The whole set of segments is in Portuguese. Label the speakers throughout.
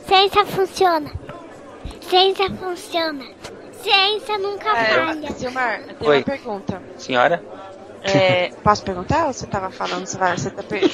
Speaker 1: Ciência funciona. Ciência funciona. Ciência nunca falha.
Speaker 2: Silmar, eu tenho uma pergunta.
Speaker 3: Senhora?
Speaker 2: Posso perguntar ou você tava falando? Você tá perdido?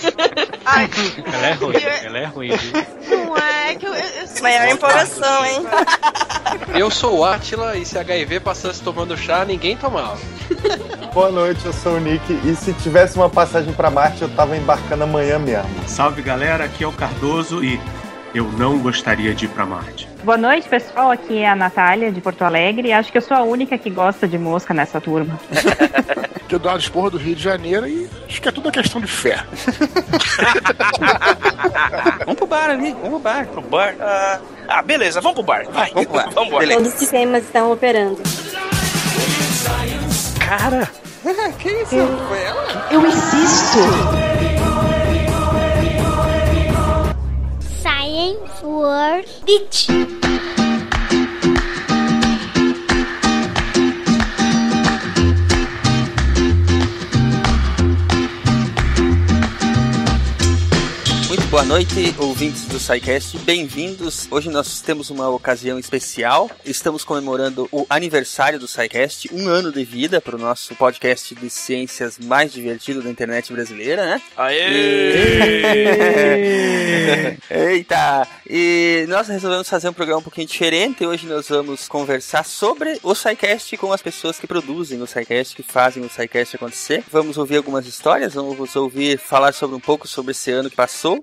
Speaker 4: Ela é ruim, viu?
Speaker 2: Não é que eu
Speaker 5: Maior empolgação, hein?
Speaker 6: Eu sou o Átila e se HIV passasse tomando chá, ninguém tomava.
Speaker 7: Boa noite, eu sou o Nick e se tivesse uma passagem pra Marte, eu tava embarcando amanhã mesmo.
Speaker 4: Salve galera, aqui é o Cardoso e eu não gostaria de ir pra Marte.
Speaker 8: Boa noite, pessoal. Aqui é a Natália, de Porto Alegre. Acho que eu sou a única que gosta de mosca nessa turma.
Speaker 9: Que eu dou uma esporra do Rio de Janeiro e acho que é tudo uma questão de fé.
Speaker 3: Vamos pro bar ali, vamos pro bar.
Speaker 10: Pro bar? Beleza, vamos pro bar. Vai,
Speaker 3: vamos pro bar.
Speaker 10: Vamos embora.
Speaker 5: Todos os sistemas estão operando.
Speaker 4: Cara!
Speaker 3: Que isso? Foi ela?
Speaker 2: Eu insisto.
Speaker 1: Science World Beach.
Speaker 3: Boa noite, ouvintes do SciCast, bem-vindos. Hoje nós temos uma ocasião especial. Estamos comemorando o aniversário do SciCast, 1 ano de vida para o nosso podcast de ciências mais divertido da internet brasileira, né?
Speaker 10: Aê!
Speaker 3: Eita! E nós resolvemos fazer um programa um pouquinho diferente. Hoje nós vamos conversar sobre o SciCast com as pessoas que produzem o SciCast, que fazem o SciCast acontecer. Vamos ouvir algumas histórias, vamos ouvir falar sobre um pouco sobre esse ano que passou.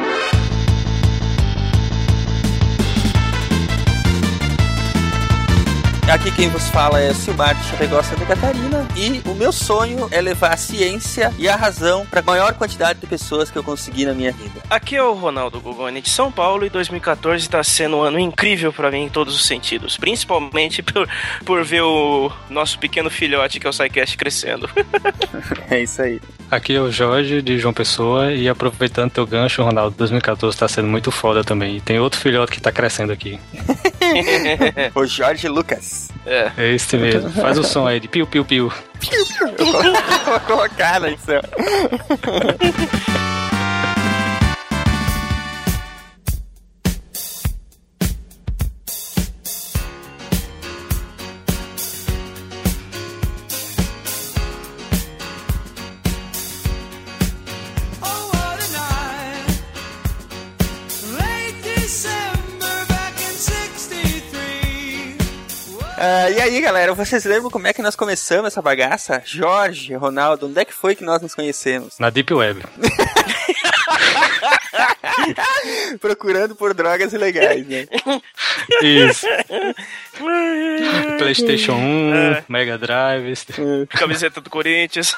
Speaker 3: Aqui quem vos fala é Silmar de Chapecó, Santa Catarina, e o meu sonho é levar a ciência e a razão para a maior quantidade de pessoas que eu conseguir na minha vida.
Speaker 10: Aqui é o Ronaldo Gogoni de São Paulo e 2014 está sendo um ano incrível para mim em todos os sentidos, principalmente por ver o nosso pequeno filhote que é o SciCast crescendo.
Speaker 3: É isso aí.
Speaker 4: Aqui é o Jorge de João Pessoa e aproveitando teu gancho, Ronaldo, 2014 tá sendo muito foda também. E tem outro filhote que tá crescendo aqui.
Speaker 3: O Jorge Lucas.
Speaker 4: É esse mesmo. Faz o som aí de piu, piu, piu.
Speaker 3: Eu vou colocar na edição. E aí, galera, vocês lembram como é que nós começamos essa bagaça? Jorge, Ronaldo, onde é que foi que nós nos conhecemos?
Speaker 4: Na Deep Web.
Speaker 3: Procurando por drogas ilegais, né?
Speaker 4: Isso. PlayStation 1, Mega Drive.
Speaker 10: Camiseta do Corinthians.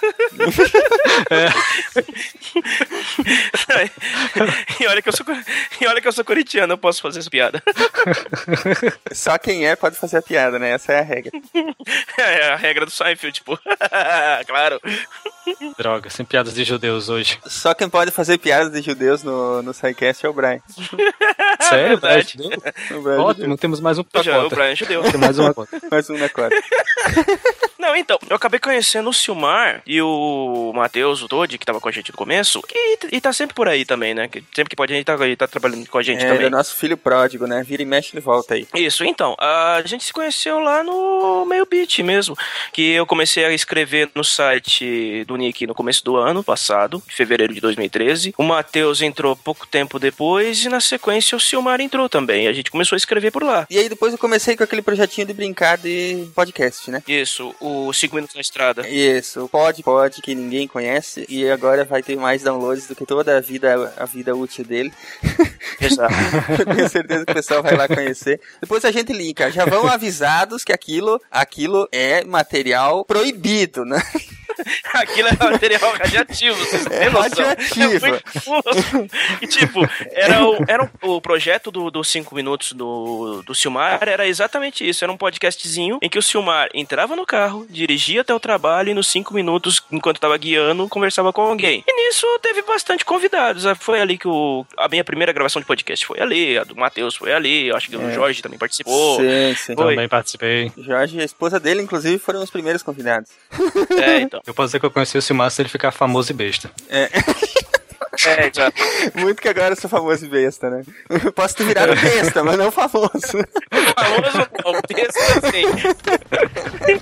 Speaker 10: E olha que eu sou corintiano, eu posso fazer essa piada.
Speaker 3: Só quem pode fazer a piada, né? Essa é a regra.
Speaker 10: É a regra do Seinfeld, tipo. Claro.
Speaker 4: Droga, sem piadas de judeus hoje.
Speaker 3: Só quem pode fazer piadas de judeus no SciCast é o Brian.
Speaker 4: Sério?
Speaker 10: Verdade.
Speaker 4: Ótimo, temos mais um pra
Speaker 10: cota. O Brian é judeu.
Speaker 4: Tem mais uma cota.
Speaker 3: Mais um na cota.
Speaker 10: Não, então, eu acabei conhecendo o Silmar e o Matheus, o Todd, que tava com a gente no começo, e tá sempre por aí também, né? Sempre que pode a gente tá trabalhando com a gente também.
Speaker 3: É o nosso filho pródigo, né? Vira e mexe, ele volta aí.
Speaker 10: Isso, então, a gente se conheceu lá no Meio Beat mesmo, que eu comecei a escrever no site do Nick no começo do ano passado, em fevereiro de 2013. O Matheus entrou pouco tempo depois e na sequência o Silmar entrou também. A gente começou a escrever por lá.
Speaker 3: E aí depois eu comecei com aquele projetinho de brincar de podcast, né?
Speaker 10: Isso, o 5 Minutos na Estrada.
Speaker 3: Isso, o Pod, que ninguém conhece e agora vai ter mais downloads do que toda a vida útil dele.
Speaker 10: Exato.
Speaker 3: Eu tenho certeza que o pessoal vai lá conhecer. Depois a gente linka. Já vão avisados que aquilo é material proibido, né?
Speaker 10: Aquilo é material radioativo, vocês têm noção?
Speaker 3: Radioativo.
Speaker 10: E tipo, o projeto do 5 Minutos do Silmar era exatamente isso. Era um podcastzinho em que o Silmar entrava no carro, dirigia até o trabalho e nos 5 minutos, enquanto estava guiando, conversava com alguém. E nisso teve bastante convidados. Foi ali que a minha primeira gravação de podcast foi ali, a do Matheus foi ali, eu acho que o Jorge também participou.
Speaker 3: Sim.
Speaker 4: Também participei.
Speaker 3: Jorge e a esposa dele, inclusive, foram os primeiros convidados.
Speaker 10: Então.
Speaker 4: Eu posso dizer que eu conheci o Silmar se ele ficar famoso e besta.
Speaker 10: Exato.
Speaker 3: Muito que agora eu sou famoso e besta, né? Posso ter virado besta, mas não famoso.
Speaker 10: Famoso não, besta sim.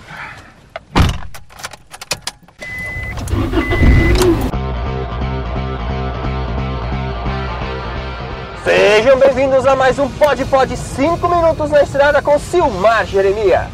Speaker 11: Sejam bem-vindos a mais um Pod 5 minutos na estrada com Silmar Jeremias.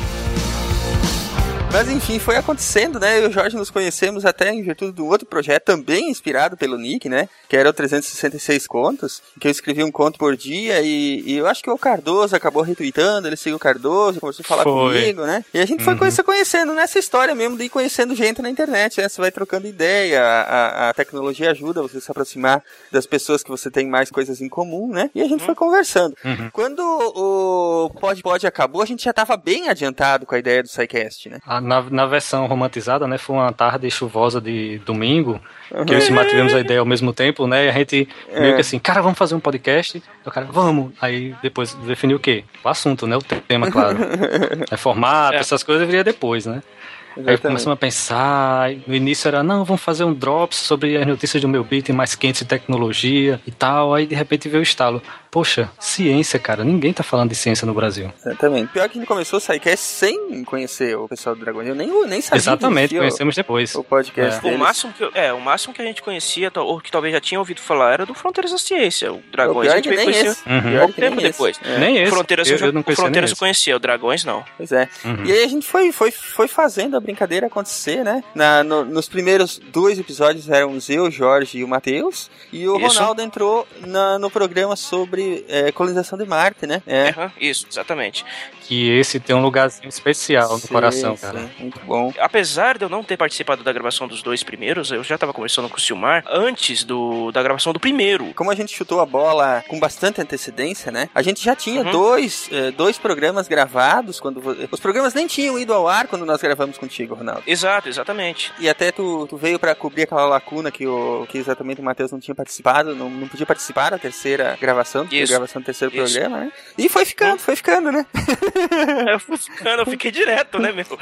Speaker 3: Mas enfim, foi acontecendo, né? Eu e o Jorge nos conhecemos até em virtude de um outro projeto, também inspirado pelo Nick, né? Que era o 366 Contos, que eu escrevi um conto por dia e eu acho que o Cardoso acabou retweetando, ele seguiu o Cardoso, começou a falar comigo, né? E a gente foi se conhecendo nessa história mesmo de ir conhecendo gente na internet, né? Você vai trocando ideia, a tecnologia ajuda você a se aproximar das pessoas que você tem mais coisas em comum, né? E a gente foi conversando. Quando o Pod acabou, a gente já estava bem adiantado com a ideia do SciCast, né?
Speaker 4: Na versão romantizada, né, foi uma tarde chuvosa de domingo, que eu e o Silmar tivemos a ideia ao mesmo tempo, né, e a gente meio que assim, cara, vamos fazer um podcast? O cara, vamos! Aí depois definiu o quê? O assunto, né, o tema, claro. Formato, essas coisas viria depois, né. Exatamente. Aí começamos a pensar, no início era, não, vamos fazer um drops sobre as notícias do meu beat mais quentes de tecnologia e tal, aí de repente veio o estalo. Poxa, ciência, cara, ninguém tá falando de ciência no Brasil.
Speaker 3: Exatamente. Pior que a gente começou o SciCast sem conhecer o pessoal do Dragões, eu nem sabia.
Speaker 4: Exatamente, conhecemos depois.
Speaker 3: O podcast deles.
Speaker 10: O máximo que a gente conhecia, ou que talvez já tinha ouvido falar, era do Fronteiras da Ciência. O Dragões a gente veio conhecer pouco tempo depois.
Speaker 4: Nem esse.
Speaker 10: Fronteiras eu conhecia, o Dragões não.
Speaker 3: Pois é. E aí a gente foi fazendo a brincadeira acontecer, né? Nos primeiros 2 episódios éramos eu, Jorge e o Matheus, e o Ronaldo entrou no programa sobre colonização de Marte, né?
Speaker 10: Isso, exatamente.
Speaker 4: Que esse tem um lugarzinho especial no coração, cara.
Speaker 3: Sim, muito bom.
Speaker 10: Apesar de eu não ter participado da gravação dos 2 primeiros, eu já estava conversando com o Silmar antes da gravação do primeiro.
Speaker 3: Como a gente chutou a bola com bastante antecedência, né? A gente já tinha dois programas gravados, quando os programas nem tinham ido ao ar quando nós gravamos contigo, Ronaldo.
Speaker 10: Exato, exatamente.
Speaker 3: E até tu veio pra cobrir aquela lacuna que exatamente o Matheus não tinha participado, não podia participar da terceira gravação, gravação do terceiro programa, né? E foi ficando, né?
Speaker 10: Eu fiquei direto, né, meu?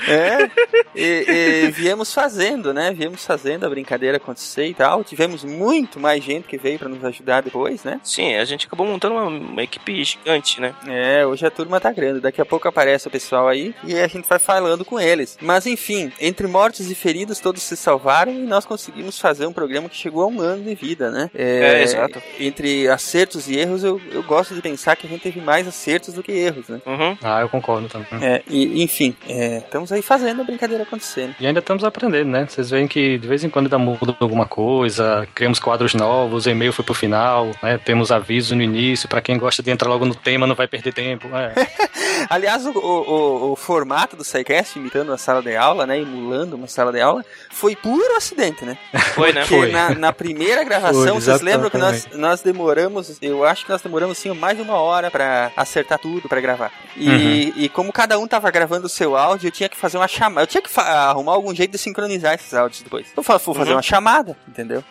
Speaker 3: E viemos fazendo, né? Viemos fazendo a brincadeira acontecer e tal. Tivemos muito mais gente que veio pra nos ajudar depois, né?
Speaker 10: Sim, a gente acabou montando uma equipe gigante, né?
Speaker 3: Hoje a turma tá grande. Daqui a pouco aparece o pessoal aí e a gente vai falando com eles. Mas enfim, entre mortos e feridos todos se salvaram e nós conseguimos fazer um programa que chegou a 1 ano de vida, né?
Speaker 10: Exato.
Speaker 3: Entre acertos e erros, eu gosto de pensar que a gente teve mais acertos do que erros, né?
Speaker 4: Eu concordo também.
Speaker 3: Enfim, estamos aí fazendo a brincadeira acontecer. Né?
Speaker 4: E ainda estamos aprendendo, né? Vocês veem que de vez em quando ainda muda alguma coisa, criamos quadros novos, o e-mail foi pro final, né? Temos avisos no início, pra quem gosta de entrar logo no tema, não vai perder tempo.
Speaker 3: Aliás, o formato do SciCast, imitando a sala de aula, né? Emulando uma sala de aula, foi puro acidente, né? Porque na primeira gravação, vocês lembram que nós demoramos, eu acho que nós demoramos assim, mais de 1 hora pra acertar tudo, pra gravar. E como cada um tava gravando o seu áudio, eu tinha que fazer uma chamada, eu tinha que arrumar algum jeito de sincronizar esses áudios depois. Eu vou fazer uma chamada, entendeu?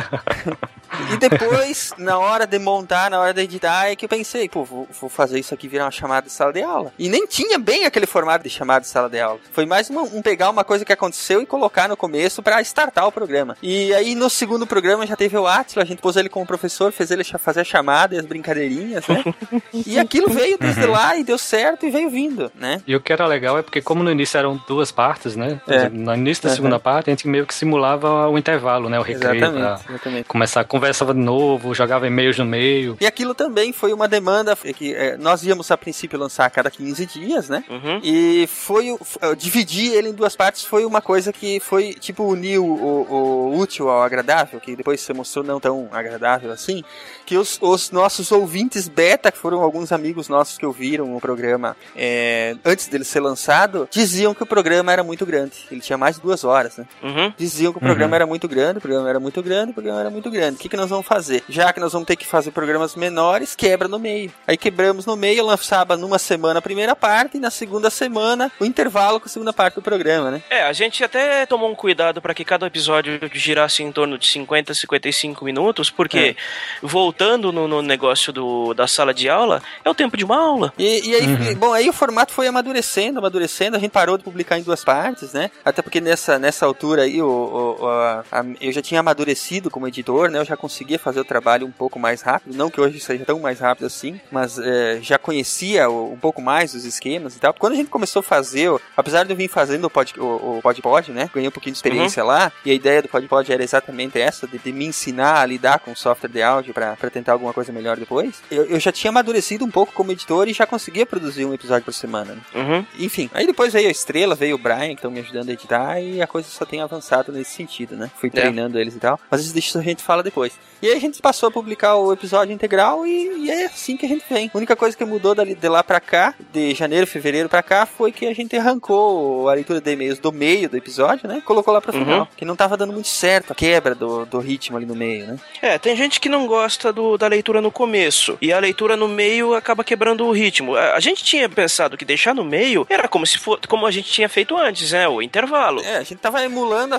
Speaker 3: E depois, na hora de montar, na hora de editar, é que eu pensei, vou fazer isso aqui virar uma chamada de sala de aula. E nem tinha bem aquele formato de chamada de sala de aula. Foi mais pegar uma coisa que aconteceu e colocar no começo pra startar o programa. E aí, no segundo programa, já teve o Átila, a gente pôs ele como professor, fez ele fazer a chamada e as brincadeirinhas, né? E aquilo veio desde lá e deu certo e veio vindo, né?
Speaker 4: E o que era legal é porque, como no início eram 2 partes, né? No início da segunda parte, a gente meio que simulava o intervalo, né? O recreio. Exatamente. Começar a conversava de novo, jogava e-mails no meio.
Speaker 3: E aquilo também foi uma demanda que nós íamos a princípio lançar a cada 15 dias, né? E dividir ele em 2 partes foi uma coisa que foi tipo unir o útil ao agradável, que depois se mostrou não tão agradável assim, que os nossos ouvintes beta, que foram alguns amigos nossos que ouviram o programa antes dele ser lançado, diziam que o programa era muito grande. Ele tinha mais de 2 horas, né? Diziam que o programa era muito grande, o programa era muito grande. O que nós vamos fazer? Já que nós vamos ter que fazer programas menores, quebra no meio. Aí quebramos no meio, lançava numa semana a primeira parte e na segunda semana o intervalo com a segunda parte do programa, né?
Speaker 10: A gente até tomou um cuidado para que cada episódio girasse em torno de 50, 55 minutos, porque voltando no negócio da sala de aula, é o tempo de uma aula.
Speaker 3: E aí, bom, aí o formato foi amadurecendo, a gente parou de publicar em 2 partes, né? Até porque nessa altura aí eu já tinha amadurecido como editor, né? Eu já conseguia fazer o trabalho um pouco mais rápido, não que hoje seja tão mais rápido assim, mas já conhecia um pouco mais os esquemas e tal. Quando a gente começou a fazer, apesar de eu vir fazendo o PodPod, né? Ganhei um pouquinho de experiência lá, e a ideia do PodPod era exatamente essa, de me ensinar a lidar com software de áudio pra tentar alguma coisa melhor depois. Eu já tinha amadurecido um pouco como editor e já conseguia produzir um episódio por semana, né? Enfim, aí depois veio a Estrela, veio o Brian, que estão me ajudando a editar, e a coisa só tem avançado nesse sentido, né? Fui treinando eles e tal, mas isso a gente fala depois. E aí a gente passou a publicar o episódio integral e é assim que a gente vem. A única coisa que mudou de lá pra cá, de janeiro, fevereiro pra cá, foi que a gente arrancou a leitura de e-mails do meio do episódio, né? Colocou lá pro final, que não tava dando muito certo a quebra do ritmo ali no meio, né?
Speaker 10: Tem gente que não gosta da leitura no começo, e a leitura no meio acaba quebrando o ritmo. A gente tinha pensado que deixar no meio era como a gente tinha feito antes, né? O intervalo.
Speaker 3: A gente tava emulando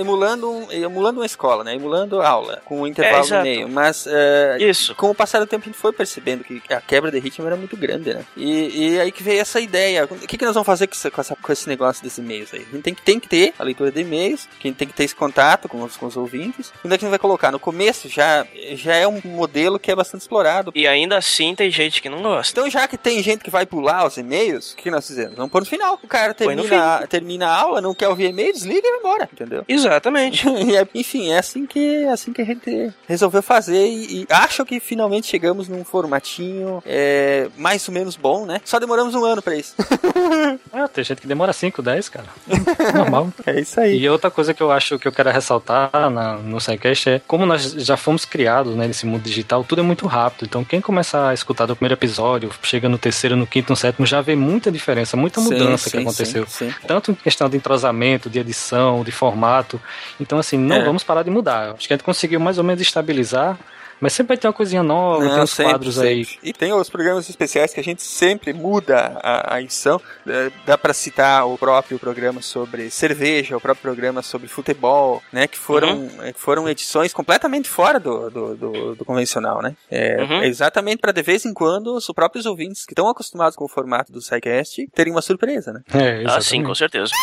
Speaker 3: uma escola, né? Emulando aula, com o intervalo no meio. Mas com o passar do tempo a gente foi percebendo que a quebra de ritmo era muito grande, né? E aí que veio essa ideia. O que nós vamos fazer com esse negócio desses e-mails aí? A gente tem que ter a leitura de e-mails, que a gente tem que ter esse contato com os ouvintes. Onde é que a gente vai colocar? No começo já é um modelo que é bastante explorado.
Speaker 10: E ainda assim tem gente que não gosta.
Speaker 3: Então já que tem gente que vai pular os e-mails, o que nós fizemos? Vamos pôr no final. O cara termina a aula, não quer ouvir e-mail, desliga e vai embora, entendeu?
Speaker 10: Exatamente.
Speaker 3: Enfim, é assim que a gente resolveu fazer e acho que finalmente chegamos num formatinho mais ou menos bom, né? Só demoramos 1 ano pra isso.
Speaker 4: Tem gente que demora 5, 10, cara. Normal.
Speaker 3: É isso aí.
Speaker 4: E outra coisa que eu acho que eu quero ressaltar no SciCast é como nós já fomos criados, né, nesse mundo digital, tudo é muito rápido. Então quem começar a escutar do primeiro episódio, chega no terceiro, no quinto, no sétimo, já vê muita diferença, muita mudança que aconteceu. Sim. Tanto em questão de entrosamento, de edição, de formato. Então assim, não vamos parar de mudar. Acho que a gente conseguiu mais ou menos estabilizar. Mas sempre vai ter uma coisinha nova, tem uns quadros aí.
Speaker 3: E tem os programas especiais que a gente sempre muda a edição. Dá pra citar o próprio programa sobre cerveja, o próprio programa sobre futebol, né? Que foram edições completamente fora do convencional, né? Exatamente para de vez em quando os próprios ouvintes que estão acostumados com o formato do SciCast terem uma surpresa, né?
Speaker 10: Sim, com certeza.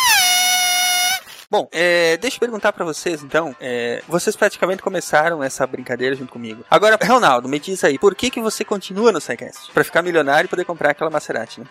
Speaker 3: Bom, deixa eu perguntar pra vocês, então. Vocês praticamente começaram essa brincadeira junto comigo. Agora, Ronaldo, me diz aí, por que você continua no SciCast? Pra ficar milionário e poder comprar aquela Maserati, né?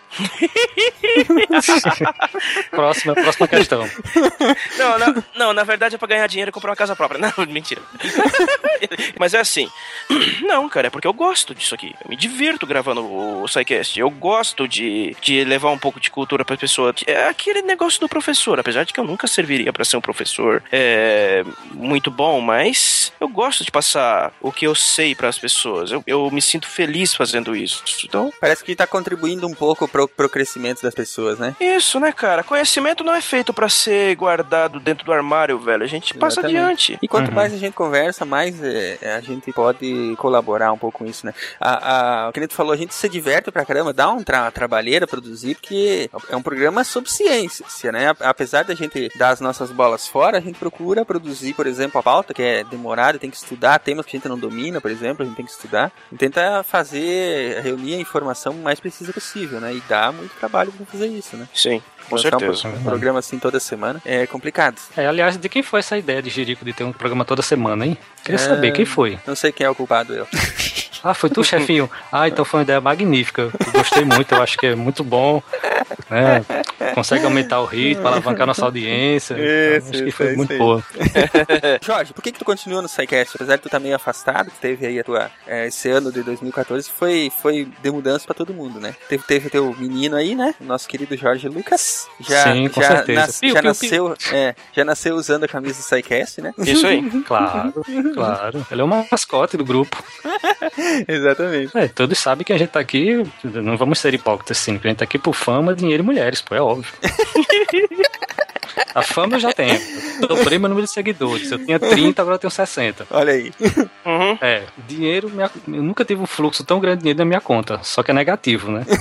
Speaker 4: Próxima questão.
Speaker 10: Não, na verdade é pra ganhar dinheiro e comprar uma casa própria. Não, mentira. Mas é assim. Não, cara, é porque eu gosto disso aqui. Eu me divirto gravando o SciCast. Eu gosto de levar um pouco de cultura pra pessoa. É aquele negócio do professor, apesar de que eu nunca serviria pra ser um professor muito bom, mas eu gosto de passar o que eu sei pras pessoas. Eu me sinto feliz fazendo isso. Então,
Speaker 3: parece que tá contribuindo um pouco pro crescimento das pessoas, né?
Speaker 10: Isso, né, cara? Conhecimento não é feito pra ser guardado dentro do armário, velho. A gente passa adiante.
Speaker 3: E quanto mais a gente conversa, mais a gente pode colaborar um pouco com isso, né? O que a gente falou, a gente se diverte pra caramba, dá um trabalheira produzir, porque é um programa sobre ciência, né? Apesar da gente dar as nossas bolas fora, a gente procura produzir, por exemplo, a pauta, que é demorada, tem que estudar temas que a gente não domina, por exemplo, a gente tem que estudar, e tenta reunir a informação o mais precisa possível, né? E dá muito trabalho pra fazer isso, né?
Speaker 10: Sim. Com certeza.
Speaker 3: Um programa assim toda semana é complicado.
Speaker 4: Aliás, de quem foi essa ideia de Jerico de ter um programa toda semana, hein? Queria saber quem foi.
Speaker 3: Não sei quem é o culpado, eu.
Speaker 4: Foi tu, chefinho? Então foi uma ideia magnífica. Eu gostei muito, eu acho que é muito bom. Né? Consegue aumentar o ritmo, alavancar nossa audiência. Então, acho que foi muito boa.
Speaker 3: Jorge, por que tu continua no SciCast? Apesar de tu estar meio afastado, que teve aí esse ano de 2014, foi de mudança pra todo mundo, né? Teve teu menino aí, né? O nosso querido Jorge Lucas.
Speaker 4: Sim, com certeza.
Speaker 3: Já nasceu usando a camisa do SciCast, né?
Speaker 10: Isso aí.
Speaker 4: Claro. Ele é o mascote do grupo.
Speaker 3: Exatamente.
Speaker 4: Todos sabem que a gente tá aqui, não vamos ser hipócritas, sim, que a gente tá aqui por fama, dinheiro e mulheres, pô, é óbvio. A fama eu já tenho. Eu dobrei meu número de seguidores. Eu tinha 30, agora eu tenho 60.
Speaker 3: Olha aí.
Speaker 4: Dinheiro, eu nunca tive um fluxo tão grande de dinheiro na minha conta. Só que é negativo, né?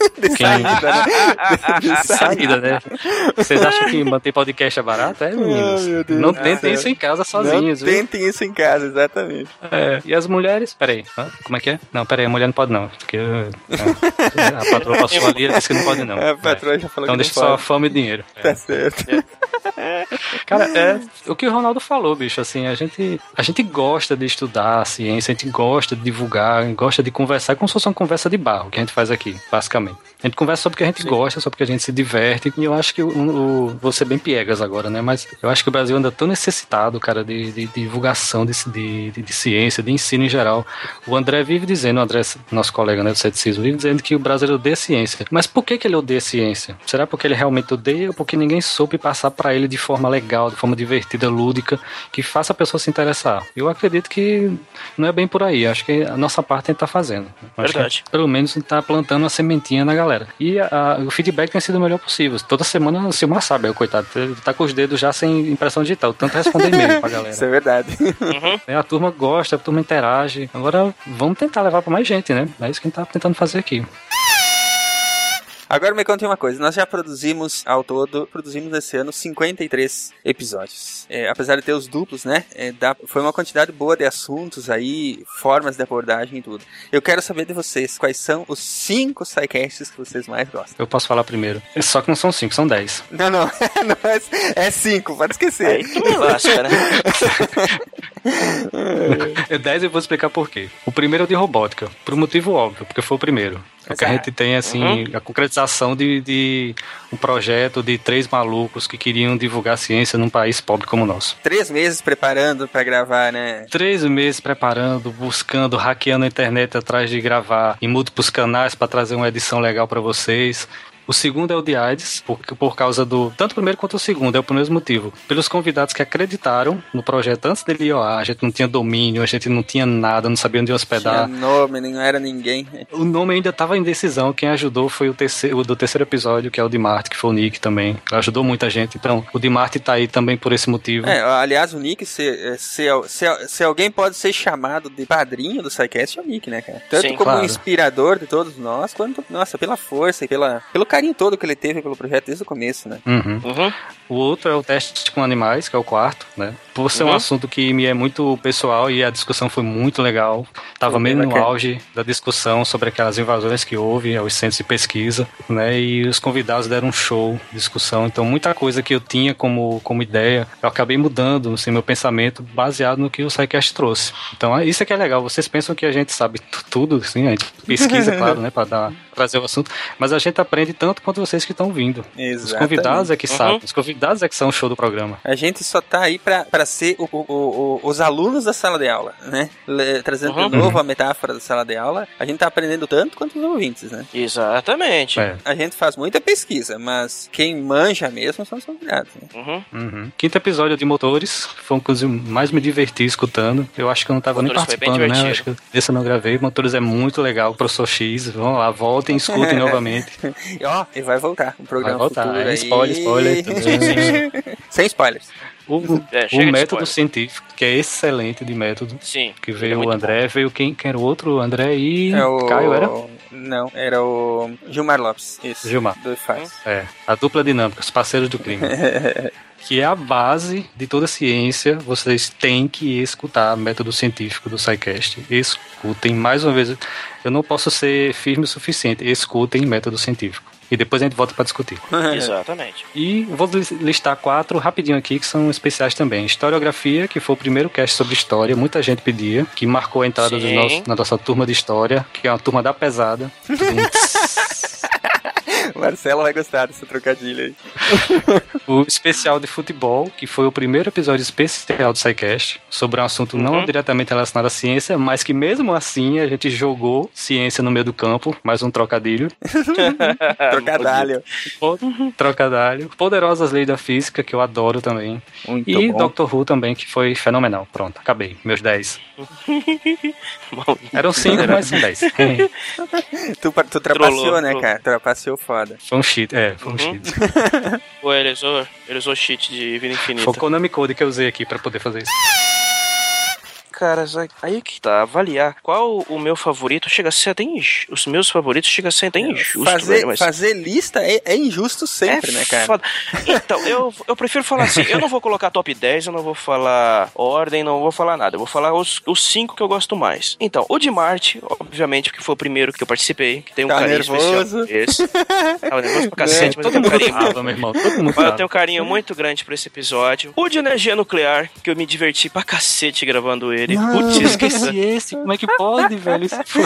Speaker 4: Saída, né? Vocês acham que manter podcast é barato? Meninos. Não tentem isso em casa sozinhos.
Speaker 3: Não tentem isso em casa, exatamente.
Speaker 4: E as mulheres... Peraí, como é que é? Não, peraí, a mulher não pode não. Porque a patroa passou ali e disse que não pode não.
Speaker 3: A patroa já falou
Speaker 4: então
Speaker 3: que
Speaker 4: deixa só a fama e dinheiro.
Speaker 3: Tá certo.
Speaker 4: Cara, o que o Ronaldo falou, bicho, assim, a gente gosta de estudar a ciência, a gente gosta de divulgar, gosta de conversar, como se fosse uma conversa de bar, o que a gente faz aqui, basicamente. A gente conversa só porque a gente gosta, só porque a gente se diverte, e eu acho que vou ser bem piegas agora, né, mas eu acho que o Brasil anda tão necessitado, cara, de divulgação de ciência, de ensino em geral. O André vive dizendo, o André, nosso colega, né, do ceticismo, vive dizendo que o brasileiro odeia ciência. Mas por que ele odeia ciência? Será porque ele realmente odeia ou porque ninguém soube passar pra ele de forma legal, de forma divertida, lúdica, que faça a pessoa se interessar? Eu acredito que não é bem por aí. Acho que a nossa parte a gente tá fazendo.
Speaker 10: Verdade.
Speaker 4: Que, pelo menos a gente tá plantando uma sementinha na galera. E o feedback tem sido o melhor possível. Toda semana o Silmar sabe, o coitado, ele tá com os dedos já sem impressão digital, tanto responder e-mail pra galera.
Speaker 3: Isso é verdade.
Speaker 4: A turma gosta, a turma interage. Agora vamos tentar levar pra mais gente, né? É isso que a gente tá tentando fazer aqui.
Speaker 3: Agora me conte uma coisa, nós já produzimos esse ano 53 episódios. Apesar de ter os duplos, né? Foi uma quantidade boa de assuntos aí, formas de abordagem e tudo. Eu quero saber de vocês, quais são os 5 SciCasts que vocês mais gostam?
Speaker 4: Eu posso falar primeiro. Só que não são 5, são 10.
Speaker 3: Não, é 5, pode esquecer.
Speaker 10: Aí tu me lasca, né?
Speaker 4: 10 eu vou explicar por quê. O primeiro é o de robótica, por um motivo óbvio, porque foi o primeiro. Porque a gente tem, assim, a concretização de um projeto de 3 malucos que queriam divulgar ciência num país pobre como o nosso.
Speaker 3: 3 meses preparando pra gravar, né?
Speaker 4: 3 meses preparando, buscando, hackeando a internet atrás de gravar em múltiplos canais pra trazer uma edição legal pra vocês. O segundo é o de AIDS, por causa do... Tanto o primeiro quanto o segundo, é por mesmo motivo. Pelos convidados que acreditaram no projeto antes dele ir ao ar, a gente não tinha domínio, a gente não tinha nada, não sabia onde hospedar.
Speaker 3: Tinha nome, não era ninguém.
Speaker 4: O nome ainda estava em decisão, quem ajudou foi o do terceiro episódio, que é o de Marte, que foi o Nick também. Ajudou muita gente, então o de Marte tá aí também por esse motivo.
Speaker 3: Aliás, o Nick, se alguém pode ser chamado de padrinho do SciCast, é o Nick, né, cara? Tanto
Speaker 10: Sim,
Speaker 3: como
Speaker 10: claro.
Speaker 3: Inspirador de todos nós, quanto, nossa, pela força e pelo carinho todo que ele teve pelo projeto desde o começo, né?
Speaker 4: O outro é o teste com animais, que é o quarto, né? Por ser um assunto que me é muito pessoal e a discussão foi muito legal. Tava mesmo no auge da discussão sobre aquelas invasões que houve aos centros de pesquisa, né? E os convidados deram um show de discussão. Então, muita coisa que eu tinha como ideia, eu acabei mudando, assim, meu pensamento baseado no que o SciCast trouxe. Então, isso é que é legal. Vocês pensam que a gente sabe tudo, assim, a gente pesquisa, claro, né? Pra trazer o assunto. Mas a gente aprende tanto quanto vocês que estão vindo.
Speaker 3: Exatamente.
Speaker 4: Os convidados é que sabem. Os convidados é que são o show do programa.
Speaker 3: A gente só tá aí pra ser os alunos da sala de aula, né? Trazendo de novo a metáfora da sala de aula, a gente tá aprendendo tanto quanto os ouvintes, né?
Speaker 10: Exatamente.
Speaker 3: A gente faz muita pesquisa, mas quem manja mesmo são os convidados, né?
Speaker 4: Quinto episódio de Motores, foi um dos mais me diverti escutando. Eu acho que eu não tava nem participando, né? Eu acho que esse eu não gravei. Motores é muito legal, o Professor X, vão lá, voltem e escutem novamente.
Speaker 3: E vai voltar um programa
Speaker 4: vai voltar,
Speaker 3: futuro aí.
Speaker 4: Spoiler.
Speaker 3: Sem spoilers.
Speaker 4: O método científico, que é excelente de método.
Speaker 10: Sim.
Speaker 4: Que veio o André, veio quem era o outro? O André e Caio, era?
Speaker 3: Não, era o Gilmar Lopes. Isso.
Speaker 4: Gilmar.
Speaker 3: Do IFAS.
Speaker 4: A dupla dinâmica, os parceiros do crime. Que é a base de toda a ciência. Vocês têm que escutar o método científico do SciCast. Escutem, mais uma vez. Eu não posso ser firme o suficiente. Escutem método científico. E depois a gente volta para discutir.
Speaker 10: Exatamente.
Speaker 4: E vou listar 4 rapidinho aqui, que são especiais também. Historiografia, que foi o primeiro cast sobre história, muita gente pedia, que marcou a entrada na nossa turma de história, que é uma turma da pesada.
Speaker 3: O Marcelo vai gostar desse trocadilho aí.
Speaker 4: O especial de futebol, que foi o primeiro episódio especial do SciCast, sobre um assunto não diretamente relacionado à ciência, mas que mesmo assim a gente jogou ciência no meio do campo, mais um trocadilho. Trocadilho. Poderosas Leis da Física, que eu adoro também. Muito e bom. Doctor Who também, que foi fenomenal. Pronto, acabei. Meus 10. Eram 5, mas são 10.
Speaker 3: Tu trapaceou, né, cara? Trapaceou fora. foda.
Speaker 4: Foi um cheat, foi um cheat.
Speaker 10: Pô, ele usou cheat de vida infinita.
Speaker 4: Foi o Konami Code que eu usei aqui pra poder fazer isso.
Speaker 10: Cara, aí que tá, avaliar qual o meu favorito chega a ser até injusto. Os meus favoritos chega a ser até injusto.
Speaker 3: Fazer lista é injusto sempre, né, cara?
Speaker 10: Foda. Então, eu prefiro falar assim, eu não vou colocar top 10, eu não vou falar ordem, não vou falar nada. Eu vou falar os 5 que eu gosto mais. Então, o de Marte, obviamente, porque foi o primeiro que eu participei, que tem um carinho especial. Esse. Tava nervoso pra cacete, mas eu tenho um carinho.
Speaker 4: Meu irmão, todo mundo
Speaker 10: eu tenho um carinho muito grande por esse episódio. O de energia nuclear, que eu me diverti pra cacete gravando ele.
Speaker 4: Putz, esqueci esse. Como é que pode, velho?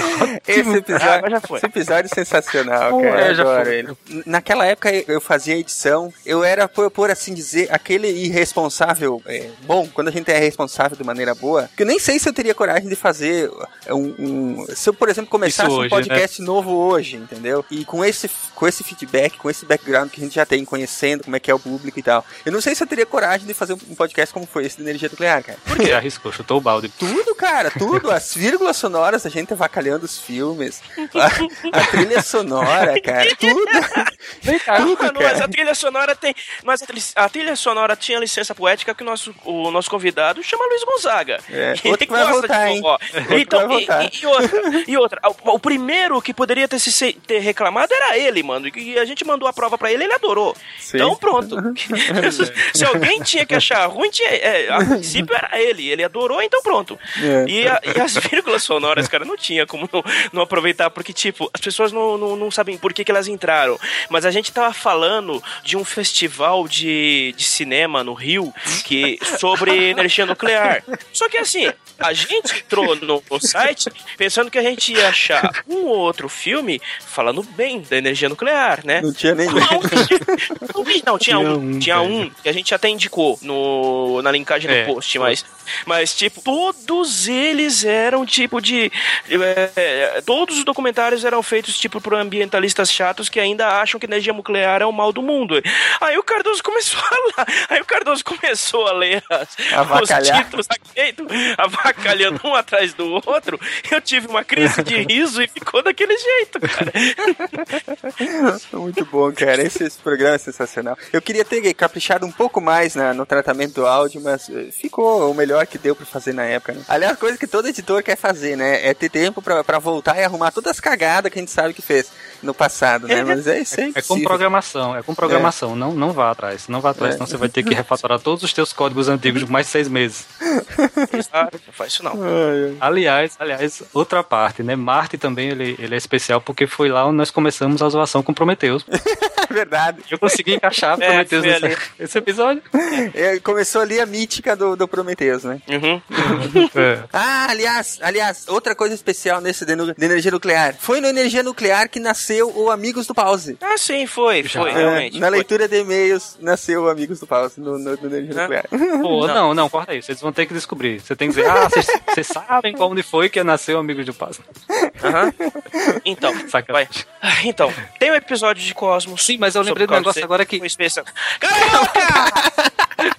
Speaker 3: Esse episódio é sensacional, cara. Eu adoro ele. Naquela época eu fazia edição. Eu era, por assim dizer, aquele irresponsável. Bom, quando a gente é responsável de maneira boa, que eu nem sei se eu teria coragem de fazer se eu, por exemplo, começasse hoje, um podcast novo hoje, entendeu? E com esse feedback, com esse background que a gente já tem, conhecendo como é que é o público e tal. Eu não sei se eu teria coragem de fazer um podcast como foi esse de energia nuclear, cara.
Speaker 4: Por quê? Arriscou, chutou o balde.
Speaker 3: Tudo, cara, tudo. As vírgulas sonoras, a gente avacalhando os filmes. A trilha sonora, cara, tudo.
Speaker 10: Mas a trilha sonora tem... Mas a trilha sonora tinha licença poética que o nosso convidado chama Luiz Gonzaga.
Speaker 3: Outro que vai voltar, hein?
Speaker 10: Então, e outra, o primeiro que poderia ter reclamado era ele, mano. E a gente mandou a prova pra ele, ele adorou. Sim. Então, pronto. Se alguém tinha que achar ruim, a princípio era ele adorou, então pronto. E as vírgulas sonoras, cara, não tinha como não aproveitar, porque, tipo, as pessoas não sabem por que elas entraram. Mas a gente tava falando de um festival de cinema no Rio sobre energia nuclear. Só que, assim, a gente entrou no site pensando que a gente ia achar um ou outro filme falando bem da energia nuclear, né?
Speaker 3: Não tinha nenhum.
Speaker 10: Não, tinha um que a gente até indicou na linkagem do post, mas tipo, todos eles eram tipo de... todos os documentários eram feitos tipo por ambientalistas chatos que ainda acham que energia nuclear é o mal do mundo. Aí o Cardoso começou a ler os títulos avacalhando um atrás do outro. Eu tive uma crise de riso e ficou daquele jeito, cara.
Speaker 3: Muito bom, cara. Esse programa é sensacional. Eu queria ter caprichado um pouco mais no tratamento do áudio, mas ficou o melhor que deu pra fazer na época, né? Aliás, coisa que todo editor quer fazer, né? É ter tempo pra voltar e arrumar todas as cagadas que a gente sabe que fez no passado, né? Mas isso é
Speaker 4: impossível. É com programação. Não vá atrás, senão você vai ter que refatorar todos os teus códigos antigos por mais 6 meses.
Speaker 10: Não faz isso não.
Speaker 4: Aliás, outra parte, né? Marte também, ele é especial porque foi lá onde nós começamos a zoação com Prometheus.
Speaker 3: Verdade.
Speaker 4: Eu consegui encaixar Prometheus nesse episódio.
Speaker 3: Começou ali a mítica do Prometheus, né?
Speaker 10: Uhum.
Speaker 3: Aliás, outra coisa especial nesse de energia nuclear. Foi no energia nuclear que nasceu o Amigos do Pause.
Speaker 10: Ah, sim, foi realmente.
Speaker 3: Na leitura de e-mails nasceu o Amigos do Pause no energia nuclear.
Speaker 4: Pô, não, corta isso. Vocês vão ter que descobrir. Você tem que dizer, vocês sabem como foi que nasceu o Amigos do Pause.
Speaker 10: Então, então, tem um episódio de Cosmos.
Speaker 4: Sim, mas eu lembrei do negócio agora que...
Speaker 10: Foi especial. Caraca!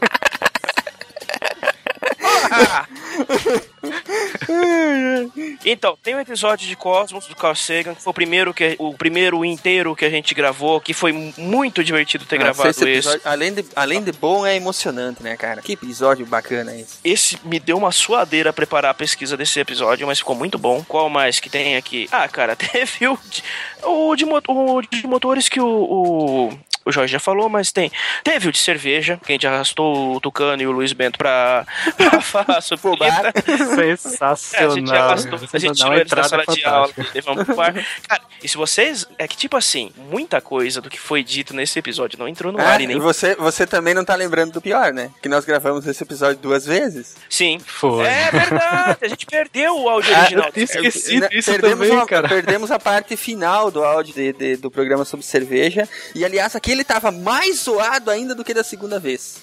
Speaker 10: Então, tem um episódio de Cosmos do Carl Sagan, que foi o primeiro inteiro que a gente gravou, que foi muito divertido ter gravado esse.
Speaker 3: Episódio, além de bom, é emocionante, né, cara? Que episódio bacana esse.
Speaker 10: Esse me deu uma suadeira a preparar a pesquisa desse episódio, mas ficou muito bom. Qual mais que tem aqui? Ah, cara, teve o de motores que o Jorge já falou, mas teve o de cerveja, que a gente arrastou o Tucano e o Luiz Bento pra falar sobre o bar.
Speaker 4: Sensacional.
Speaker 10: A gente arrastou, a gente tirou eles da sala de aula e levamos pro bar. Cara, e se vocês... É que, tipo assim, muita coisa do que foi dito nesse episódio não entrou no ar e nem...
Speaker 3: Você também não tá lembrando do pior, né? Que nós gravamos esse episódio 2 vezes.
Speaker 10: Sim.
Speaker 4: Foi.
Speaker 10: É verdade, a gente perdeu o áudio original.
Speaker 4: Eu esqueci disso também, cara.
Speaker 3: Perdemos a parte final do áudio do programa sobre cerveja. E, aliás, aqui ele tava mais zoado ainda do que da segunda vez.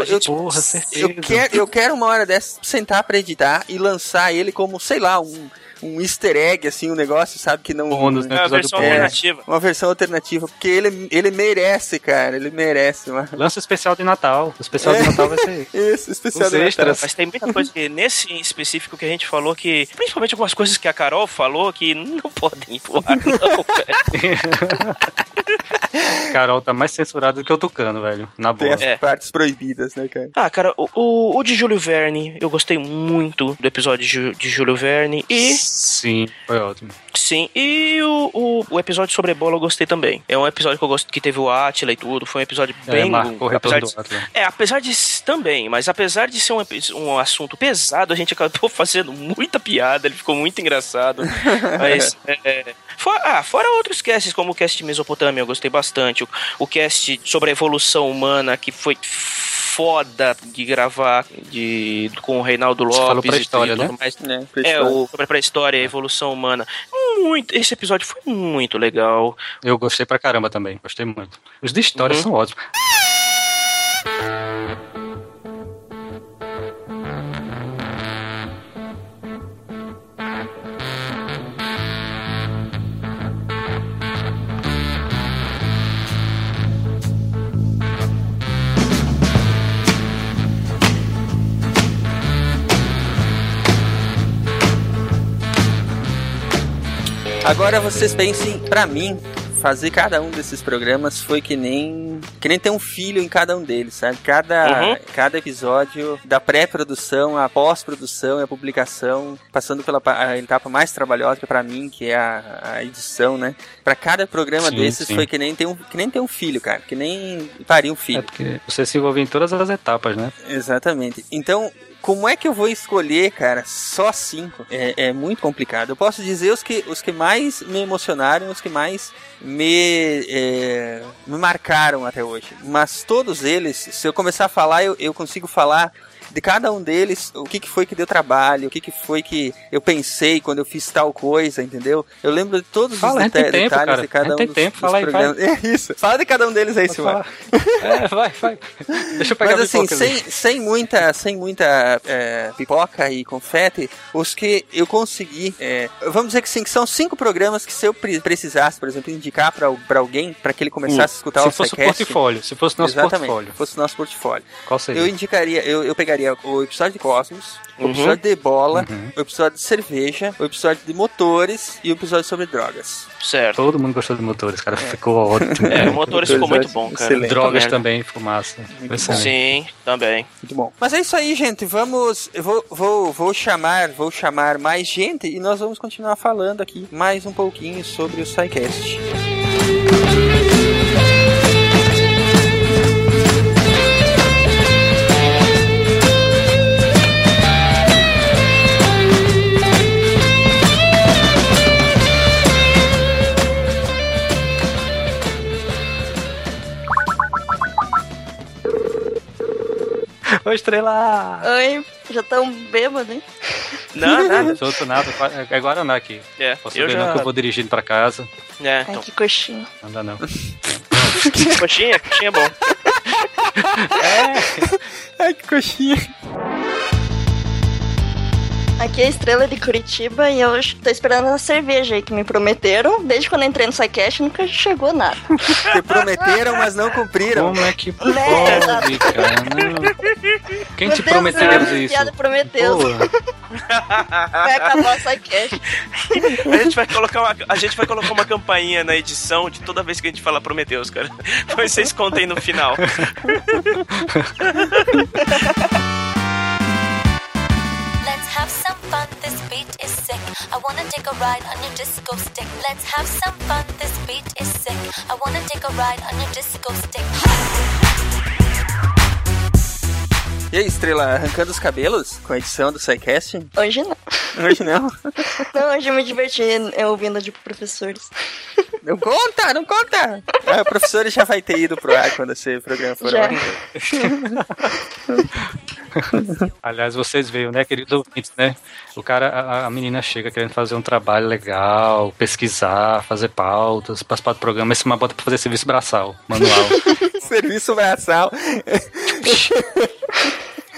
Speaker 4: Porra, certeza.
Speaker 3: Eu quero uma hora dessa sentar pra editar e lançar ele como, sei lá, um easter egg, assim, um negócio, sabe, que não...
Speaker 4: Bônus, né?
Speaker 10: É uma versão alternativa.
Speaker 3: Uma versão alternativa, porque ele merece, cara, ele merece.
Speaker 4: Lança especial de Natal. O especial de Natal vai ser
Speaker 3: isso, especial de Natal.
Speaker 10: Mas tem muita coisa que, nesse em específico que a gente falou que, principalmente algumas coisas que a Carol falou que não podem ir pro ar, não, velho.
Speaker 4: Carol tá mais censurado do que o Tucano, velho. Na boa.
Speaker 3: Tem as partes proibidas, né, cara?
Speaker 10: Ah, cara, o de Júlio Verne, eu gostei muito do episódio de Júlio Verne e...
Speaker 4: Sim, foi ótimo.
Speaker 10: Sim, e o episódio sobre Ebola eu gostei também. É um episódio que eu gosto, que teve o Átila e tudo. Foi um episódio bem... apesar de também, mas apesar de ser um assunto pesado, a gente acabou fazendo muita piada, ele ficou muito engraçado. Mas, fora outros casts, como o cast de Mesopotâmia, eu gostei bastante. O cast sobre a evolução humana, que foi foda de gravar com o Reinaldo Lopes. Você
Speaker 4: falou pra história, né?
Speaker 10: Mais. Sobre a pré-história e a evolução humana. Esse episódio foi muito legal.
Speaker 4: Eu gostei pra caramba também, gostei muito. Os de história são ótimos.
Speaker 3: Agora vocês pensem, pra mim, fazer cada um desses programas foi que nem ter um filho em cada um deles, sabe? Cada episódio, da pré-produção, a pós-produção e a publicação, passando pela a etapa mais trabalhosa pra mim, que é a edição, né? Pra cada programa desses foi que nem ter um filho, cara. Que nem parir um filho.
Speaker 4: É porque você se envolve em todas as etapas, né?
Speaker 3: Exatamente. Então... como é que eu vou escolher, cara, só 5? É muito complicado. Eu posso dizer os que mais me emocionaram, os que mais me marcaram até hoje. Mas todos eles, se eu começar a falar, eu consigo falar de cada um deles, o que foi que deu trabalho, o que foi que eu pensei quando eu fiz tal coisa, entendeu? Eu lembro de todos os detalhes de cada um dos programas. É isso. Fala de cada um deles aí, Silmar.
Speaker 4: Vai. Deixa eu pegar.
Speaker 3: Mas assim, sem muita pipoca e confete, os que eu consegui, vamos dizer que sim, que são 5 programas que se eu precisasse, por exemplo, indicar pra alguém, pra que ele começasse a escutar o SciCast.
Speaker 4: Se fosse nosso portfólio.
Speaker 3: Se fosse nosso portfólio.
Speaker 4: Qual seria?
Speaker 3: Eu indicaria, eu pegaria o episódio de Cosmos, o episódio de Ebola, o episódio de cerveja, o episódio de motores e o episódio sobre drogas.
Speaker 10: Certo.
Speaker 4: Todo mundo gostou de motores, cara. Ficou ótimo.
Speaker 10: O motores ficou muito bom, cara.
Speaker 4: Excelente. Drogas também, fumaça.
Speaker 10: Sim, também.
Speaker 3: Muito bom. Mas é isso aí, gente. Eu vou chamar mais gente e nós vamos continuar falando aqui mais um pouquinho sobre o SciCast.
Speaker 4: Oi, Estrela!
Speaker 5: Oi, já tão bêbado, hein?
Speaker 10: Não, nada.
Speaker 4: Solto nada, é Guaraná aqui. Posso ver não que eu vou dirigindo pra casa.
Speaker 5: Ai, que coxinha.
Speaker 4: Não dá não.
Speaker 10: Coxinha é bom.
Speaker 3: Ai, que coxinha.
Speaker 5: Aqui é a Estrela de Curitiba e eu tô esperando a cerveja aí que me prometeram. Desde quando eu entrei no SciCast nunca chegou nada.
Speaker 3: Te prometeram, mas não cumpriram.
Speaker 4: Como é que pode, cara? Não. Quem te prometeu isso?
Speaker 5: Piada prometeu. Vai acabar o SciCast.
Speaker 10: A gente vai colocar uma campainha na edição de toda vez que a gente fala Prometeus, cara. Depois vocês contem no final.
Speaker 12: Have some fun, this beat is sick. I wanna take a ride on your disco stick. Let's have some fun, this beat is sick. I wanna take a ride on your disco stick.
Speaker 3: E aí, Estrela, arrancando os cabelos com a edição do SciCast?
Speaker 5: Hoje não.
Speaker 3: Hoje não?
Speaker 5: Não, hoje eu me diverti ouvindo de professores.
Speaker 3: Não conta! O professor já vai ter ido pro ar quando esse programa for ao ar.
Speaker 4: Aliás, vocês veem, né, queridos ouvintes, né? O cara, a menina chega querendo fazer um trabalho legal, pesquisar, fazer pautas, participar do programa, esse uma bota pra fazer serviço braçal, manual.
Speaker 3: Serviço braçal.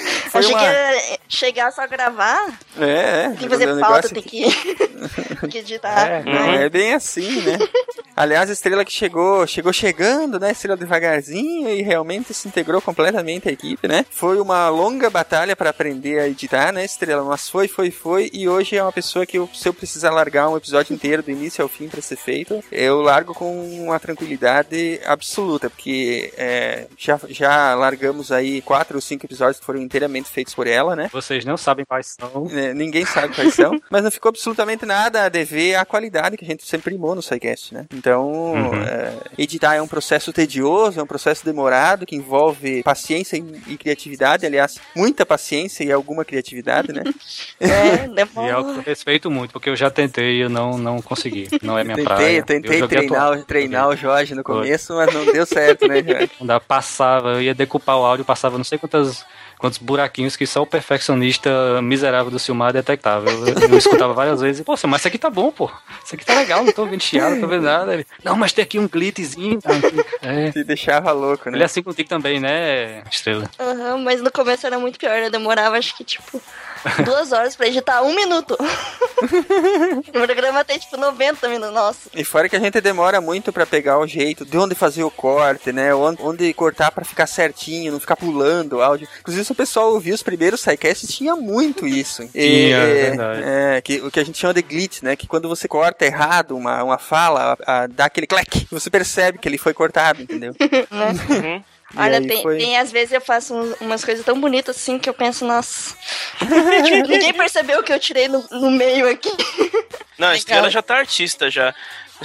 Speaker 5: achei que ia chegar só a gravar. Tem que fazer pauta, tem que editar.
Speaker 3: Não é bem assim, né? Aliás, a Estrela que chegou chegando, né? Estrela devagarzinho e realmente se integrou completamente à equipe, né? Foi uma longa batalha para aprender a editar, né, Estrela? Mas foi. E hoje é uma pessoa que se eu precisar largar um episódio inteiro do início ao fim para ser feito, eu largo com uma tranquilidade absoluta, porque já largamos aí 4 ou 5 episódios que foram inteiramente feitos por ela, né?
Speaker 4: Vocês não sabem quais são.
Speaker 3: Ninguém sabe quais são, mas não ficou absolutamente nada a dever à qualidade que a gente sempre primou no SciCast, né? Então, editar é um processo tedioso, é um processo demorado, que envolve paciência e criatividade, aliás, muita paciência e alguma criatividade, né?
Speaker 4: E é algo que eu respeito muito, porque eu já tentei e eu não consegui. Não é minha praia.
Speaker 3: Eu tentei treinar o Jorge no começo, mas não deu certo, né, Jorge?
Speaker 4: Eu ia decupar o áudio, passava não sei quantos buraquinhos que só o perfeccionista miserável do Silmar detectava. Eu escutava várias vezes, pô, mas isso aqui tá bom, pô. Isso aqui tá legal, não tô vendo chiado, não tô vendo nada. Ele, não, mas tem aqui um glitchzinho.
Speaker 3: Te deixava louco, né?
Speaker 4: Ele é assim contigo também, né, Estrela?
Speaker 5: Mas no começo era muito pior, eu demorava acho que 2 horas pra editar 1 minuto. O programa tem 90 minutos, nossa.
Speaker 3: E fora que a gente demora muito pra pegar o jeito de onde fazer o corte, né? Onde cortar pra ficar certinho, não ficar pulando o áudio. Inclusive, se o pessoal ouvir os primeiros SciCasts, tinha muito isso.
Speaker 4: Verdade.
Speaker 3: O que a gente chama de glitch, né? Que quando você corta errado uma fala, dá aquele clack, você percebe que ele foi cortado, entendeu?
Speaker 5: Olha, tem às vezes eu faço umas coisas tão bonitas assim que eu penso, nossa, ninguém percebeu que eu tirei no meio aqui.
Speaker 10: Não, a Estrela já tá artista já.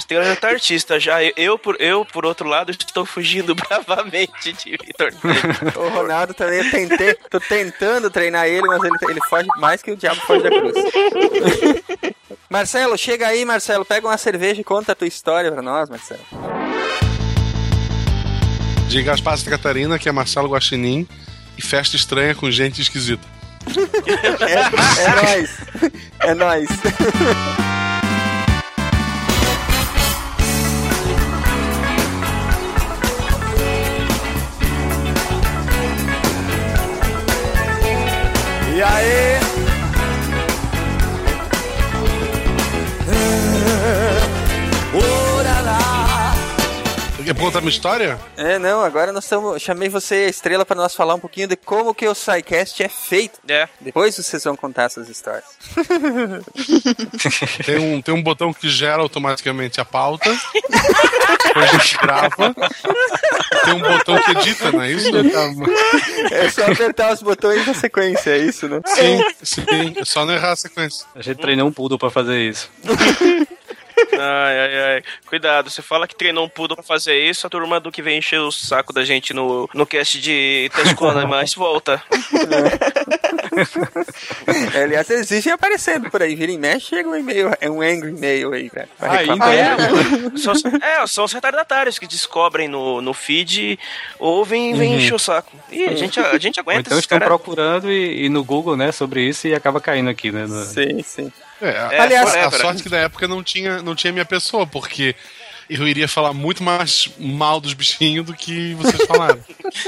Speaker 10: Eu, por outro lado, estou fugindo bravamente de Vitor.
Speaker 3: O Ronaldo também, tô tentando treinar ele, mas ele foge mais que o diabo foge da cruz. Marcelo, chega aí, Marcelo, pega uma cerveja e conta a tua história pra nós, Marcelo.
Speaker 13: De Gaspar, Santa Catarina, que é Marcelo Guaxinim, e festa estranha com gente esquisita.
Speaker 3: É nóis.
Speaker 7: E aí?
Speaker 13: Quer contar minha história?
Speaker 3: Não, agora chamei você, Estrela, pra nós falar um pouquinho de como que o SciCast é feito. Depois vocês vão contar essas histórias.
Speaker 13: Tem um botão que gera automaticamente a pauta. Depois a gente grava. Tem um botão que edita, não é isso?
Speaker 3: É só apertar os botões na sequência, é isso, né?
Speaker 13: Sim. É só não errar a sequência.
Speaker 4: A gente treinou um poodle pra fazer isso.
Speaker 10: Ai. Cuidado, você fala que treinou um poodle pra fazer isso, a turma do que vem encher o saco da gente no cast de Teste com Animais volta.
Speaker 3: Aliás, eles vivem aparecendo por aí, vira e mexe, chega um e-mail, um angry e-mail aí, cara.
Speaker 10: São os retardatários que descobrem no feed, ouvem e vêm encher o saco. E a gente aguenta.
Speaker 4: Ou então estão procurando e no Google, né, sobre isso e acaba caindo aqui, né?
Speaker 3: Sim.
Speaker 13: Aliás, a sorte que na época não tinha minha pessoa, porque eu iria falar muito mais mal dos bichinhos do que vocês falaram.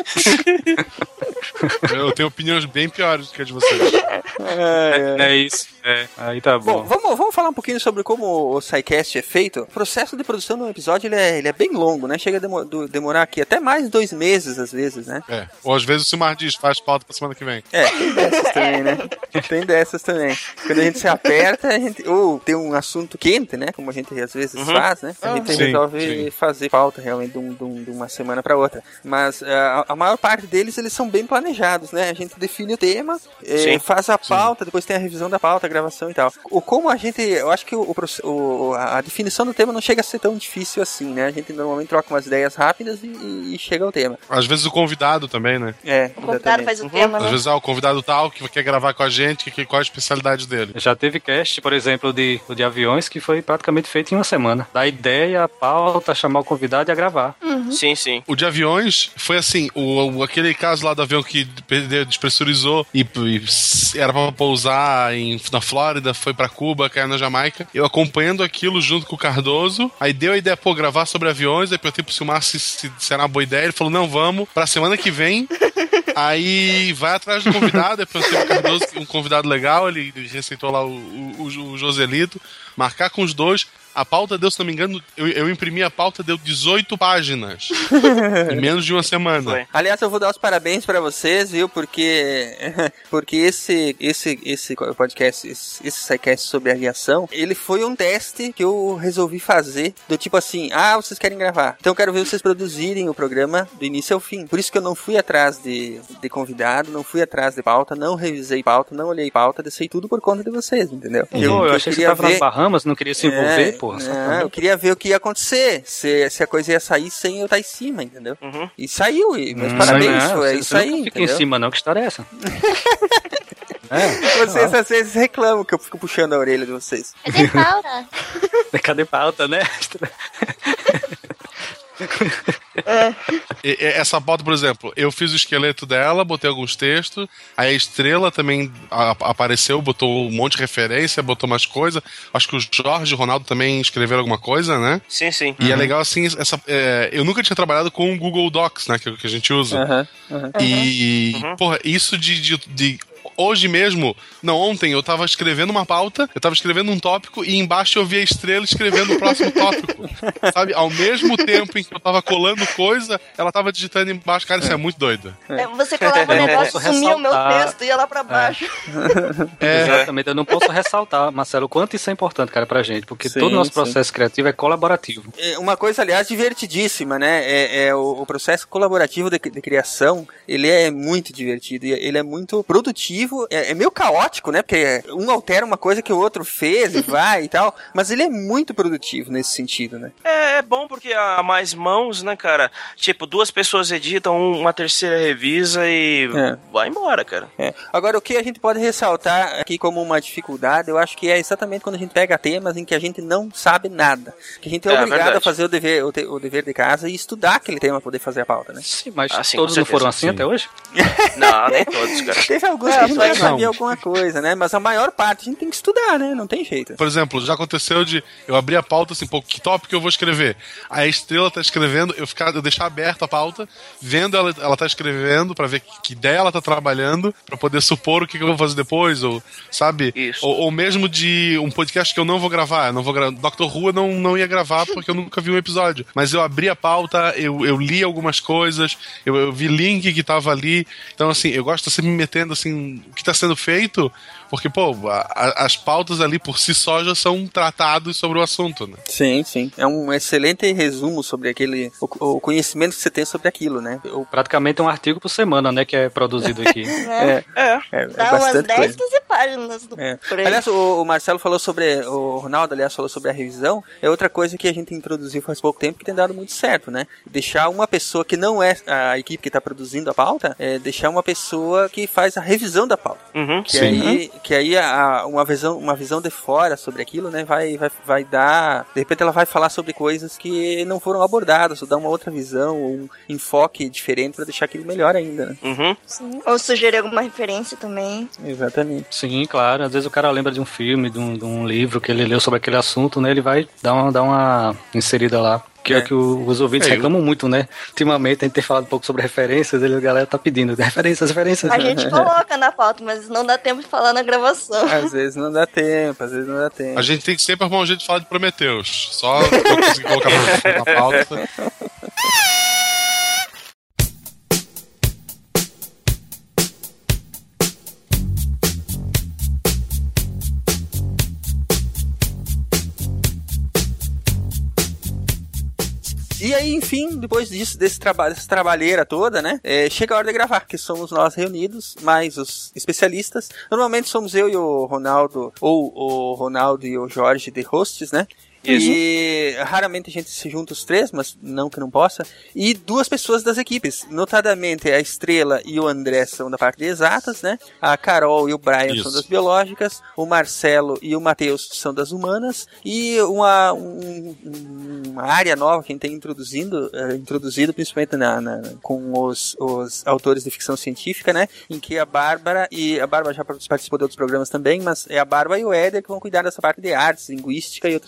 Speaker 13: Eu tenho opiniões bem piores do que a de vocês.
Speaker 4: É isso. Aí tá bom.
Speaker 3: Vamos falar um pouquinho sobre como o SciCast é feito. O processo de produção de um episódio ele é bem longo, né? Chega a demorar aqui até mais de 2 meses, às vezes, né?
Speaker 13: Ou às vezes o Silmar diz, faz pauta pra semana que vem.
Speaker 3: Tem dessas também, né? Tem dessas também. Quando a gente se aperta, ou tem um assunto quente, né? Como a gente às vezes faz, né? A gente resolve fazer pauta realmente de uma semana pra outra. Mas a maior parte deles, eles são bem planejados, né? A gente define o tema, faz a pauta, depois tem a revisão da pauta, a gravação e tal. Eu acho que a definição do tema não chega a ser tão difícil assim, né? A gente normalmente troca umas ideias rápidas e chega ao tema.
Speaker 13: Às vezes o convidado também, né?
Speaker 5: O convidado faz o tema, né?
Speaker 13: Às vezes o convidado tal que quer gravar com a gente, qual é a especialidade dele.
Speaker 4: Já teve cast, por exemplo, de aviões que foi praticamente feito em uma semana. Da ideia, a pauta, chamar o convidado e a gravar.
Speaker 10: Sim.
Speaker 13: O de aviões foi assim, aquele caso lá do avião que despressurizou e era pra pousar na Flórida, foi pra Cuba, caiu na Jamaica. Eu acompanhando aquilo junto com o Cardoso, aí deu a ideia, gravar sobre aviões, aí perguntei pro Silmar se era uma boa ideia, ele falou, não, vamos, pra semana que vem Aí vai atrás do convidado, depois tem o Cardoso, um convidado legal, ele receitou lá o Joselito, marcar com os dois. A pauta deu, se não me engano, eu imprimi a pauta, deu 18 páginas. Em menos de uma semana.
Speaker 3: Foi. Aliás, eu vou dar os parabéns pra vocês, viu? Porque esse podcast, esse SciCast sobre aviação, ele foi um teste que eu resolvi fazer, do tipo assim, vocês querem gravar, então eu quero ver vocês produzirem o programa do início ao fim. Por isso que eu não fui atrás de convidado, não fui atrás de pauta, não revisei pauta, não olhei pauta, deixei tudo por conta de vocês, entendeu?
Speaker 4: Eu achei que você tava nas Bahamas, não queria se envolver, porra.
Speaker 3: Eu queria ver o que ia acontecer, se a coisa ia sair sem eu estar em cima, entendeu? E saiu, meus parabéns, foi isso aí,
Speaker 4: não fica em cima não, que história é essa?
Speaker 3: Vocês às vezes reclamam que eu fico puxando a orelha de vocês.
Speaker 1: Cadê pauta?
Speaker 4: Cadê pauta, né?
Speaker 13: Essa pauta, por exemplo, eu fiz o esqueleto dela, botei alguns textos, aí a Estrela também apareceu, botou um monte de referência, botou mais coisa. Acho que o Jorge e o Ronaldo também escreveram alguma coisa, né?
Speaker 10: Sim.
Speaker 13: E é legal assim, eu nunca tinha trabalhado com o Google Docs, né, que a gente usa. Porra, isso de hoje mesmo, ontem eu tava escrevendo uma pauta, eu tava escrevendo um tópico e embaixo eu vi a Estrela escrevendo o próximo tópico. Sabe? Ao mesmo tempo em que eu tava colando coisa, ela tava digitando embaixo. Cara, isso é muito doido.
Speaker 5: Você colava o negócio, sumia o meu texto e ia lá pra baixo.
Speaker 4: Exatamente, eu não posso ressaltar, Marcelo, o quanto isso é importante, cara, pra gente, porque todo o nosso processo criativo é colaborativo.
Speaker 3: Uma coisa, aliás, divertidíssima, né? O processo colaborativo de criação, ele é muito divertido, ele é muito produtivo. É meio caótico, né? Porque um altera uma coisa que o outro fez e vai e tal, mas ele é muito produtivo nesse sentido, né?
Speaker 10: É bom porque há mais mãos, né, cara? Tipo, 2 pessoas editam, uma terceira revisa e vai embora, cara.
Speaker 3: Agora, o que a gente pode ressaltar aqui como uma dificuldade, eu acho que é exatamente quando a gente pega temas em que a gente não sabe nada. Que a gente é obrigado a fazer o dever de casa e estudar aquele tema para poder fazer a pauta, né?
Speaker 4: Sim, mas todos não foram assim até hoje?
Speaker 10: Não, nem todos, cara.
Speaker 3: Teve alguns que a gente sabia alguma coisa, né? Mas a maior parte a gente tem que estudar, né? Não tem jeito.
Speaker 13: Por exemplo, já aconteceu de eu abrir a pauta assim, pô, que tópico eu vou escrever? Aí a Estrela tá escrevendo, eu deixar aberta a pauta, vendo ela tá escrevendo pra ver que ideia ela tá trabalhando, pra poder supor o que eu vou fazer depois, ou, sabe?
Speaker 10: Isso.
Speaker 13: Ou mesmo de um podcast que eu não vou gravar. Dr. Who eu não ia gravar porque eu nunca vi um episódio. Mas eu abri a pauta, eu li algumas coisas, eu vi link que tava ali. Então, assim, eu gosto de sempre me metendo, assim, o que tá sendo feito, porque, pô, as pautas ali por si só já são tratados sobre o assunto, né?
Speaker 3: Sim. É um excelente resumo sobre o conhecimento que você tem sobre aquilo, né?
Speaker 4: Praticamente um artigo por semana, né, que é produzido aqui.
Speaker 5: Dá umas 10, 15 páginas do
Speaker 3: Aliás, o Marcelo falou sobre, o Ronaldo, aliás, falou sobre a revisão. É outra coisa que a gente introduziu faz pouco tempo que tem dado muito certo, né? Deixar uma pessoa que não é a equipe que está produzindo a pauta, deixar uma pessoa que faz a revisão da pauta. Que aí uma visão de fora sobre aquilo, né, vai dar, de repente ela vai falar sobre coisas que não foram abordadas, ou dar uma outra visão, ou um enfoque diferente para deixar aquilo melhor ainda, né?
Speaker 5: Sim. Ou sugerir alguma referência também.
Speaker 3: Exatamente.
Speaker 4: Sim, claro. Às vezes o cara lembra de um filme, de um livro que ele leu sobre aquele assunto, né, ele vai dar uma inserida lá. Que é que os ouvintes reclamam muito, né? Ultimamente a gente tem falado um pouco sobre referências, a galera tá pedindo referências.
Speaker 5: A gente coloca na pauta, mas não dá tempo de falar na gravação.
Speaker 3: Às vezes não dá tempo.
Speaker 13: A gente tem que sempre arrumar um jeito de falar de Prometheus. Só eu conseguir colocar na pauta.
Speaker 3: E aí, enfim, depois disso, dessa trabalheira toda, né, chega a hora de gravar, que somos nós reunidos, mais os especialistas. Normalmente somos eu e o Ronaldo, ou o Ronaldo e o Jorge de hosts, né? Isso. E raramente a gente se junta os 3, mas não que não possa. E 2 pessoas das equipes, notadamente a Estrela e o André são da parte de exatas, né? A Carol e o Brian são das biológicas, o Marcelo e o Matheus são das humanas, e uma área nova que a gente tem introduzido principalmente com os autores de ficção científica, né? Em que a Bárbara já participou de outros programas também, mas é a Bárbara e o Éder que vão cuidar dessa parte de artes, linguística e outras coisas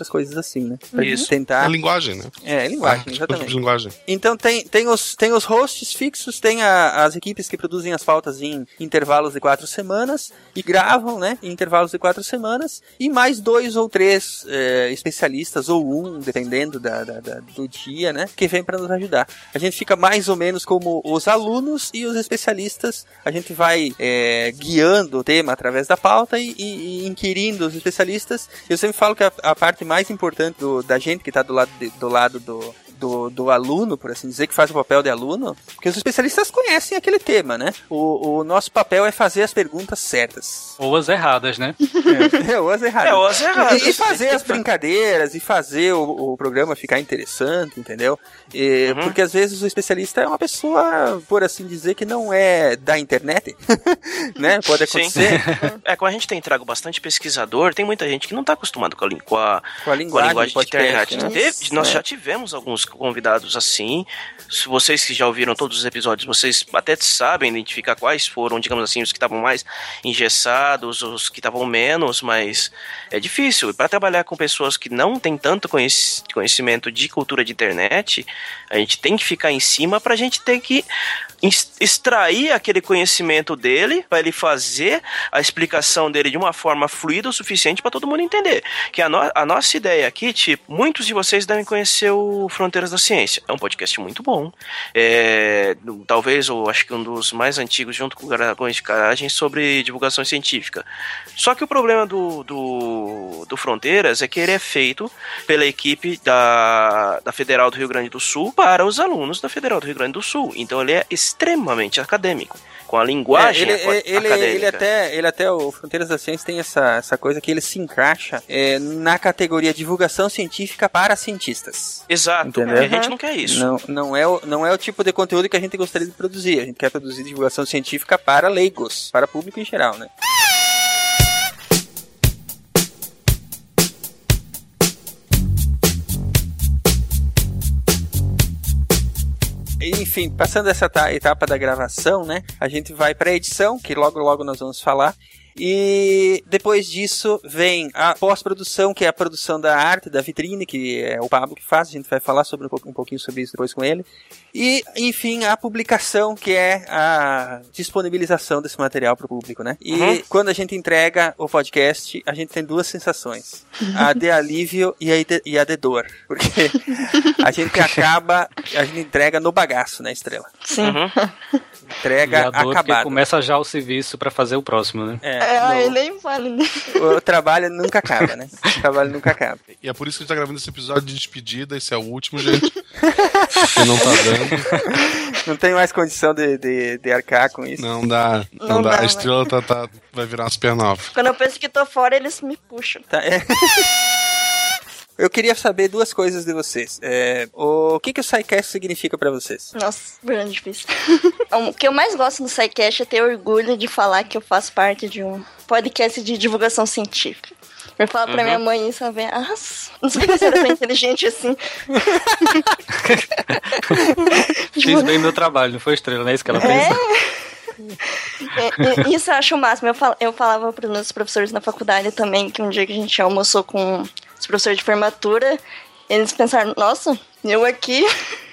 Speaker 3: assim, né? Pra
Speaker 13: Isso.
Speaker 3: tentar...
Speaker 13: É linguagem, né?
Speaker 3: É linguagem, exatamente.
Speaker 13: Tipo de linguagem.
Speaker 3: Então tem os hosts fixos, tem as equipes que produzem as pautas em intervalos de 4 semanas e gravam, né, em intervalos de 4 semanas, e mais 2 ou 3 especialistas, ou um, dependendo do dia, né, que vem para nos ajudar. A gente fica mais ou menos como os alunos e os especialistas, a gente vai guiando o tema através da pauta e inquirindo os especialistas. Eu sempre falo que a parte mais importante da gente que está do lado do aluno, por assim dizer, que faz o papel de aluno, porque os especialistas conhecem aquele tema, né? O nosso papel é fazer as perguntas certas.
Speaker 4: Ou as erradas, né?
Speaker 3: Ou as erradas.
Speaker 10: Ou as erradas.
Speaker 3: E fazer as brincadeiras, e fazer o programa ficar interessante, entendeu? Porque às vezes o especialista é uma pessoa, por assim dizer, que não é da internet, né? Pode acontecer.
Speaker 10: Quando a gente tem trago bastante pesquisador, tem muita gente que não está acostumado com a linguagem de internet.
Speaker 3: Né?
Speaker 10: Nós já tivemos alguns convidados assim. Se vocês que já ouviram todos os episódios, vocês até sabem identificar quais foram, digamos assim, os que estavam mais engessados, os que estavam menos, mas é difícil. Para trabalhar com pessoas que não têm tanto conhecimento de cultura de internet, a gente tem que ficar em cima para a gente ter que extrair aquele conhecimento dele, para ele fazer a explicação dele de uma forma fluida o suficiente para todo mundo entender. Que a nossa ideia aqui, tipo, muitos de vocês devem conhecer o Fronteiras da Ciência. É um podcast muito bom. Talvez, eu acho que um dos mais antigos, junto com o Dragões de Garagem, sobre divulgação científica. Só que o problema do Fronteiras é que ele é feito pela equipe da Federal do Rio Grande do Sul para os alunos da Federal do Rio Grande do Sul. Então ele é extremamente acadêmico, com a linguagem acadêmica.
Speaker 3: Ele até, o Fronteiras da Ciência tem essa coisa que ele se encaixa na categoria divulgação científica para cientistas.
Speaker 10: Exato,
Speaker 3: entendeu?
Speaker 10: A gente não quer isso.
Speaker 3: Não é o tipo de conteúdo que a gente gostaria de produzir. A gente quer produzir divulgação científica para leigos, para público em geral, né? Enfim, passando essa etapa da gravação, né, a gente vai para a edição, que logo nós vamos falar. E depois disso vem a pós-produção, que é a produção da arte, da vitrine, que é o Pablo que faz. A gente vai falar um pouquinho sobre isso depois com ele. E, enfim, a publicação, que é a disponibilização desse material para o público, né? E quando a gente entrega o podcast, a gente tem 2 sensações. A de alívio e a de dor. Porque a gente entrega no bagaço, né, Estrela?
Speaker 5: Sim.
Speaker 3: Entrega
Speaker 4: e a dor
Speaker 3: acabado.
Speaker 4: Começa já o serviço para fazer o próximo, né?
Speaker 5: Nem fala.
Speaker 3: O trabalho nunca acaba, né? O trabalho nunca acaba.
Speaker 13: E é por isso que a gente tá gravando esse episódio de despedida. Esse é o último, gente. Que não tá dando.
Speaker 3: Não tem mais condição de arcar com isso.
Speaker 13: Não dá. A Estrela vai virar uma supernova.
Speaker 5: Quando eu penso que tô fora, eles me puxam.
Speaker 3: Eu queria saber 2 coisas de vocês. O que o SciCast significa pra vocês?
Speaker 5: Nossa, bem difícil. O que eu mais gosto no SciCast é ter orgulho de falar que eu faço parte de um podcast de divulgação científica. Eu falo pra minha mãe isso, ela vem, não sei se era tão inteligente assim.
Speaker 4: Fiz bem meu trabalho, não foi, Estrela, não é isso que ela pensa?
Speaker 5: Isso eu acho o máximo. Eu falava para os meus professores na faculdade também, que um dia que a gente almoçou com os professores de formatura, eles pensaram, nossa, eu aqui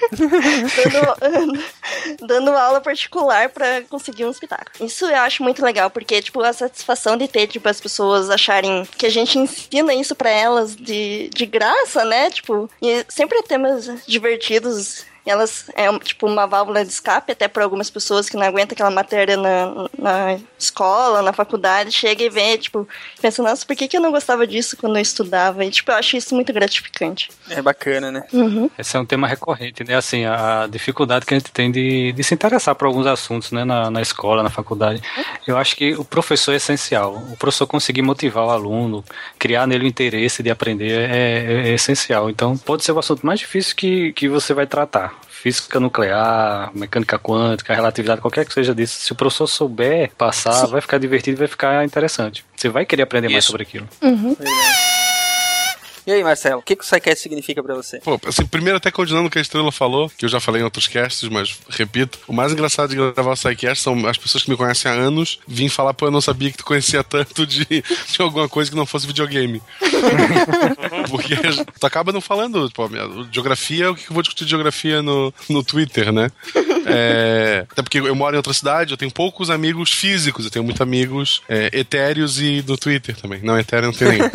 Speaker 5: dando aula particular para conseguir um espetáculo. Isso eu acho muito legal, porque tipo, a satisfação de ter tipo, as pessoas acharem que a gente ensina isso para elas de graça, né? Tipo, e sempre temas divertidos. Elas tipo uma válvula de escape até para algumas pessoas que não aguentam aquela matéria na escola, na faculdade, chega e vê, tipo, pensa, nossa, por que eu não gostava disso quando eu estudava? E tipo, eu acho isso muito gratificante.
Speaker 3: É bacana, né?
Speaker 4: Esse é um tema recorrente, né? Assim, a dificuldade que a gente tem de se interessar por alguns assuntos, né? Na escola, na faculdade. Eu acho que o professor é essencial. O professor conseguir motivar o aluno, criar nele o interesse de aprender é essencial. Então, pode ser o assunto mais difícil que você vai tratar. Física nuclear, mecânica quântica, relatividade, qualquer que seja disso. Se o professor souber passar, vai ficar divertido e vai ficar interessante. Você vai querer aprender mais sobre aquilo.
Speaker 3: E aí, Marcelo, o que o SciCast significa pra você?
Speaker 13: Pô, assim, primeiro até continuando o que a Estrela falou, que eu já falei em outros casts, mas repito, o mais engraçado de gravar o SciCast são as pessoas que me conhecem há anos vim falar, pô, eu não sabia que tu conhecia tanto de alguma coisa que não fosse videogame. Porque tu acaba não falando, pô, geografia, o que eu vou discutir de geografia no Twitter, né? Até porque eu moro em outra cidade, eu tenho poucos amigos físicos, eu tenho muitos amigos etéreos e do Twitter também. Não, etéreo não tem nenhum.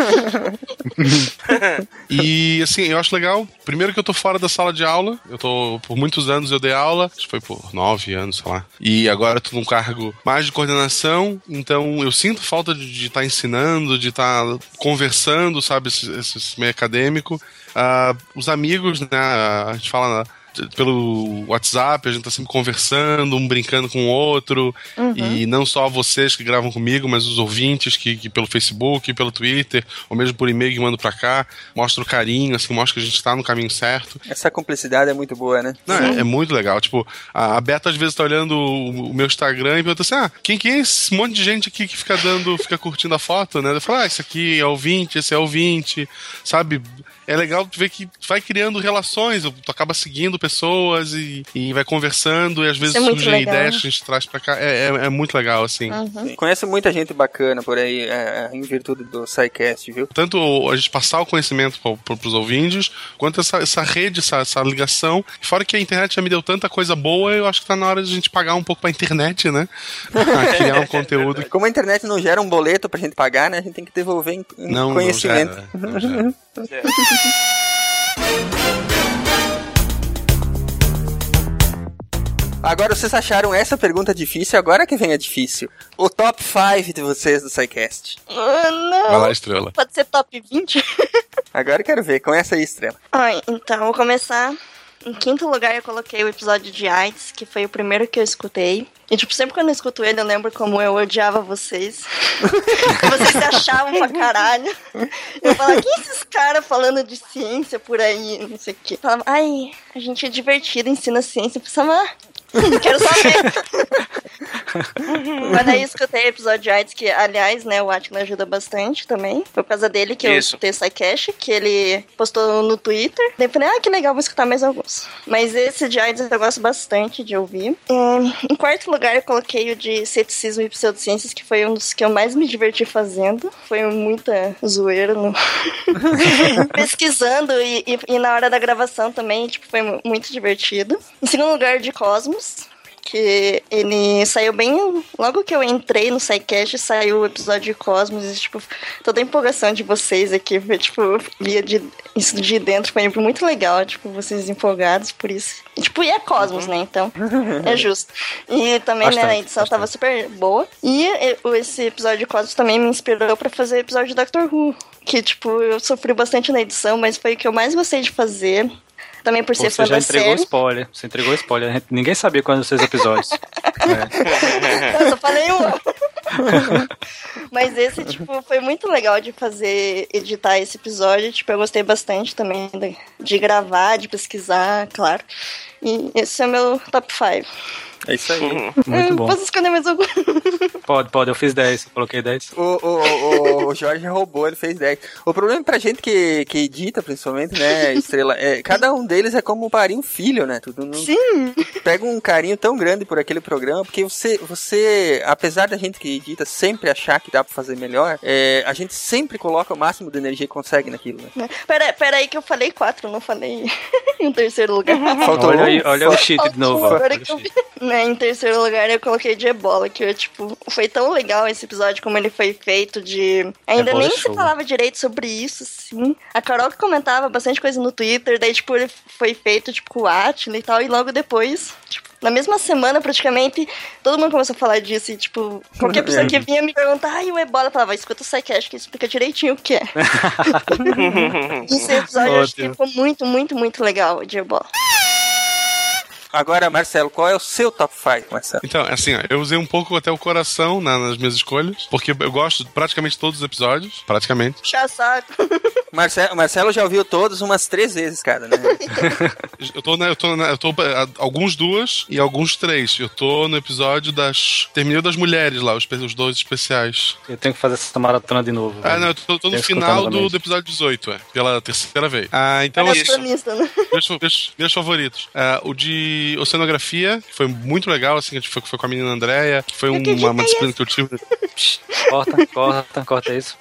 Speaker 13: E assim, eu acho legal, primeiro que eu tô fora da sala de aula, por muitos anos eu dei aula, acho que foi por 9 anos, sei lá, e agora eu tô num cargo mais de coordenação, então eu sinto falta de estar ensinando, de estar conversando, sabe, esse meio acadêmico. Os amigos, né, a gente fala pelo WhatsApp, a gente tá sempre conversando, um brincando com o outro, e não só vocês que gravam comigo, mas os ouvintes que pelo Facebook, pelo Twitter, ou mesmo por e-mail que mandam pra cá, mostra o carinho, assim, mostra que a gente tá no caminho certo.
Speaker 3: Essa cumplicidade é muito boa, né?
Speaker 13: Não, é muito legal. Tipo, a Beta às vezes tá olhando o meu Instagram e pergunta assim, quem é esse monte de gente aqui que fica curtindo a foto, né? Eu falo, esse aqui é ouvinte, esse é ouvinte, sabe? É legal ver que vai criando relações, tu acaba seguindo pessoas e vai conversando, e às vezes surgem ideias que a gente traz pra cá. É muito legal, assim.
Speaker 3: Conhece muita gente bacana por aí, em virtude do SciCast, viu?
Speaker 13: Tanto a gente passar o conhecimento pros ouvintes, quanto essa rede, essa ligação. Fora que a internet já me deu tanta coisa boa, eu acho que tá na hora de a gente pagar um pouco pra internet, né? Criar um conteúdo.
Speaker 3: Como a internet não gera um boleto pra gente pagar, né? A gente tem que devolver em conhecimento.
Speaker 13: Não gera.
Speaker 3: Agora, vocês acharam essa pergunta difícil? Agora que vem a difícil. O top 5 de vocês do SciCast.
Speaker 5: Não.
Speaker 13: Vai lá, Estrela.
Speaker 5: Pode ser top 20?
Speaker 3: Agora eu quero ver. Começa aí, Estrela.
Speaker 5: Então, vou começar. Em quinto lugar, eu coloquei o episódio de AIDS, que foi o primeiro que eu escutei. E, tipo, sempre quando eu escuto ele, eu lembro como eu odiava vocês. Vocês se achavam pra caralho. Eu falava, quem é esses caras falando de ciência por aí? Não sei o quê. Falava, a gente é divertido, ensina ciência. Eu pensava, quero saber. Mas daí eu escutei o episódio de AIDS, que, aliás, né, o Atila ajuda bastante também. Foi por causa dele que eu escutei o SciCast, que ele postou no Twitter. Daí eu falei, que legal, vou escutar mais alguns. Mas esse de AIDS eu gosto bastante de ouvir. Em quarto lugar, eu coloquei o de ceticismo e pseudociências, que foi um dos que eu mais me diverti fazendo. Foi muita zoeira pesquisando e na hora da gravação também, tipo, foi muito divertido. Em segundo lugar, de Cosmos, que ele saiu bem... Logo que eu entrei no SciCast, saiu o episódio de Cosmos e, tipo, toda a empolgação de vocês aqui, tipo, via isso de dentro, foi muito legal, tipo, vocês empolgados por isso. E, tipo, é Cosmos, né, então é justo. E também, né, a edição tava super boa. E esse episódio de Cosmos também me inspirou pra fazer o episódio de Doctor Who, que, tipo, eu sofri bastante na edição, mas foi o que eu mais gostei de fazer. Também por ser fã da série. Você já entregou
Speaker 4: spoiler. Você entregou spoiler. Ninguém sabia quais eram os seus episódios.
Speaker 5: Eu só falei um. Mas esse, tipo, foi muito legal de editar esse episódio. Tipo, eu gostei bastante também de gravar, de pesquisar, claro. E esse é o meu top 5.
Speaker 3: É isso aí.
Speaker 4: Muito bom.
Speaker 5: Posso escolher mais algum?
Speaker 4: Pode, eu fiz 10, coloquei 10.
Speaker 3: O Jorge roubou, ele fez 10. O problema pra gente que edita, principalmente, né, Estrela, cada um deles é como parir um filho, né?
Speaker 5: Sim.
Speaker 3: Pega um carinho tão grande por aquele programa, porque você, apesar da gente que edita sempre achar que dá pra fazer melhor, a gente sempre coloca o máximo de energia que consegue naquilo, né?
Speaker 5: Pera aí que eu falei 4, não falei em terceiro lugar.
Speaker 3: Faltou
Speaker 4: olha o cheat de novo.
Speaker 5: Em terceiro lugar, eu coloquei de Ebola, que foi tão legal esse episódio como ele foi feito Ainda Ebola nem se falava direito sobre isso, assim. A Carol que comentava bastante coisa no Twitter, daí, tipo, ele foi feito, tipo, com o Atila e tal, e logo depois, tipo, na mesma semana, praticamente, todo mundo começou a falar disso e, tipo, qualquer pessoa que vinha me perguntar, o Ebola, falava, escuta o SciCast que explica direitinho o que é. Esse episódio eu acho que ficou muito, muito, muito legal, de Ebola.
Speaker 3: Agora, Marcelo, qual é o seu top 5, Marcelo?
Speaker 13: Então, assim, ó, eu usei um pouco até o coração nas minhas escolhas, porque eu gosto de praticamente todos os episódios, praticamente.
Speaker 5: Já saco.
Speaker 3: Marcelo já ouviu todos umas 3 vezes, cara, né?
Speaker 13: Eu tô alguns 2 e alguns 3. Eu tô no episódio Terminei das mulheres lá, os 2 especiais.
Speaker 4: Eu tenho que fazer essa maratona de novo.
Speaker 13: Ah, não, eu tô no final do episódio 18, pela terceira vez. Então
Speaker 5: isso. Né?
Speaker 13: Meus favoritos. O de oceanografia, que foi muito legal, assim, que foi com a menina Andréia, que foi uma disciplina que eu tive.
Speaker 4: Corta isso.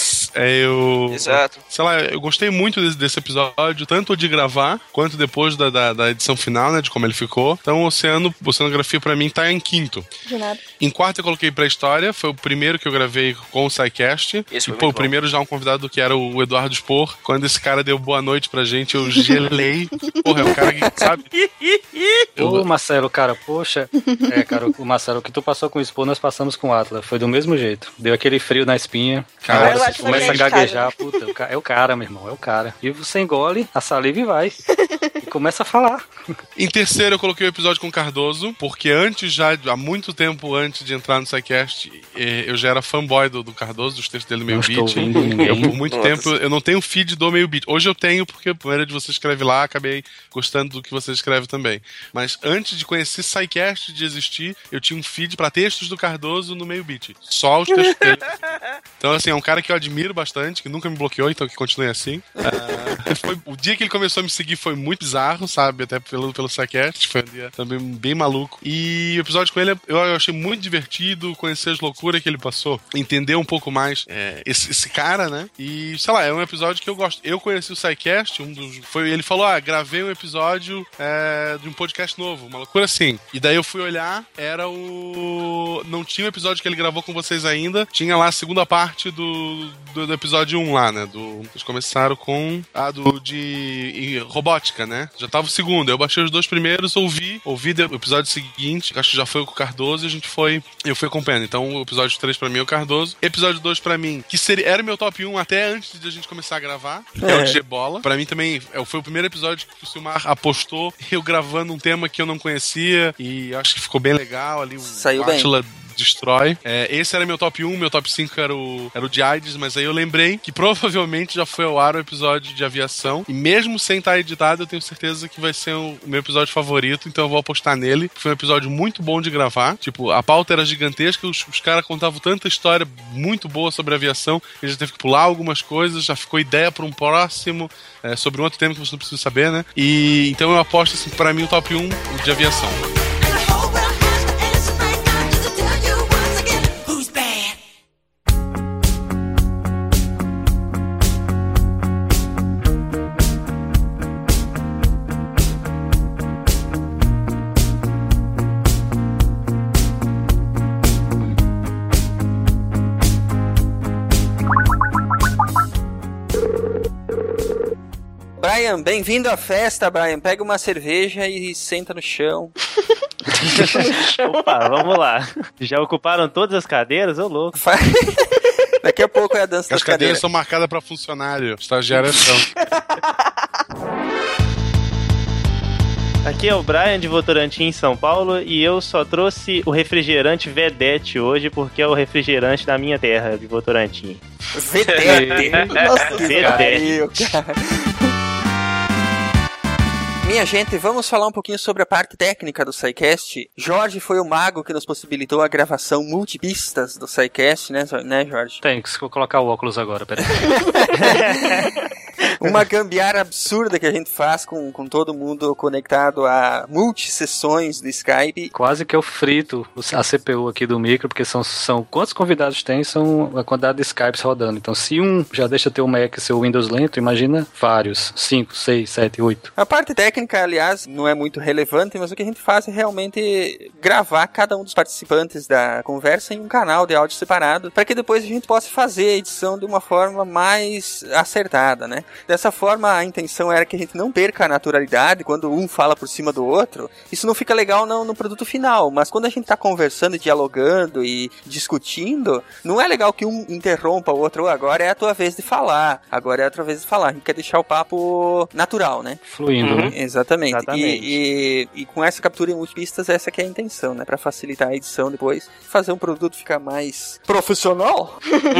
Speaker 10: Exato.
Speaker 13: Sei lá, eu gostei muito desse episódio, tanto de gravar, quanto depois da edição final, né, de como ele ficou. Então, oceanografia pra mim tá em quinto.
Speaker 5: De nada.
Speaker 13: Em quarto eu coloquei pré-história, foi o primeiro que eu gravei com o SciCast. E, o primeiro já um convidado que era o Eduardo Spor. Quando esse cara deu boa noite pra gente, eu gelei. Porra, é um cara que, sabe?
Speaker 4: Ô, Marcelo, cara, poxa. Cara, o Marcelo, o que tu passou com o Spor, nós passamos com o Atlas. Foi do mesmo jeito. Deu aquele frio na espinha.
Speaker 13: Cara,
Speaker 4: você começa a gaguejar. Puta, é o cara, meu irmão, é o cara. E você engole a saliva e vai. E começa a falar.
Speaker 13: Em terceiro eu coloquei o episódio com o Cardoso, porque há muito tempo antes de entrar no SciCast, eu já era fanboy do Cardoso, dos textos dele no Meio Beat. Por muito tempo, eu não tenho feed do Meio Beat. Hoje eu tenho, porque a maioria de vocês escreve lá, acabei gostando do que você escreve também. Mas antes de conhecer SciCast, de existir, eu tinha um feed pra textos do Cardoso no Meio Beat. Só os textos dele. Então, assim, é um cara que eu admiro bastante, que nunca me bloqueou, então que continue assim. O dia que ele começou a me seguir foi muito bizarro, sabe? Até pelo SciCast, foi um dia também bem maluco. E o episódio com ele eu achei muito divertido, conhecer as loucuras que ele passou, entender um pouco mais esse cara, né? E, sei lá, é um episódio que eu gosto. Eu conheci o SciCast, ele falou, gravei um episódio de um podcast novo, uma loucura assim. E daí eu fui olhar, não tinha o episódio que ele gravou com vocês ainda, tinha lá a segunda parte do episódio 1 lá, né? Eles começaram com de robótica, né? Já tava o segundo, eu baixei os 2 primeiros, ouvi o episódio seguinte, acho que já foi com o Cardoso, e eu fui acompanhando. Então o episódio 3 pra mim é o Cardoso, episódio 2 pra mim, que era meu top 1 até antes de a gente começar a gravar, é o de G-Bola. Pra mim também foi o primeiro episódio que o Silmar apostou, eu gravando um tema que eu não conhecia, e acho que ficou bem legal ali.
Speaker 3: Saiu bem.
Speaker 13: Destrói. Esse era meu top 1, meu top 5 era o de AIDS, mas aí eu lembrei que provavelmente já foi ao ar o episódio de aviação, e mesmo sem estar editado, eu tenho certeza que vai ser o meu episódio favorito, então eu vou apostar nele. Foi um episódio muito bom de gravar, tipo, a pauta era gigantesca, os caras contavam tanta história muito boa sobre aviação, que a gente teve que pular algumas coisas, já ficou ideia para um próximo, sobre um outro tema que você não precisa saber, né? E então eu aposto, assim, pra mim o top 1 de aviação.
Speaker 3: Brian, bem-vindo à festa, Brian. Pega uma cerveja e senta no chão.
Speaker 14: Opa, vamos lá. Já ocuparam todas as cadeiras? Ô, louco.
Speaker 3: Daqui a pouco é a dança das cadeiras.
Speaker 13: As cadeiras são marcadas para funcionário. Estagiários são.
Speaker 14: Aqui é o Brian de Votorantim, em São Paulo, e eu só trouxe o refrigerante Vedete hoje porque é o refrigerante da minha terra, de Votorantim.
Speaker 3: Vedete? Nossa,
Speaker 14: Vedete.
Speaker 3: Minha gente, vamos falar um pouquinho sobre a parte técnica do SciCast. Jorge foi o mago que nos possibilitou a gravação multipistas do SciCast, né, Jorge?
Speaker 4: Tem que colocar o óculos agora, peraí.
Speaker 3: Uma gambiarra absurda que a gente faz com todo mundo conectado a multi-sessões do Skype.
Speaker 4: Quase que eu frito a CPU aqui do micro, porque são quantos convidados tem, são a quantidade de Skypes rodando. Então, se um já deixa teu Mac, seu Windows lento, imagina vários, 5, 6, 7, 8.
Speaker 3: A parte técnica, aliás, não é muito relevante, mas o que a gente faz é realmente gravar cada um dos participantes da conversa em um canal de áudio separado, para que depois a gente possa fazer a edição de uma forma mais acertada, né? Dessa forma, a intenção era que a gente não perca a naturalidade quando um fala por cima do outro. Isso não fica legal no produto final, mas quando a gente tá conversando, dialogando e discutindo, não é legal que um interrompa o outro. Agora é a tua vez de falar, agora é a tua vez de falar. A gente quer deixar o papo natural, né?
Speaker 4: Fluindo, né?
Speaker 3: Exatamente.
Speaker 14: Exatamente.
Speaker 3: E com essa captura em multipistas, essa que é a intenção, né? Pra facilitar a edição depois, fazer um produto ficar mais profissional.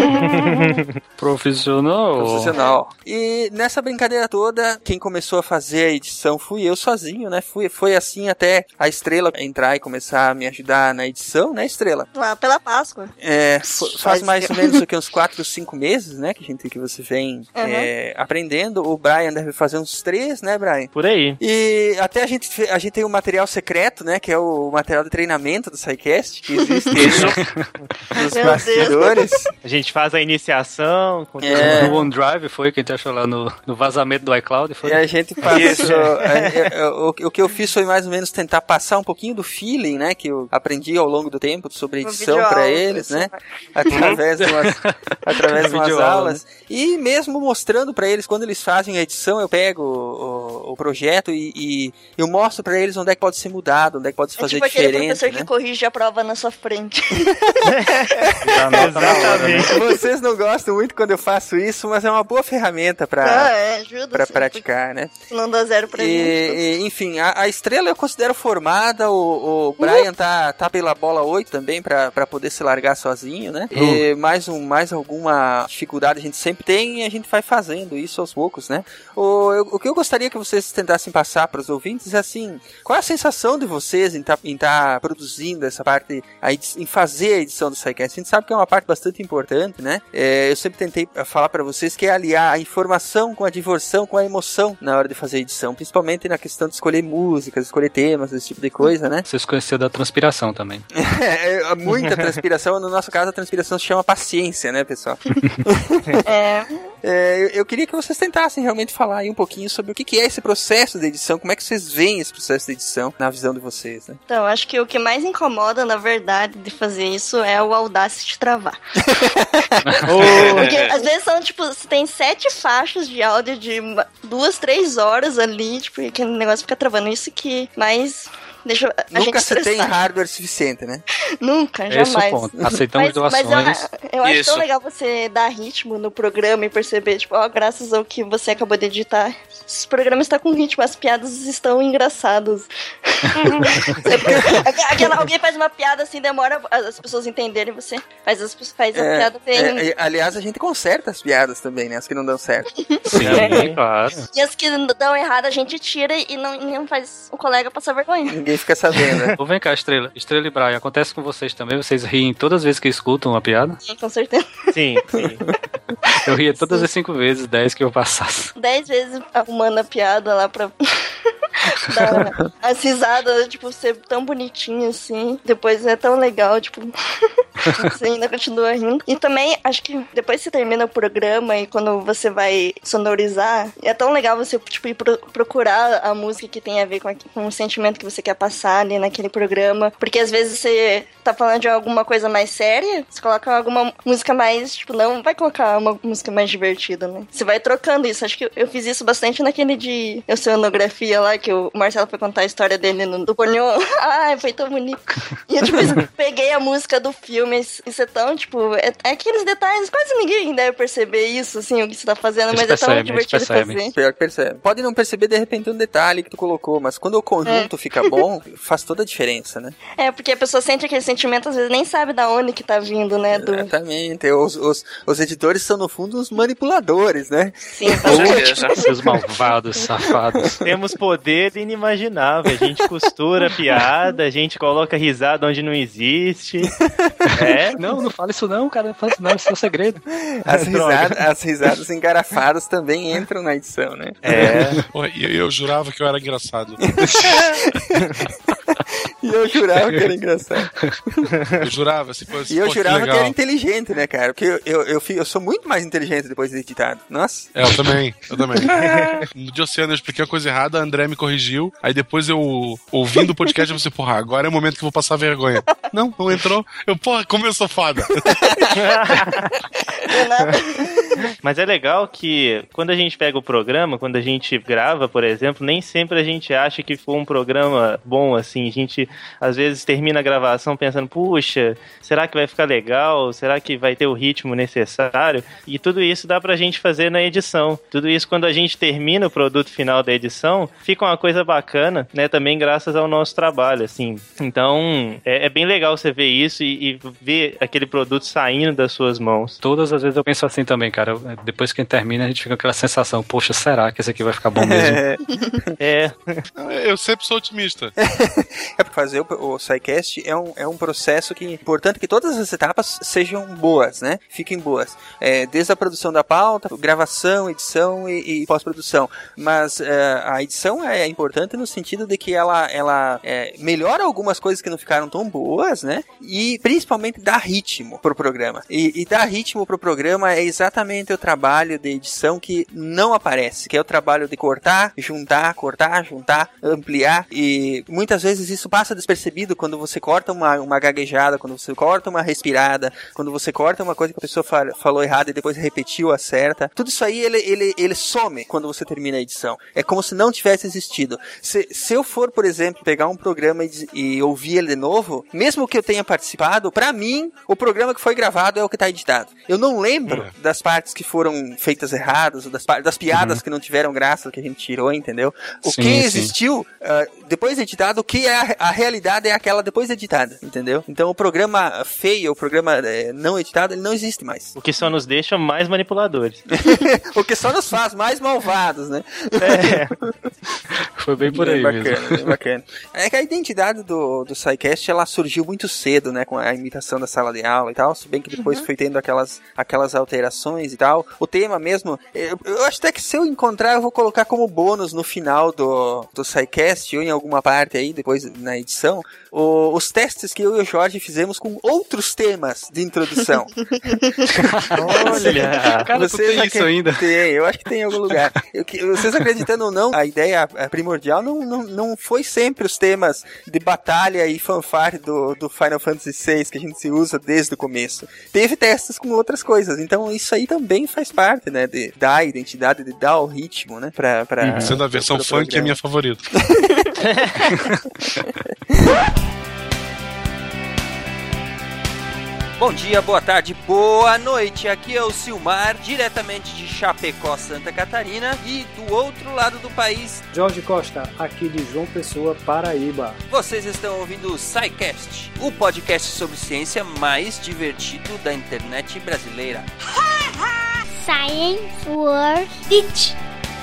Speaker 4: Profissional.
Speaker 3: E nessa brincadeira toda, quem começou a fazer a edição fui eu sozinho, né? Foi assim até a Estrela entrar e começar a me ajudar na edição, né, Estrela?
Speaker 5: Lá pela Páscoa.
Speaker 3: Faz mais ou menos uns 4, 5 meses, né, que você vem aprendendo. O Brian deve fazer uns 3, né, Brian?
Speaker 14: Por aí.
Speaker 3: E até a gente tem um material secreto, né, que é o material de treinamento do SciCast, que existe nos bastidores.
Speaker 14: A gente faz a iniciação.
Speaker 4: No OneDrive foi que a gente achou lá no vazamento do iCloud. Foi.
Speaker 3: E a gente passou... o que eu fiz foi mais ou menos tentar passar um pouquinho do feeling, né, que eu aprendi ao longo do tempo sobre edição para eles, né, através de umas aulas. E mesmo mostrando para eles, quando eles fazem a edição, eu pego o projeto e eu mostro para eles onde é que pode ser mudado, onde é que pode se fazer
Speaker 5: tipo
Speaker 3: diferente.
Speaker 5: Aquele professor
Speaker 3: né?
Speaker 5: que corrige a prova na sua frente.
Speaker 3: Exatamente. Vocês não gostam muito quando eu faço isso, mas é uma boa ferramenta para praticar, né?
Speaker 5: Não dá 0 pra gente.
Speaker 3: Enfim, a Estrela eu considero formada, o Brian tá pela bola 8 também para poder se largar sozinho, né? E mais alguma dificuldade a gente sempre tem e a gente vai fazendo isso aos poucos, né? O que eu gostaria que vocês tentassem passar para os ouvintes é assim, qual é a sensação de vocês em tá produzindo essa parte, em fazer a edição do SciCast? A gente sabe que é uma parte bastante importante, né? Eu sempre tentei falar para vocês que é aliar a informação com a diversão, com a emoção na hora de fazer a edição, principalmente na questão de escolher músicas, escolher temas, esse tipo de coisa, né?
Speaker 4: Vocês conheceram da transpiração também.
Speaker 3: Muita transpiração, no nosso caso a transpiração se chama paciência, né, pessoal? Eu queria que vocês tentassem realmente falar aí um pouquinho sobre o que é esse processo de edição, como é que vocês veem esse processo de edição na visão de vocês, né?
Speaker 5: Então, acho que o que mais incomoda, na verdade, de fazer isso é o Audacity travar. Porque às vezes são, tipo, você tem 7 faixas de áudio de 2, 3 horas ali, tipo, e aquele negócio fica travando. Isso que mais... deixa a gente
Speaker 3: Nunca
Speaker 5: estressar.
Speaker 3: você tem hardware suficiente, né?
Speaker 5: Nunca,
Speaker 4: Esse
Speaker 5: jamais.
Speaker 4: é o ponto. Aceitamos doações.
Speaker 5: Mas eu acho tão legal você dar ritmo no programa e perceber, tipo, graças ao que você acabou de editar, esse programa está com ritmo, as piadas estão engraçadas. Alguém faz uma piada assim, demora as pessoas entenderem, você faz a piada bem...
Speaker 3: aliás, a gente conserta as piadas também, né? As que não dão certo.
Speaker 4: Sim, claro.
Speaker 5: E as que dão errado a gente tira e não faz o colega passar vergonha.
Speaker 3: Ninguém fica sabendo, né?
Speaker 4: Vem cá, Estrela e Brian, acontece com vocês também? Vocês riem todas as vezes que escutam uma piada?
Speaker 5: Sim, com certeza.
Speaker 14: Sim.
Speaker 4: Eu ria todas as 5 vezes, 10 que eu passasse.
Speaker 5: 10 vezes arrumando a piada lá pra... dar as risadas, tipo, ser tão bonitinho assim. Depois é tão legal, tipo... você ainda continua rindo. E também, acho que depois que você termina o programa e quando você vai sonorizar, é tão legal você, tipo, ir procurar a música que tem a ver com o sentimento que você quer passar ali naquele programa. Porque às vezes você tá falando de alguma coisa mais séria, você coloca alguma música mais, tipo, não vai colocar uma música mais divertida, né? Você vai trocando isso. Acho que eu fiz isso bastante naquele de oceanografia lá, que o Marcelo foi contar a história dele do Pornhão. Ai, foi tão bonito. E eu, tipo, peguei a música do filme. Isso é tão, tipo, é aqueles detalhes, quase ninguém deve perceber isso, assim, o que você tá fazendo, mas é tão divertido fazer.
Speaker 3: Pior que percebe. Pode não perceber, de repente, um detalhe que tu colocou, mas quando o conjunto fica bom, faz toda a diferença, né?
Speaker 5: Porque a pessoa sente aquele sentimento, às vezes nem sabe da onde que tá vindo, né?
Speaker 3: Exatamente. Os editores são, no fundo, os manipuladores, né?
Speaker 5: Sim,
Speaker 4: seus malvados, safados.
Speaker 14: Temos poder inimaginável. A gente costura a piada, a gente coloca risada onde não existe.
Speaker 4: Não fala isso não, cara. Não fala isso não, isso é um segredo.
Speaker 3: As risadas engarafadas também entram na edição, né?
Speaker 13: Eu jurava que eu era engraçado.
Speaker 3: E eu jurava que era engraçado.
Speaker 13: Eu jurava, assim,
Speaker 3: e eu jurava que era inteligente, né, cara? Porque eu sou muito mais inteligente depois de editado. Nossa.
Speaker 13: Eu também. No de Oceano eu expliquei a coisa errada, a André me corrigiu. Aí depois eu, ouvindo o podcast, eu pensei, porra, agora é o momento que eu vou passar vergonha. Não entrou. Como eu sou foda.
Speaker 14: Mas é legal que quando a gente pega o programa, quando a gente grava, por exemplo, nem sempre a gente acha que foi um programa bom, assim. A gente, às vezes, termina a gravação pensando, puxa, será que vai ficar legal? Será que vai ter o ritmo necessário? E tudo isso dá pra gente fazer na edição. Tudo isso, quando a gente termina o produto final da edição, fica uma coisa bacana, né? Também graças ao nosso trabalho, assim. Então, é bem legal você ver isso e ver aquele produto saindo das suas mãos.
Speaker 4: Todas as vezes eu penso assim também, cara. Depois que termina, a gente fica com aquela sensação, poxa, será que esse aqui vai ficar bom mesmo?
Speaker 13: Eu sempre sou otimista.
Speaker 3: É porque fazer o SciCast é um processo que é importante que todas as etapas sejam boas, né? Fiquem boas. Desde a produção da pauta, gravação, edição e pós-produção. Mas a edição é importante no sentido de que ela melhora algumas coisas que não ficaram tão boas, né? E principalmente dá ritmo pro programa. E dar ritmo pro programa é exatamente o trabalho de edição que não aparece, que é o trabalho de cortar, juntar, ampliar. E muitas vezes isso passa despercebido quando você corta uma gaguejada, quando você corta uma respirada, quando você corta uma coisa que a pessoa falou errado e depois repetiu a certa. Tudo isso aí ele some quando você termina a edição. É como se não tivesse existido. Se eu for, por exemplo, pegar um programa e ouvir ele de novo, mesmo que eu tenha participado, pra mim, o programa que foi gravado é o que tá editado. Eu não lembro das partes que foram feitas erradas, ou das piadas que não tiveram graça, que a gente tirou, entendeu? O que existiu depois de editado, o que é a realidade é aquela depois de editada, entendeu? Então o programa feio, o programa não editado, ele não existe mais.
Speaker 14: O que só nos deixa mais manipuladores.
Speaker 3: O que só nos faz mais malvados, né?
Speaker 4: Foi bem por aí
Speaker 3: bacana,
Speaker 4: mesmo.
Speaker 3: Bem bacana. É que a identidade do SciCast, ela surgiu muito cedo, né? Com a imitação da sala de aula e tal, se bem que depois foi tendo aquelas alterações e tal. O tema mesmo, eu acho até que se eu encontrar, eu vou colocar como bônus no final do SciCast, ou em alguma parte aí, depois na edição, os testes que eu e o Jorge fizemos com outros temas de introdução.
Speaker 4: Olha, cara, você tem isso ainda?
Speaker 3: Tem, eu acho que tem em algum lugar. Vocês acreditando ou não, a ideia primordial não foi sempre os temas de batalha e fanfare do Final Fantasy VI que a gente se usa desde o começo. Teve testes com outras coisas, então isso aí também faz parte, né, de dar a identidade, de dar o ritmo, né,
Speaker 13: sendo a versão funk programa. É minha favorita.
Speaker 3: Bom dia, boa tarde, boa noite. Aqui é o Silmar, diretamente de Chapecó, Santa Catarina, e do outro lado do país,
Speaker 15: Jorge Costa, aqui de João Pessoa, Paraíba.
Speaker 3: Vocês estão ouvindo o SciCast, o podcast sobre ciência mais divertido da internet brasileira.
Speaker 1: Science World Beach.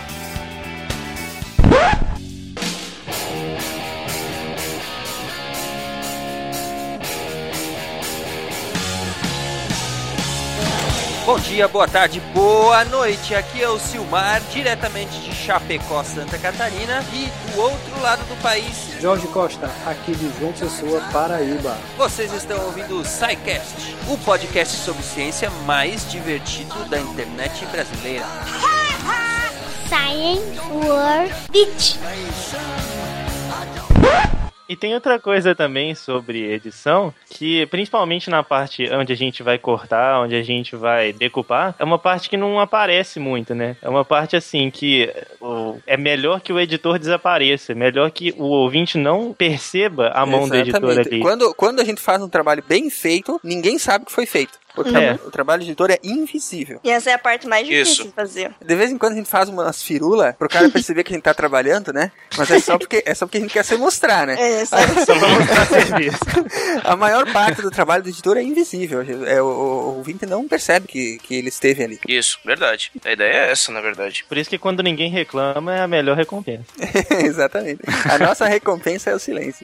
Speaker 3: Bom dia, boa tarde, boa noite. Aqui é o Silmar, diretamente de Chapecó, Santa Catarina, e do outro lado do país,
Speaker 15: Jorge Costa, aqui de João Pessoa, Paraíba.
Speaker 3: Vocês estão ouvindo o SciCast, o podcast sobre ciência mais divertido da internet brasileira.
Speaker 1: Science World Beach.
Speaker 14: E tem outra coisa também sobre edição, que principalmente na parte onde a gente vai cortar, onde a gente vai decupar, é uma parte que não aparece muito, né? É uma parte assim que é melhor que o editor desapareça, é melhor que o ouvinte não perceba a mão do editor ali.
Speaker 3: Quando a gente faz um trabalho bem feito, ninguém sabe que foi feito. O trabalho de editor é invisível.
Speaker 5: E essa é a parte mais difícil de fazer.
Speaker 3: De vez em quando a gente faz umas firulas pro cara perceber que a gente tá trabalhando, né? Mas é só porque a gente quer se mostrar, né?
Speaker 5: Só pra mostrar serviço.
Speaker 3: A maior parte do trabalho do editor é invisível. O ouvinte não percebe que ele esteve ali.
Speaker 10: Isso, verdade. A ideia é essa, na verdade.
Speaker 14: Por isso que quando ninguém reclama é a melhor recompensa.
Speaker 3: Exatamente. A nossa recompensa é o silêncio.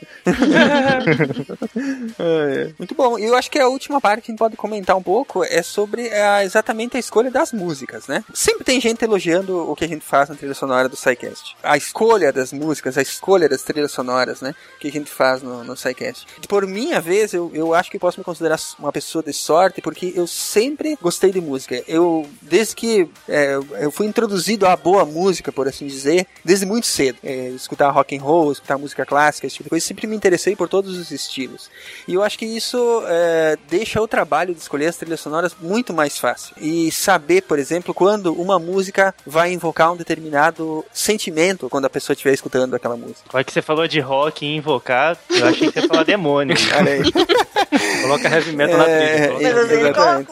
Speaker 3: Muito bom. E eu acho que a última parte que a gente pode comentar um pouco é sobre exatamente a escolha das músicas, né? Sempre tem gente elogiando o que a gente faz na trilha sonora do SciCast. A escolha das músicas, a escolha das trilhas sonoras, né? Que a gente faz no SciCast. Por minha vez, eu acho que posso me considerar uma pessoa de sorte, porque eu sempre gostei de música. Desde que eu fui introduzido à boa música, por assim dizer, desde muito cedo. Escutar rock and roll, escutar música clássica, esse tipo de coisa, sempre me interessei por todos os estilos. E eu acho que isso deixa o trabalho de escolher as trilhas sonoras muito mais fácil. E saber, por exemplo, quando uma música vai invocar um determinado sentimento quando a pessoa estiver escutando aquela música.
Speaker 14: Qual que você falou de rock e invocar? Eu achei que você ia falar demônio.
Speaker 4: Coloca heavy metal na trilha.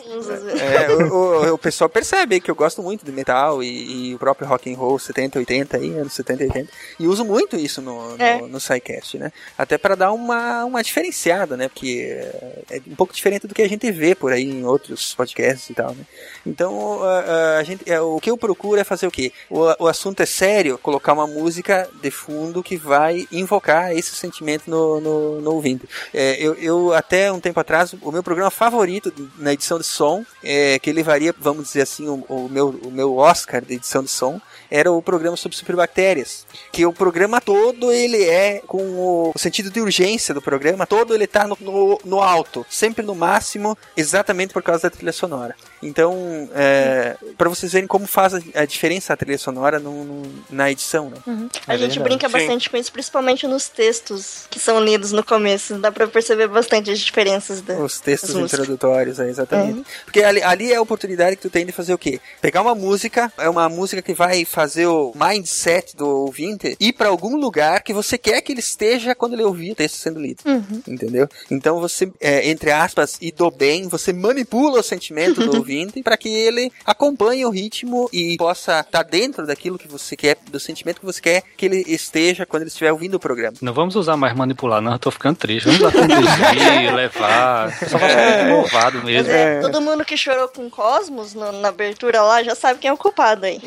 Speaker 3: O pessoal percebe que eu gosto muito de metal e o próprio rock and roll 70, 80 aí, anos 70 e 80, e uso muito isso no SciCast, né? Até para dar uma diferenciada, né? Porque é um pouco diferente do que a gente vê por aí em outros podcasts e tal, né? Então, o que eu procuro é fazer o quê? O assunto é sério, colocar uma música de fundo que vai invocar esse sentimento no ouvinte. Eu até um tempo atrás, o meu programa favorito na edição de som, que ele varia, vamos dizer assim, o meu Oscar de edição de som, era o programa sobre superbactérias, que o programa todo ele é com o sentido de urgência do programa, todo ele tá no alto, sempre no máximo, exatamente por causa da trilha sonora. Então, para vocês verem como faz a diferença a trilha sonora na edição, né?
Speaker 5: Uhum. A gente brinca bastante com isso, principalmente nos textos que são lidos no começo, dá pra perceber bastante as diferenças
Speaker 3: os textos introdutórios, exatamente. Porque ali é a oportunidade que tu tem de fazer o quê? Pegar uma música, é uma música que vai fazer o mindset do ouvinte ir para algum lugar que você quer que ele esteja quando ele ouvir o texto sendo lido. Uhum. Entendeu? Então você, entre aspas, e do bem, você manipula o sentimento do ouvinte para que ele acompanhe o ritmo e possa estar dentro daquilo que você quer, do sentimento que você quer que ele esteja quando ele estiver ouvindo o programa.
Speaker 4: Não vamos usar mais manipular, não, eu tô ficando triste. Vamos usar dirigir, levar. Só vai ficar motivado mesmo.
Speaker 5: Todo mundo que chorou com Cosmos na abertura lá já sabe quem é o culpado aí.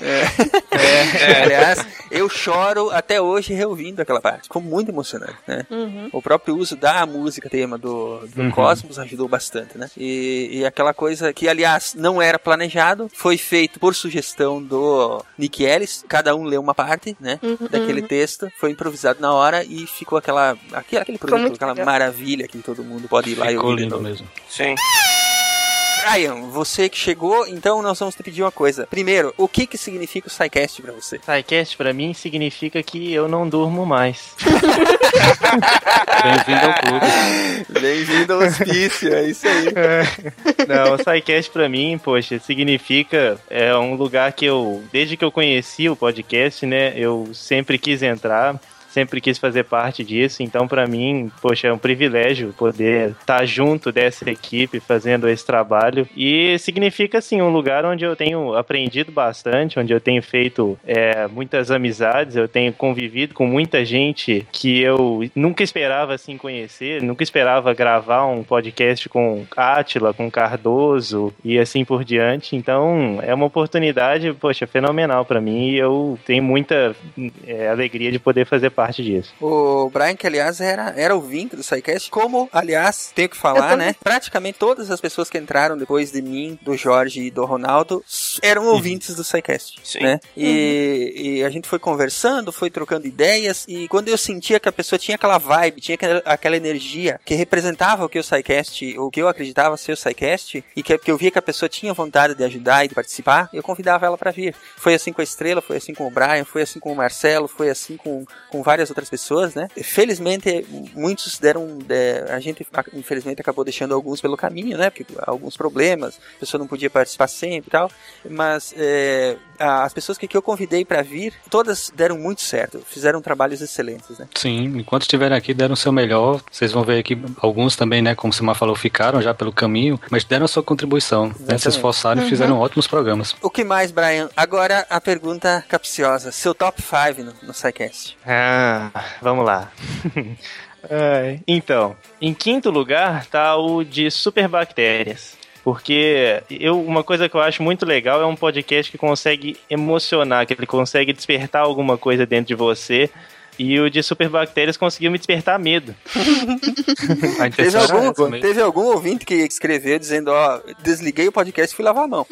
Speaker 3: Aliás, eu choro até hoje reouvindo aquela parte. Ficou muito emocionante, né? Uhum. O próprio uso da música tema do Cosmos ajudou bastante, né? E aquela coisa que, aliás, não era planejado, foi feito por sugestão do Nick Ellis. Cada um leu uma parte, né? Daquele texto, foi improvisado na hora e ficou aquele produto, aquela maravilha que todo mundo pode ir lá e ouvir de novo.
Speaker 4: Mesmo.
Speaker 10: Sim.
Speaker 3: Brian, você que chegou, então nós vamos te pedir uma coisa. Primeiro, o que significa o SciCast pra você?
Speaker 14: SciCast pra mim significa que eu não durmo mais.
Speaker 4: Bem-vindo ao clube.
Speaker 3: Bem-vindo ao hospício, é isso aí.
Speaker 14: Não, o SciCast pra mim, poxa, significa, é um lugar que desde que eu conheci o podcast, né, eu sempre quis entrar. Sempre quis fazer parte disso, então pra mim, poxa, é um privilégio poder estar junto dessa equipe fazendo esse trabalho, e significa, assim, um lugar onde eu tenho aprendido bastante, onde eu tenho feito muitas amizades, eu tenho convivido com muita gente que eu nunca esperava, assim, conhecer, nunca esperava gravar um podcast com Átila, com Cardoso e assim por diante, então é uma oportunidade, poxa, fenomenal pra mim, e eu tenho muita alegria de poder fazer parte disso.
Speaker 3: O Brian, que aliás era ouvinte do SciCast, como, aliás, tenho que falar, né? Praticamente todas as pessoas que entraram depois de mim, do Jorge e do Ronaldo, eram ouvintes do SciCast, né? E a gente foi conversando, foi trocando ideias, e quando eu sentia que a pessoa tinha aquela vibe, tinha aquela energia que representava o que o SciCast, o que eu acreditava ser o SciCast, e que eu via que a pessoa tinha vontade de ajudar e de participar, eu convidava ela para vir. Foi assim com a Estrela, foi assim com o Brian, foi assim com o Marcelo, foi assim com várias outras pessoas, né? Felizmente, muitos a gente, infelizmente, acabou deixando alguns pelo caminho, né? Porque alguns problemas, a pessoa não podia participar sempre e tal, mas as pessoas que eu convidei para vir, todas deram muito certo, fizeram trabalhos excelentes, né?
Speaker 4: Sim, enquanto estiverem aqui, deram o seu melhor. Vocês vão ver aqui, alguns também, né? Como o Simar falou, ficaram já pelo caminho, mas deram a sua contribuição, né? Se esforçaram e fizeram ótimos programas.
Speaker 3: O que mais, Brian? Agora a pergunta capciosa. Seu top 5 no SciCast.
Speaker 14: Vamos lá. Então, em quinto lugar tá o de superbactérias. Porque uma coisa que eu acho muito legal é um podcast que consegue emocionar, que ele consegue despertar alguma coisa dentro de você. E o de superbactérias conseguiu me despertar medo.
Speaker 3: Teve algum ouvinte que escreveu dizendo, desliguei o podcast e fui lavar a mão.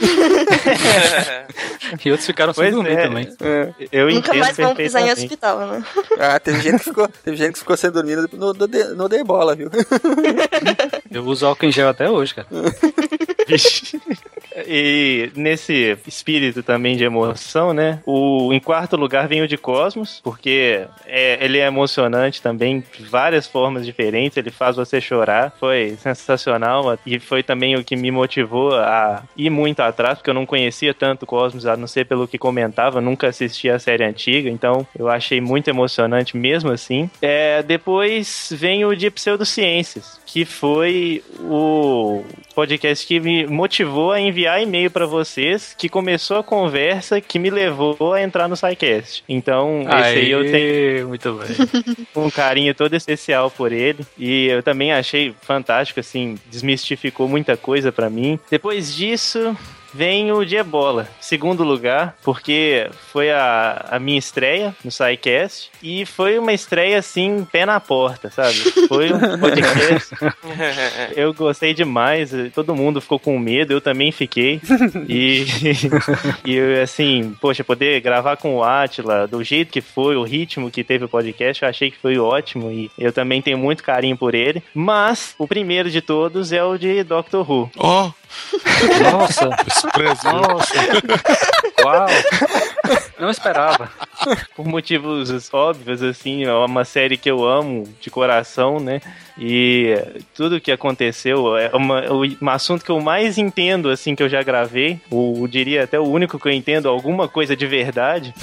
Speaker 4: E outros ficaram sem dormir também.
Speaker 14: Eu
Speaker 5: nunca mais vão pisar em hospital, né?
Speaker 3: Teve gente que ficou sem dormir no Debola, viu?
Speaker 4: Eu uso álcool em gel até hoje, cara.
Speaker 14: E nesse espírito também de emoção, né? Em quarto lugar vem o de Cosmos, porque ele é emocionante também, de várias formas diferentes, ele faz você chorar, foi sensacional, e foi também o que me motivou a ir muito atrás, porque eu não conhecia tanto Cosmos, a não ser pelo que comentava, nunca assisti a série antiga, então eu achei muito emocionante mesmo assim. Depois vem o de Pseudociências, que foi o podcast que me motivou a enviar e-mail pra vocês, que começou a conversa que me levou a entrar no SciCast. Então, esse aí eu tenho
Speaker 4: muito bem.
Speaker 14: Um carinho todo especial por ele, e eu também achei fantástico, assim, desmistificou muita coisa pra mim. Depois disso vem o de Ebola, segundo lugar, porque foi a minha estreia no SciCast, e foi uma estreia, assim, pé na porta, sabe? Foi um podcast, eu gostei demais, todo mundo ficou com medo, eu também fiquei, e assim, poxa, poder gravar com o Átila, do jeito que foi, o ritmo que teve o podcast, eu achei que foi ótimo, e eu também tenho muito carinho por ele, mas o primeiro de todos é o de Doctor Who.
Speaker 4: Nossa! Nossa! Uau! Não esperava.
Speaker 14: Por motivos óbvios, assim, é uma série que eu amo de coração, né? E tudo que aconteceu é um assunto que eu mais entendo, assim, que eu já gravei. Eu diria até o único que eu entendo alguma coisa de verdade.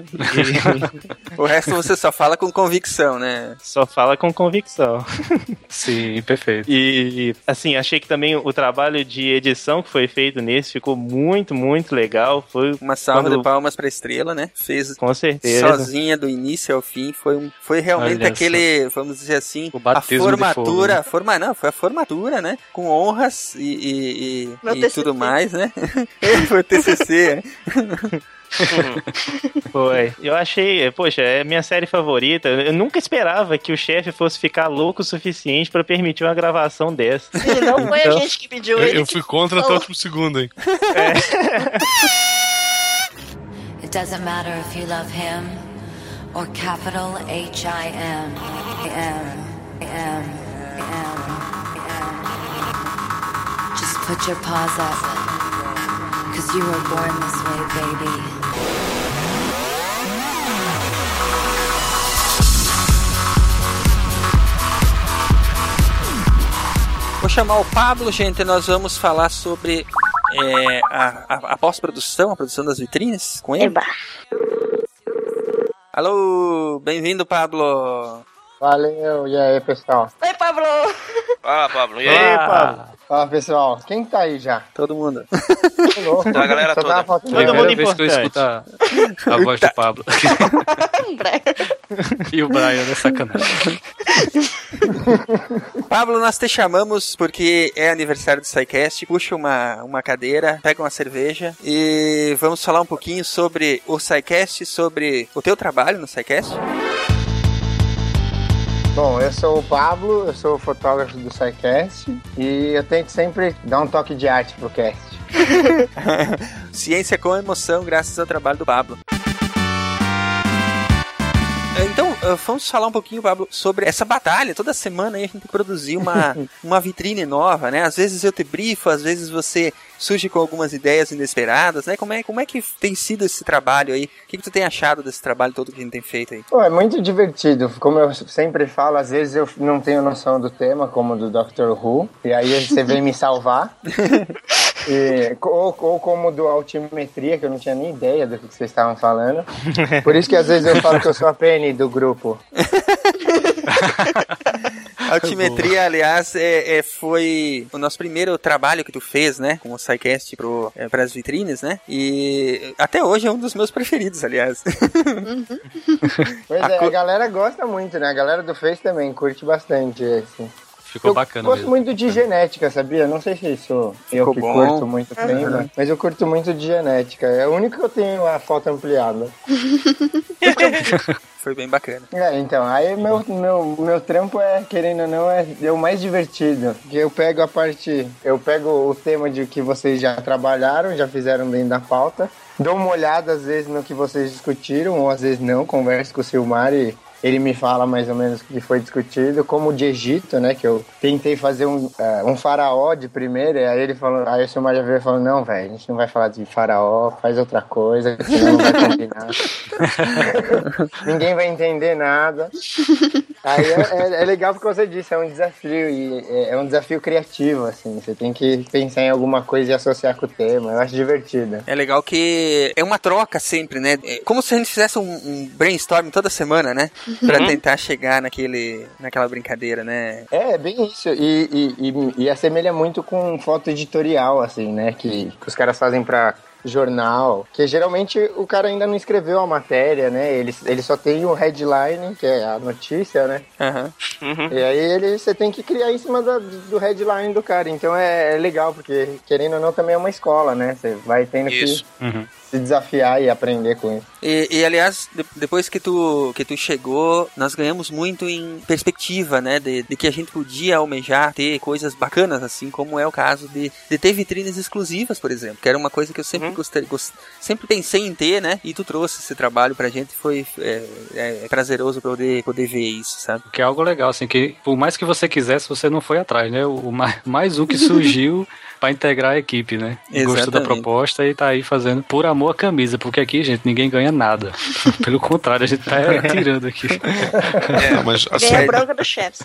Speaker 3: O resto você só fala com convicção, né?
Speaker 14: Só fala com convicção.
Speaker 4: Sim, perfeito.
Speaker 14: E, assim, achei que também o trabalho de edição que foi feito nesse ficou muito, muito legal. Foi
Speaker 3: uma salva de palmas pra Estrela, né? Fez
Speaker 14: com certeza
Speaker 3: sozinha do início ao fim. Foi realmente
Speaker 4: Olha
Speaker 3: aquele,
Speaker 4: só.
Speaker 3: vamos dizer assim,
Speaker 4: o batismo de fogo, né?
Speaker 3: Foi a formatura, né? Com honras e tudo mais, né? Foi o TCC.
Speaker 14: Foi. Eu achei, poxa, é minha série favorita. Eu nunca esperava que o chefe fosse ficar louco o suficiente pra permitir uma gravação dessa.
Speaker 5: Sim, não foi a gente que pediu ele.
Speaker 13: Eu fui contra até o último segundo, hein?
Speaker 12: It doesn't matter if you love him or capital H-I-M. Just put your paws up, 'cause you were born this way, baby.
Speaker 3: Vou chamar o Pablo, gente, nós vamos falar sobre a pós-produção, a produção das vitrines com ele.
Speaker 1: Eba.
Speaker 3: Alô, bem-vindo, Pablo.
Speaker 16: Valeu, e aí, pessoal?
Speaker 5: Oi, Pablo!
Speaker 10: Fala, Pablo, e
Speaker 16: Aí,
Speaker 10: aí?
Speaker 16: Pablo? Fala, pessoal. Quem tá aí já?
Speaker 3: Todo mundo.
Speaker 10: A galera toda.
Speaker 14: Todo mundo importante.
Speaker 4: A voz do Pablo. E o Brian, né? Sacanagem.
Speaker 3: Pablo, nós te chamamos porque é aniversário do SciCast. Puxa uma cadeira, pega uma cerveja e vamos falar um pouquinho sobre o SciCast, sobre o teu trabalho no SciCast.
Speaker 16: Bom, eu sou o Pablo, eu sou o fotógrafo do SciCast e eu tento sempre dar um toque de arte pro cast.
Speaker 3: Ciência com emoção, graças ao trabalho do Pablo. Então, vamos falar um pouquinho, Pablo, sobre essa batalha. Toda semana aí a gente tem que produzir uma vitrine nova, né? Às vezes eu te brifo, às vezes você surge com algumas ideias inesperadas, né? Como é que tem sido esse trabalho aí? O que tu tem achado desse trabalho todo que a gente tem feito aí?
Speaker 16: Pô, é muito divertido. Como eu sempre falo, às vezes eu não tenho noção do tema, como do Doctor Who, e aí você vem me salvar. Ou como do Altimetria, que eu não tinha nem ideia do que vocês estavam falando. Por isso que às vezes eu falo que eu sou a PN do grupo.
Speaker 3: Altimetria, aliás, foi o nosso primeiro trabalho que tu fez, né? Com o SciCast para as vitrines, né? E até hoje é um dos meus preferidos, aliás.
Speaker 16: Pois a galera gosta muito, né? A galera do Face também curte bastante esse.
Speaker 4: Ficou bacana.
Speaker 16: Eu gosto muito de genética, sabia? Não sei se isso eu que curto muito tema, mas eu curto muito de genética. É o único que eu tenho a foto ampliada.
Speaker 3: Foi bem bacana.
Speaker 16: Então, aí meu trampo querendo ou não, é o mais divertido. Porque eu pego o tema de que vocês já trabalharam, já fizeram dentro da pauta, dou uma olhada às vezes no que vocês discutiram, ou às vezes não, converso com o Silmar e ele me fala mais ou menos o que foi discutido, como o de Egito, né, que eu tentei fazer um faraó de primeira, e aí o Silmar já veio e falou, não, velho, a gente não vai falar de faraó, faz outra coisa, que senão não vai combinar. Ninguém vai entender nada. Aí é legal porque você disse, é um desafio, e é um desafio criativo, assim, você tem que pensar em alguma coisa e associar com o tema, eu acho divertido.
Speaker 3: É legal que é uma troca sempre, né? É como se a gente fizesse um brainstorm toda semana, né? Pra tentar chegar naquela brincadeira, né?
Speaker 16: É bem isso, e assemelha muito com foto editorial, assim, né? Que os caras fazem pra jornal, que geralmente o cara ainda não escreveu a matéria, né? Ele só tem o headline, que é a notícia, né? E aí você tem que criar em cima do headline do cara. Então é legal, porque querendo ou não também é uma escola, né? Você vai tendo que se desafiar e aprender com isso.
Speaker 3: E aliás, depois que tu chegou, nós ganhamos muito em perspectiva, né? De que a gente podia almejar ter coisas bacanas, assim como é o caso de ter vitrines exclusivas, por exemplo, que era uma coisa que eu sempre sempre pensei em ter, né? E tu trouxe esse trabalho pra gente, foi prazeroso poder ver isso, sabe?
Speaker 4: Que é algo legal, assim, que por mais que você quisesse, você não foi atrás, né? Mais um que surgiu pra integrar a equipe, né? Gostou da proposta e tá aí fazendo por amor à camisa, porque aqui, gente, ninguém ganha nada. Pelo contrário, a gente tá tirando aqui.
Speaker 13: Mas assim,
Speaker 5: ganha bronca do chefe.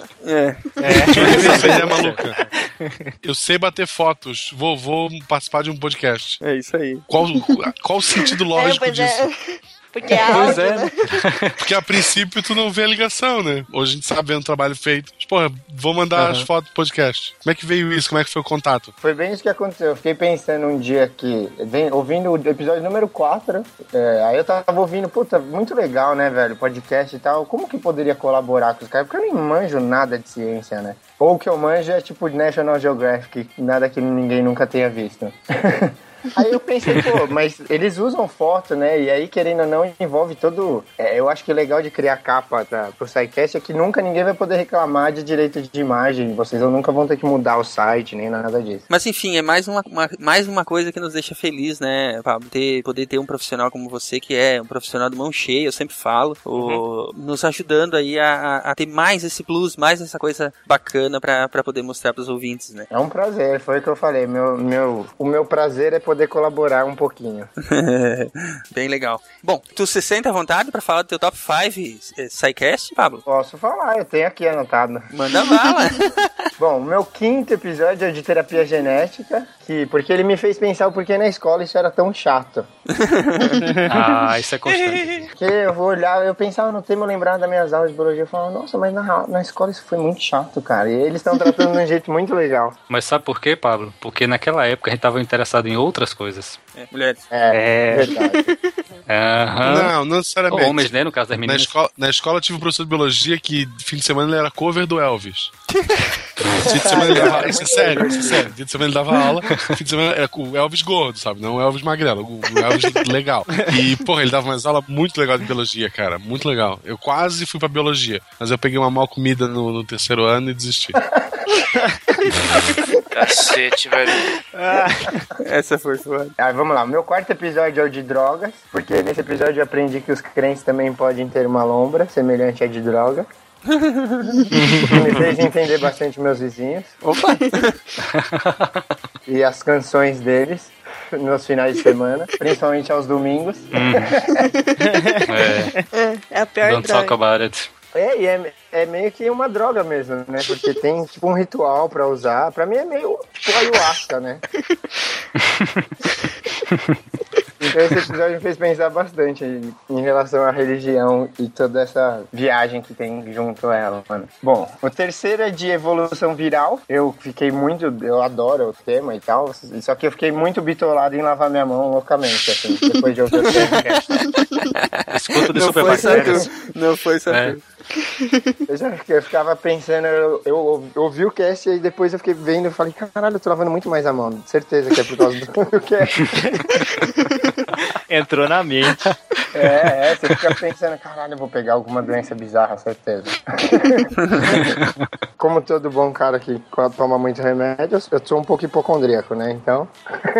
Speaker 13: Essa ideia é maluca. Eu sei bater fotos, vou participar de um podcast.
Speaker 3: É isso aí.
Speaker 13: Qual o sentido lógico disso?
Speaker 5: Porque é áudio, né?
Speaker 13: Porque a princípio tu não vê a ligação, né? Hoje a gente sabe vendo o trabalho feito. Mas, porra, vou mandar as fotos do podcast. Como é que veio isso? Como é que foi o contato?
Speaker 16: Foi bem isso que aconteceu. Eu fiquei pensando um dia que, ouvindo o episódio número 4, aí eu tava ouvindo, puta, muito legal, né, velho, podcast e tal. Como que poderia colaborar com os caras? Porque eu nem manjo nada de ciência, né? Ou o que eu manjo é tipo National Geographic, nada que ninguém nunca tenha visto. Aí eu pensei, pô, mas eles usam foto, né? E aí, querendo ou não, envolve todo... eu acho que o legal de criar capa pro SciCast é que nunca ninguém vai poder reclamar de direito de imagem. Vocês nunca vão ter que mudar o site, nem nada disso.
Speaker 3: Mas enfim, é mais uma coisa que nos deixa feliz, né, Pablo? Poder ter um profissional como você, que é um profissional de mão cheia, eu sempre falo, nos ajudando aí a ter mais esse plus, mais essa coisa bacana pra poder mostrar pros ouvintes, né?
Speaker 16: É um prazer, foi o que eu falei. O meu prazer é poder colaborar um pouquinho.
Speaker 3: Bem legal. Bom, tu se sente à vontade pra falar do teu top 5 SciCast, Pablo?
Speaker 16: Posso falar, eu tenho aqui anotado.
Speaker 3: Manda bala.
Speaker 16: Bom, o meu 5º episódio é de terapia genética, porque ele me fez pensar o porquê na escola isso era tão chato.
Speaker 4: Isso é constante.
Speaker 16: Porque eu vou olhar, eu pensava no tema, eu lembrava das minhas aulas de biologia, eu falava, nossa, mas na escola isso foi muito chato, cara. E eles estão tratando de um jeito muito legal.
Speaker 4: Mas sabe por quê, Pablo? Porque naquela época a gente tava interessado em outras coisas.
Speaker 3: Mulheres.
Speaker 16: Verdade.
Speaker 13: Não necessariamente.
Speaker 4: Ou homens, né, no caso das meninas.
Speaker 13: Na escola eu tive um professor de biologia que fim de semana ele era cover do Elvis. Fim de semana ele dava... Isso é sério. Fim de semana ele dava aula, fim de semana era o Elvis gordo, sabe? Não o Elvis magrelo, o Elvis legal. E, porra, ele dava umas aulas muito legais de biologia, cara. Muito legal. Eu quase fui pra biologia, mas eu peguei uma mal comida no 3º ano e desisti.
Speaker 10: Cacete, velho.
Speaker 3: Essa foi foda.
Speaker 16: Vamos lá, meu 4º episódio é o de drogas, porque nesse episódio eu aprendi que os crentes também podem ter uma lombra semelhante à de droga. Me fez entender bastante meus vizinhos.
Speaker 3: Opa!
Speaker 16: E as canções deles nos finais de semana, principalmente aos domingos.
Speaker 5: É a pior
Speaker 4: Don't
Speaker 5: droga.
Speaker 4: talk about it.
Speaker 16: É meio que uma droga mesmo, né? Porque tem tipo um ritual pra usar. Pra mim é meio tipo ayahuasca, né? Então esse episódio me fez pensar bastante em relação à religião e toda essa viagem que tem junto a ela, mano. Bom, o 3º é de evolução viral. Eu adoro o tema e tal, só que eu fiquei muito bitolado em lavar minha mão loucamente, assim, depois de ouvir o podcast.
Speaker 4: Escuta de super bactérias.
Speaker 3: Não foi só tu.
Speaker 16: Eu ficava pensando, eu ouvi o cast e depois eu fiquei vendo e falei, caralho, eu tô lavando muito mais a mão. Certeza que é por causa do cast.
Speaker 14: Entrou na mente.
Speaker 16: Você fica pensando, caralho, eu vou pegar alguma doença bizarra, certeza. Como todo bom cara que toma muito remédio, eu sou um pouco hipocondríaco, né? Então.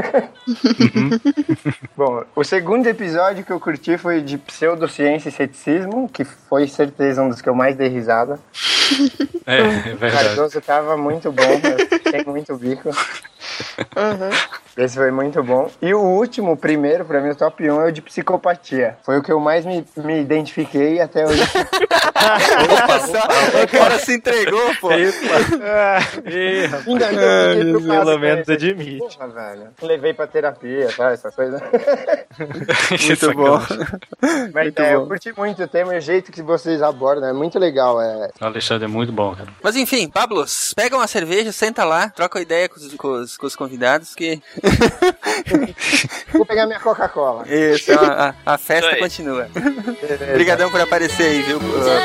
Speaker 16: Bom, o segundo episódio que eu curti foi de pseudociência e ceticismo, que foi certeza um dos que eu mais dei risada.
Speaker 4: É verdade.
Speaker 16: O Cardoso tava muito bom, eu fiquei muito bico. Esse foi muito bom. E o último, o primeiro, pra mim, o top 1 é o de psicopatia. Foi o que eu mais me identifiquei até hoje.
Speaker 3: O cara se entregou, pô.
Speaker 14: Pelo menos admite.
Speaker 16: Porra, velho. Levei pra terapia, tá? Essas coisas.
Speaker 3: Muito bom.
Speaker 16: Mas
Speaker 3: Muito
Speaker 16: eu
Speaker 3: bom.
Speaker 16: curti muito o tema e o jeito que vocês abordam. É muito legal.
Speaker 4: O Alexandre é muito bom, cara.
Speaker 3: Mas enfim, Pablos, pega uma cerveja, senta lá, troca uma ideia com os convidados que...
Speaker 16: Vou pegar minha Coca-Cola.
Speaker 3: Isso, a festa continua. Obrigadão por aparecer aí, viu?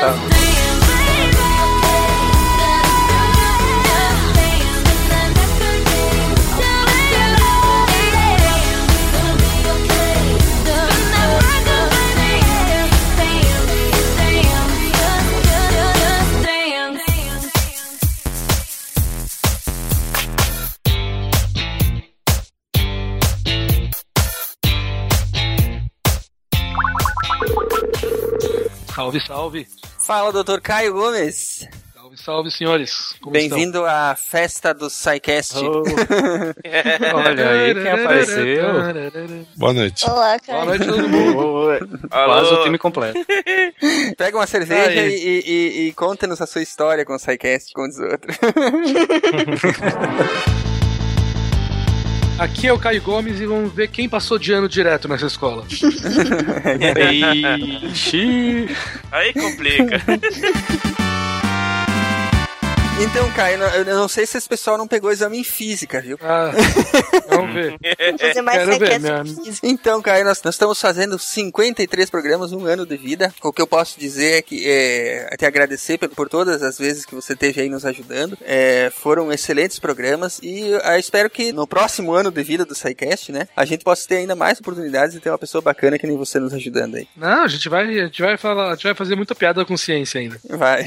Speaker 17: Salve, salve.
Speaker 3: Fala, Dr. Caio Gomes.
Speaker 17: Salve, salve, senhores.
Speaker 3: Bem-vindo à festa do SciCast.
Speaker 4: Olha aí quem apareceu.
Speaker 13: Boa noite.
Speaker 5: Olá, cara.
Speaker 17: Boa noite, todo mundo.
Speaker 4: Quase o time completo.
Speaker 3: Pega uma cerveja e conta-nos a sua história com o SciCast, com os outros.
Speaker 17: Aqui é o Caio Gomes e vamos ver quem passou de ano direto nessa escola.
Speaker 4: Ixi.
Speaker 10: Aí complica.
Speaker 3: Então, Caio, eu não sei se esse pessoal não pegou exame em física, viu?
Speaker 17: Vamos ver.
Speaker 5: Fazer mais
Speaker 17: Quero ver,
Speaker 5: física.
Speaker 3: Então, Caio, nós estamos fazendo 53 programas, 1 ano de vida. O que eu posso dizer é que te agradecer por todas as vezes que você esteve aí nos ajudando. Foram excelentes programas e eu espero que no próximo ano de vida do SciCast, né, a gente possa ter ainda mais oportunidades de ter uma pessoa bacana que nem você nos ajudando aí.
Speaker 17: Não, a gente vai fazer muita piada com ciência ainda.
Speaker 3: Vai.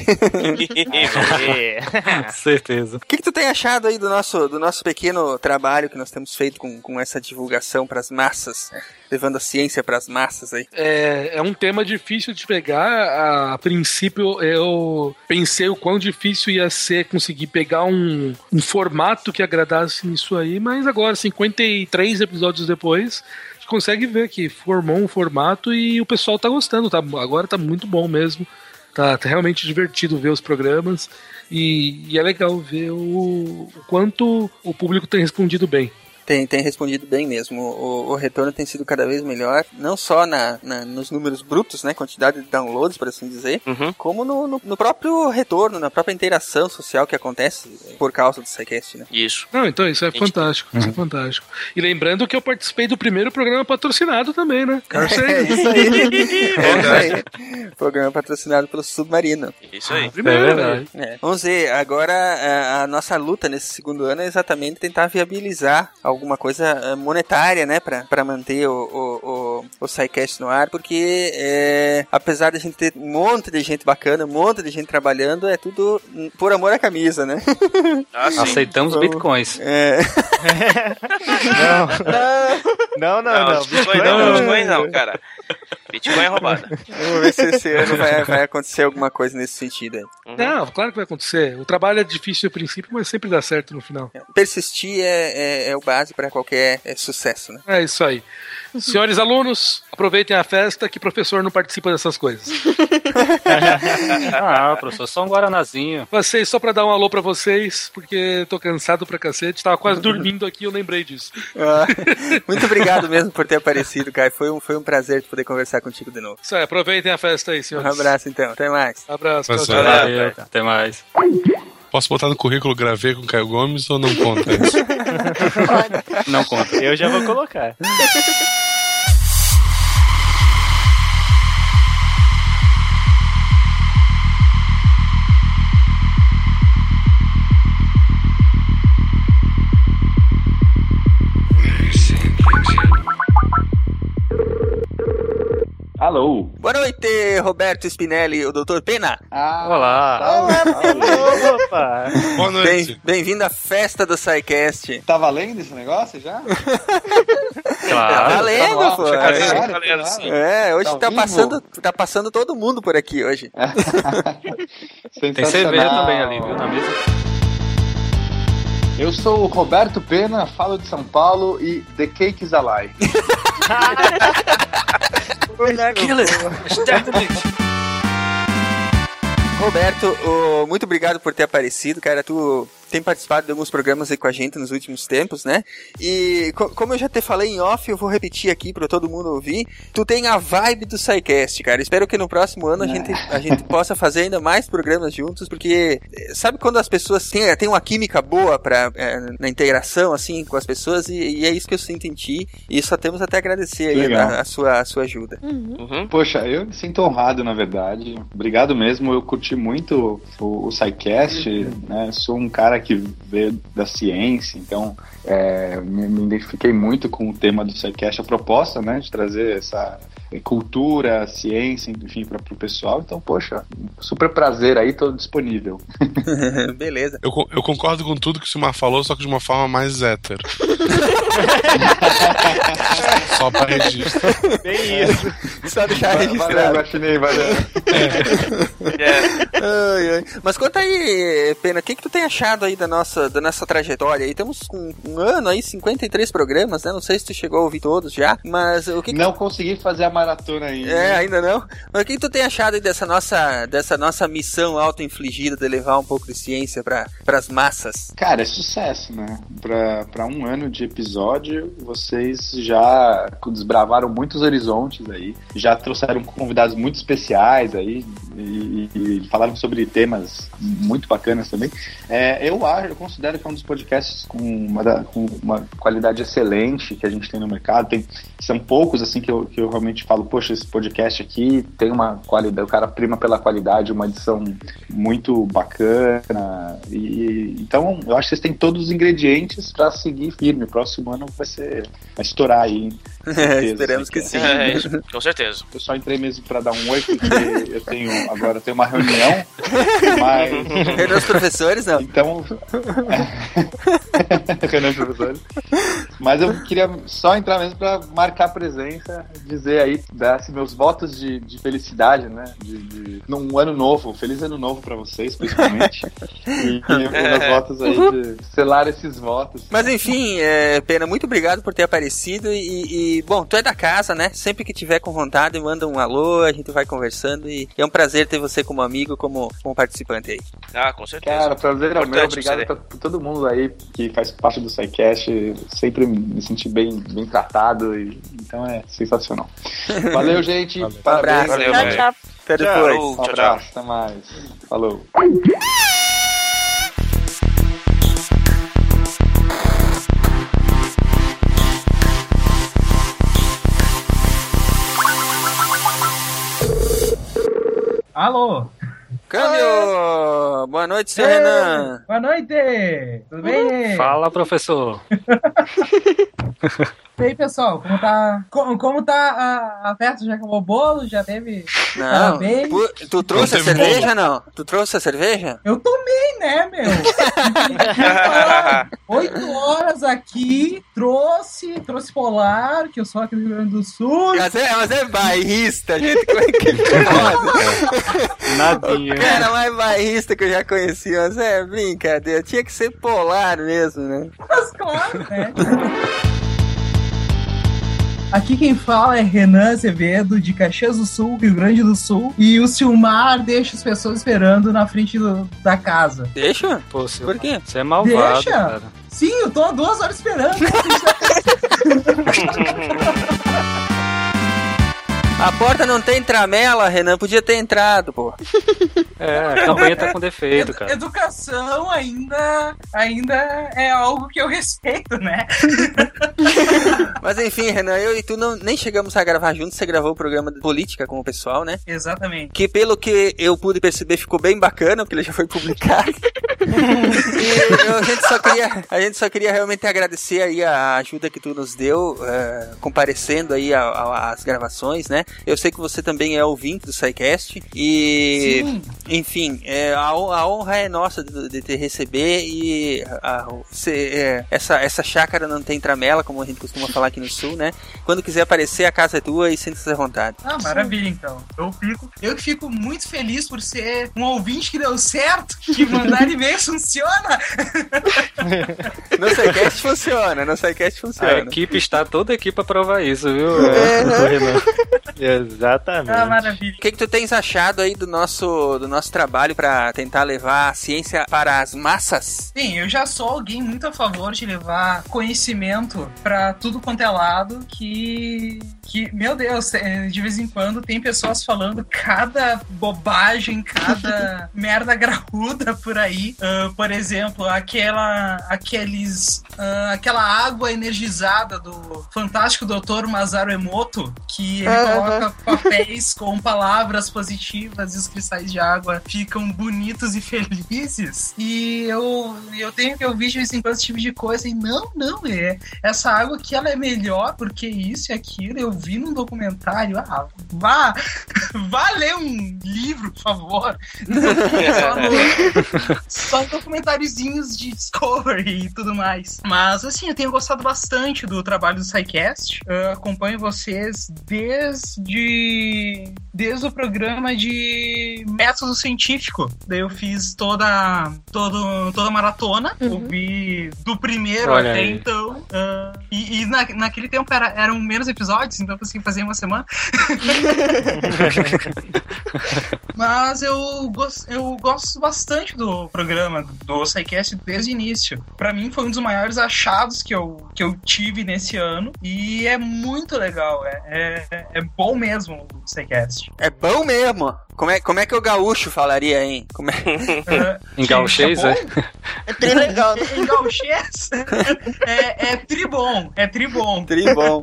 Speaker 4: Certeza.
Speaker 3: O que tu tem achado aí do nosso pequeno trabalho que nós temos feito com essa divulgação para as massas, levando a ciência para as massas aí?
Speaker 17: É um tema difícil de pegar. A princípio eu pensei o quão difícil ia ser conseguir pegar um formato que agradasse nisso aí, mas agora, 53 episódios depois, a gente consegue ver que formou um formato e o pessoal tá gostando, agora tá muito bom mesmo. Tá realmente divertido ver os programas e é legal ver o quanto o público tem respondido bem.
Speaker 3: Tem respondido bem mesmo. O retorno tem sido cada vez melhor, não só nos números brutos, né, quantidade de downloads, por assim dizer, como no próprio retorno, na própria interação social que acontece por causa do SciCast, né?
Speaker 10: Isso.
Speaker 17: Não, então isso é fantástico, isso é fantástico. E lembrando que eu participei do primeiro programa patrocinado também, né?
Speaker 3: Isso aí. Programa patrocinado pelo Submarino.
Speaker 10: Isso aí.
Speaker 17: Primeiro,
Speaker 3: Vamos ver, agora a nossa luta nesse segundo ano é exatamente tentar viabilizar alguma coisa monetária, né, pra manter o SciCast no ar, porque apesar de a gente ter um monte de gente bacana, um monte de gente trabalhando, é tudo por amor à camisa, né?
Speaker 4: Aceitamos bitcoins.
Speaker 14: Não.
Speaker 10: Bitcoin não, cara. Bitcoin é roubada.
Speaker 3: Vamos ver se esse ano vai acontecer alguma coisa nesse sentido aí.
Speaker 17: Não, claro que vai acontecer. O trabalho é difícil no princípio, mas sempre dá certo no final.
Speaker 3: Persistir é o base para qualquer sucesso, né?
Speaker 17: É isso aí. Senhores alunos, aproveitem a festa que o professor não participa dessas coisas.
Speaker 4: Professor, só um guaranazinho.
Speaker 17: Passei só pra dar um alô pra vocês, porque tô cansado pra cacete. Tava quase dormindo aqui, eu lembrei disso.
Speaker 3: Muito obrigado mesmo por ter aparecido, Caio. Foi um prazer poder conversar contigo de novo.
Speaker 17: Isso aí, aproveitem a festa aí, senhores.
Speaker 3: Um abraço então, até mais.
Speaker 17: Abraço,
Speaker 13: tchau.
Speaker 4: Valeu, até mais.
Speaker 13: Posso botar no currículo gravei com Caio Gomes ou não conta isso?
Speaker 4: Não conta.
Speaker 14: Eu já vou colocar.
Speaker 18: Alô.
Speaker 3: Boa noite, Roberto Spinelli, o Dr. Pena.
Speaker 4: Olá.
Speaker 13: Opa. Boa noite.
Speaker 3: Bem-vindo à festa do SciCast.
Speaker 18: Tá valendo esse negócio já?
Speaker 3: Claro. Tá valendo, pô. Hoje tá passando todo mundo por aqui hoje.
Speaker 4: Tem cerveja também ali, viu, na mesa.
Speaker 18: Eu sou o Roberto Pena, falo de São Paulo e The Cake is a Lie.
Speaker 3: Roberto, muito obrigado por ter aparecido, cara. Tu tem participado de alguns programas aí com a gente nos últimos tempos, né? E como eu já te falei em off, eu vou repetir aqui pra todo mundo ouvir. Tu tem a vibe do SciCast, cara. Espero que no próximo ano a gente possa fazer ainda mais programas juntos, porque sabe quando as pessoas têm uma química boa na integração, assim, com as pessoas, e é isso que eu sinto em ti, e só temos até a agradecer aí a sua ajuda.
Speaker 18: Poxa, eu me sinto honrado, na verdade. Obrigado mesmo, eu curti muito o SciCast, né? Sou um cara que veio da ciência, então me identifiquei muito com o tema do SciCast, a proposta, né, de trazer essa cultura, ciência, enfim, para o pessoal. Então, poxa, super prazer aí, tô disponível.
Speaker 3: Beleza.
Speaker 13: Eu concordo com tudo que o Silmar falou, só que de uma forma mais hétero. Só para registro.
Speaker 3: Bem isso. Só deixar registrado. Mas conta aí, Pena, o que tu tem achado aí da nossa trajetória aí? Temos um ano aí, 53 programas, né? Não sei se tu chegou a ouvir todos já, mas o que
Speaker 18: não consegui fazer a maratona ainda.
Speaker 3: Ainda não? Mas o que tu tem achado aí dessa nossa missão auto-infligida de levar um pouco de ciência pras massas?
Speaker 18: Cara, é sucesso, né? Pra um ano de episódio, vocês já desbravaram muitos horizontes aí, já trouxeram convidados muito especiais aí e falaram sobre temas muito bacanas também. Eu considero que é um dos podcasts com uma qualidade excelente que a gente tem no mercado. São poucos assim que eu realmente falo, poxa, esse podcast aqui tem uma qualidade, o cara prima pela qualidade, uma edição muito bacana, e então eu acho que vocês têm todos os ingredientes para seguir firme. O próximo ano vai estourar aí.
Speaker 3: Esperamos que sim.
Speaker 10: Com certeza.
Speaker 18: Eu só entrei mesmo para dar um oi, porque eu tenho uma reunião, mas...
Speaker 3: Reunião dos professores, não?
Speaker 18: Então... Reunião dos professores. Mas eu queria só entrar mesmo para marcar a presença, dizer aí, dar meus votos de felicidade, né? Num ano novo, feliz ano novo para vocês, principalmente. E meus votos aí de selar esses votos.
Speaker 3: Mas enfim, Pena, muito obrigado por ter aparecido e bom, tu é da casa, né? Sempre que tiver com vontade, manda um alô, a gente vai conversando e é um prazer ter você como amigo, como participante aí.
Speaker 10: Com certeza.
Speaker 18: Cara, prazer é meu, obrigado por todo mundo aí que faz parte do SciCast, sempre me senti bem tratado, então é sensacional. Valeu, gente.
Speaker 3: Valeu.
Speaker 18: Parabéns.
Speaker 10: Valeu,
Speaker 5: tchau.
Speaker 3: Até depois.
Speaker 18: Um abraço, até mais. Falou.
Speaker 19: Alô?
Speaker 3: Câmbio! Boa noite, seu Renan!
Speaker 19: Boa noite! Tudo bem?
Speaker 4: Fala, professor!
Speaker 19: E aí, pessoal, como tá a festa? Já acabou o bolo? Já teve?
Speaker 3: Não, tu trouxe a cerveja, não? Tu trouxe a cerveja?
Speaker 19: Eu tomei, né, meu? 8 horas aqui, trouxe Polar, que eu sou aqui do Rio Grande do Sul.
Speaker 3: Mas é bairrista, gente, como é que pode?
Speaker 4: Nadinha.
Speaker 3: O cara mais bairrista que eu já conheci, mas é brincadeira, tinha que ser Polar mesmo, né?
Speaker 19: Mas claro, né? Aqui quem fala é Renan Azevedo, de Caxias do Sul, Rio Grande do Sul. E o Silmar deixa as pessoas esperando na frente da casa.
Speaker 3: Deixa?
Speaker 4: Pô,
Speaker 3: por quê?
Speaker 4: Você é malvado,
Speaker 19: deixa?
Speaker 4: Cara.
Speaker 19: Sim, eu tô há 2 horas esperando.
Speaker 3: A porta não tem tramela, Renan, podia ter entrado, pô.
Speaker 4: A campanha tá com defeito, cara.
Speaker 19: Educação ainda é algo que eu respeito, né?
Speaker 3: Mas enfim, Renan, eu e tu nem chegamos a gravar juntos, você gravou o programa de política com o pessoal, né?
Speaker 19: Exatamente.
Speaker 3: Que pelo que eu pude perceber ficou bem bacana, porque ele já foi publicado. E a gente só queria realmente agradecer aí a ajuda que tu nos deu, comparecendo aí às gravações, né? Eu sei que você também é ouvinte do SciCast e, sim, enfim, a honra é nossa de te receber e essa chácara não tem tramela, como a gente costuma falar aqui no Sul, né? Quando quiser aparecer, a casa é tua e sinta-se à vontade.
Speaker 19: Ah, maravilha, então. Eu fico muito feliz por ser um ouvinte que deu certo, que mandar e-mail funciona.
Speaker 3: No SciCast funciona,
Speaker 4: A equipe está toda aqui pra provar isso, viu?
Speaker 14: Exatamente.
Speaker 19: Ah, maravilha.
Speaker 3: O que tu tens achado aí do nosso trabalho pra tentar levar a ciência para as massas?
Speaker 19: Sim, eu já sou alguém muito a favor de levar conhecimento pra tudo quanto é lado, que meu Deus, de vez em quando tem pessoas falando cada bobagem, cada merda graúda por aí. Por exemplo, aquela água energizada do fantástico Dr. Masaru Emoto, que ele coloca papéis com palavras positivas e os cristais de água ficam bonitos e felizes. E eu tenho que ouvir de vez em quando esse tipo de coisa e não, essa água aqui ela é melhor porque isso e aquilo. Eu vi num documentário. Vá ler um livro, por favor. Só documentáriozinhos de Discovery e tudo mais. Mas assim, eu tenho gostado bastante do trabalho do SciCast. Eu acompanho vocês desde o programa de método científico. Daí eu fiz toda a maratona. Ouvi do primeiro
Speaker 4: Olha
Speaker 19: até
Speaker 4: aí.
Speaker 19: então. E naquele tempo eram menos episódios, então eu consegui fazer em uma semana. Mas eu gosto bastante do programa, do SciCast desde o início. Pra mim foi um dos maiores achados que eu tive nesse ano. E é muito legal. É bom mesmo o SciCast.
Speaker 3: É bom mesmo? Como é que o gaúcho falaria, hein?
Speaker 4: Em gauchês,
Speaker 5: É tri legal.
Speaker 19: Em gauchês é tribom. É tribom.
Speaker 3: Tribom.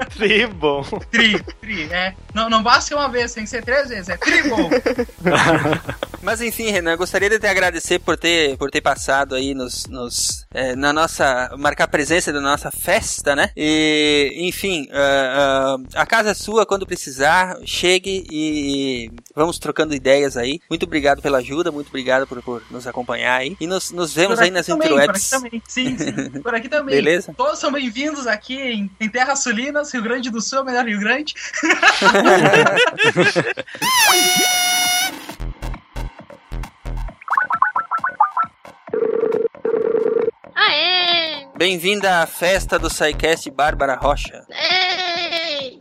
Speaker 19: Não basta ser uma vez, tem que ser 3 vezes. É tribom.
Speaker 3: Mas enfim, Renan, eu gostaria de te agradecer por ter passado aí na nossa, marcar presença da nossa festa, né? E, enfim, a casa é sua, quando precisar, chegue e vamos trocando ideias aí. Muito obrigado pela ajuda, muito obrigado por nos acompanhar aí. E nos vemos aí nas interwebs.
Speaker 19: Por aqui também, sim. Por aqui também.
Speaker 3: Beleza?
Speaker 19: Todos são bem-vindos aqui em Terras Sulinas, Rio Grande do Sul, melhor Rio Grande.
Speaker 1: Aê!
Speaker 3: Bem-vinda à festa do SciCast, Bárbara Rocha.
Speaker 1: Ei!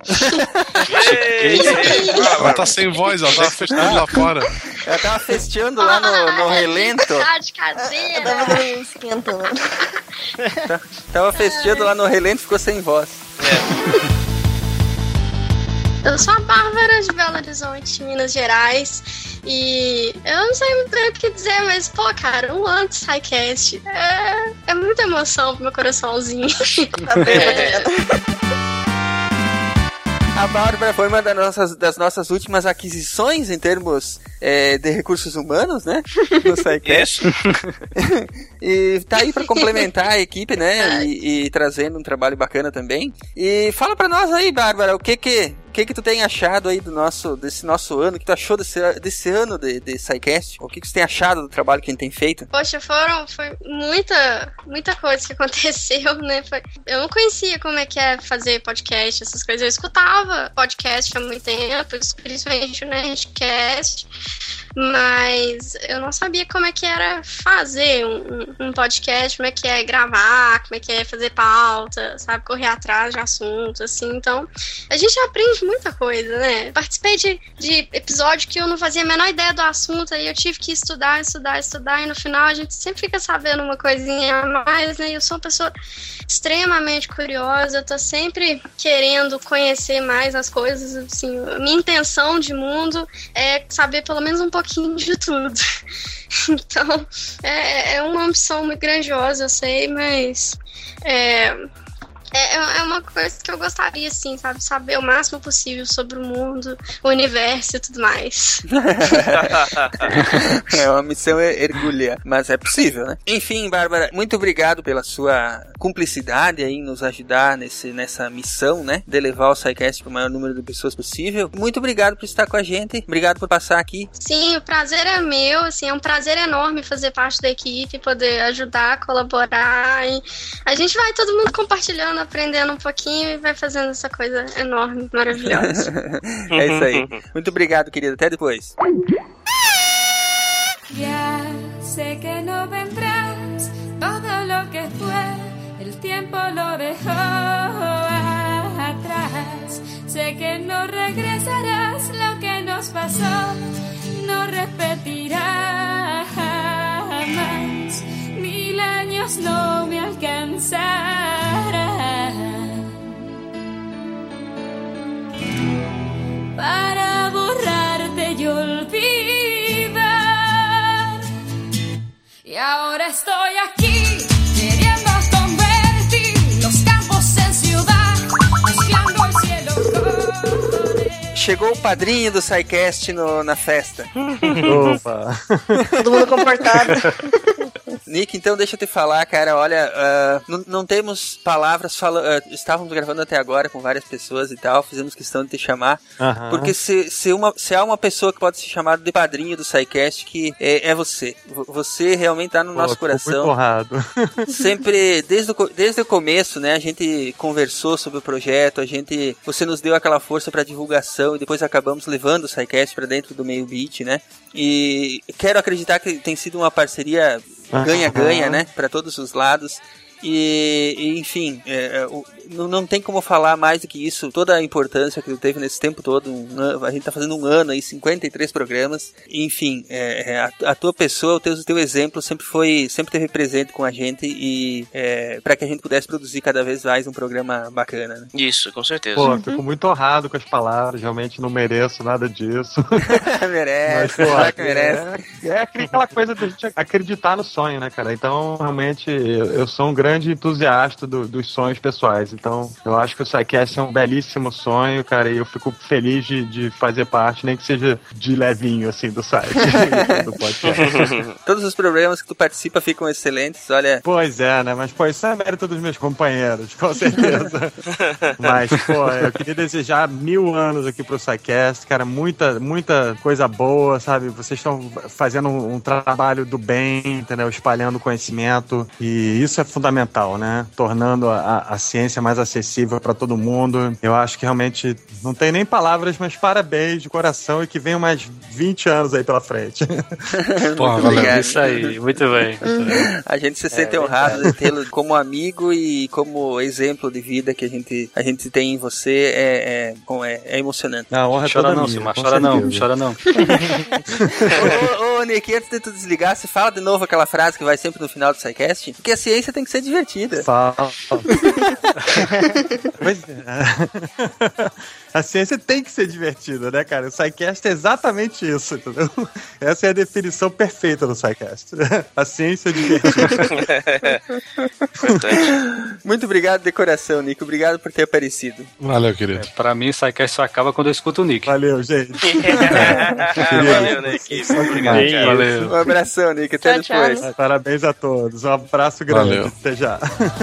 Speaker 13: Ela tá sem voz, ela tava festando lá fora.
Speaker 3: Ela tava festeando lá no relento.
Speaker 1: Tá de cadeira.
Speaker 3: Tava festeando lá no relento e ficou sem voz.
Speaker 1: Eu sou a Bárbara de Belo Horizonte, Minas Gerais. E eu não sei muito bem o que dizer, mas, pô, cara, um ano de SciCast é muita emoção pro meu coraçãozinho.
Speaker 3: A Bárbara foi uma das nossas últimas aquisições em termos de recursos humanos, né? No SciCast. E tá aí pra complementar a equipe, né? E trazendo um trabalho bacana também. E fala pra nós aí, Bárbara, o que tu tem achado aí desse nosso ano? O que tu achou desse ano de SciCast? O que tu tem achado do trabalho que a gente tem feito?
Speaker 1: Poxa, foi muita coisa que aconteceu, né? Eu não conhecia como é que é fazer podcast, essas coisas. Eu escutava podcast há muito tempo, principalmente o Nerdcast, mas eu não sabia como é que era fazer um podcast, como é que é gravar, como é que é fazer pauta, sabe? Correr atrás de assuntos, assim. Então, a gente aprende muita coisa, né? Participei de episódio que eu não fazia a menor ideia do assunto, aí eu tive que estudar, e no final a gente sempre fica sabendo uma coisinha a mais, né? E eu sou uma pessoa extremamente curiosa, eu tô sempre querendo conhecer mais as coisas, assim, a minha intenção de mundo é saber pelo menos um pouquinho de tudo. Então, é uma ambição muito grandiosa, eu sei, mas É uma coisa que eu gostaria, assim, sabe? Saber o máximo possível sobre o mundo, o universo e tudo mais.
Speaker 3: É uma missão hercúlea, mas é possível, né? Enfim, Bárbara, muito obrigado pela sua cumplicidade aí em nos ajudar nessa missão, né? De levar o SciCast para o maior número de pessoas possível. Muito obrigado por estar com a gente. Obrigado por passar aqui.
Speaker 1: Sim, o prazer é meu, assim, é um prazer enorme fazer parte da equipe, poder ajudar, colaborar. E a gente vai todo mundo compartilhando, aprendendo um pouquinho e vai fazendo essa coisa enorme, maravilhosa.
Speaker 3: É isso aí. Muito obrigado, querido. Até depois.
Speaker 12: Ya sé que no vendrás, todo lo que fue, el tiempo lo dejó atrás. Sé que no regresarás, lo que nos pasó no repetirá jamás. 1000 años no me alcanzarán para borrarte y olvidar. Y ahora estoy aquí, queriendo convertir los campos en ciudad, mezclando el cielo con...
Speaker 3: Chegou o padrinho do SciCast na festa.
Speaker 5: Opa! Todo mundo comportado.
Speaker 3: Nick, então deixa eu te falar, cara, olha, não temos palavras, estávamos gravando até agora com várias pessoas e tal, fizemos questão de te chamar, porque se há uma pessoa que pode ser chamada de padrinho do SciCast, que é você. Você realmente tá no nosso coração.
Speaker 20: Muito honrado.
Speaker 3: Sempre, desde o começo, né, a gente conversou sobre o projeto, você nos deu aquela força pra divulgação e depois acabamos levando o SciCast pra dentro do meio beat, né, e quero acreditar que tem sido uma parceria ganha-ganha, né? Para todos os lados. E enfim, não tem como falar mais do que isso, toda a importância que ele teve nesse tempo todo. A gente tá fazendo um ano aí, 53 programas. Enfim, a tua pessoa, o teu exemplo sempre teve presente com a gente e para que a gente pudesse produzir cada vez mais um programa bacana, né?
Speaker 10: Isso, com certeza.
Speaker 20: Pô, fico muito honrado com as palavras, realmente não mereço nada disso.
Speaker 3: Merece,
Speaker 20: mas, pô,
Speaker 3: merece.
Speaker 20: É aquela coisa da gente acreditar no sonho, né, cara? Então, realmente, eu sou um grande entusiasta dos sonhos pessoais. Então, eu acho que o SciCast é um belíssimo sonho, cara, e eu fico feliz de fazer parte, nem que seja de levinho, assim, do site, do podcast.
Speaker 3: Todos os programas que tu participa ficam excelentes, olha...
Speaker 20: Pois é, né? Mas, pô, isso é mérito dos meus companheiros, com certeza. Mas, pô, eu queria desejar 1000 anos aqui pro SciCast, cara, muita coisa boa, sabe? Vocês estão fazendo um trabalho do bem, entendeu? Espalhando conhecimento, e isso é fundamental, né? Tornando a ciência mais acessível para todo mundo. Eu acho que realmente não tem nem palavras, mas parabéns de coração e que venham mais 20 anos aí pela frente.
Speaker 4: Pô, obrigado. Isso aí, muito bem.
Speaker 3: A gente se sente honrado de tê-lo como amigo e como exemplo de vida que a gente tem em você. É emocionante.
Speaker 20: A honra
Speaker 4: chora
Speaker 20: toda
Speaker 4: não,
Speaker 20: minha,
Speaker 4: Silmar, chora não.
Speaker 3: Ô, Nick, antes de tu desligar, você fala de novo aquela frase que vai sempre no final do SciCast, porque a ciência tem que ser divertida.
Speaker 20: Pois é. A ciência tem que ser divertida, né, cara? O SciCast é exatamente isso, entendeu? Essa é a definição perfeita do SciCast. A ciência é divertida.
Speaker 3: Muito obrigado de coração, Nick. Obrigado por ter aparecido.
Speaker 13: Valeu, querido.
Speaker 4: Pra mim, o SciCast só acaba quando eu escuto o Nick.
Speaker 20: Valeu, gente.
Speaker 10: Valeu, Nick. Obrigado, cara.
Speaker 3: Valeu. Um abração, Nick. Até depois.
Speaker 20: Tchau. Parabéns a todos. Um abraço grande.
Speaker 13: Valeu.
Speaker 20: Até já.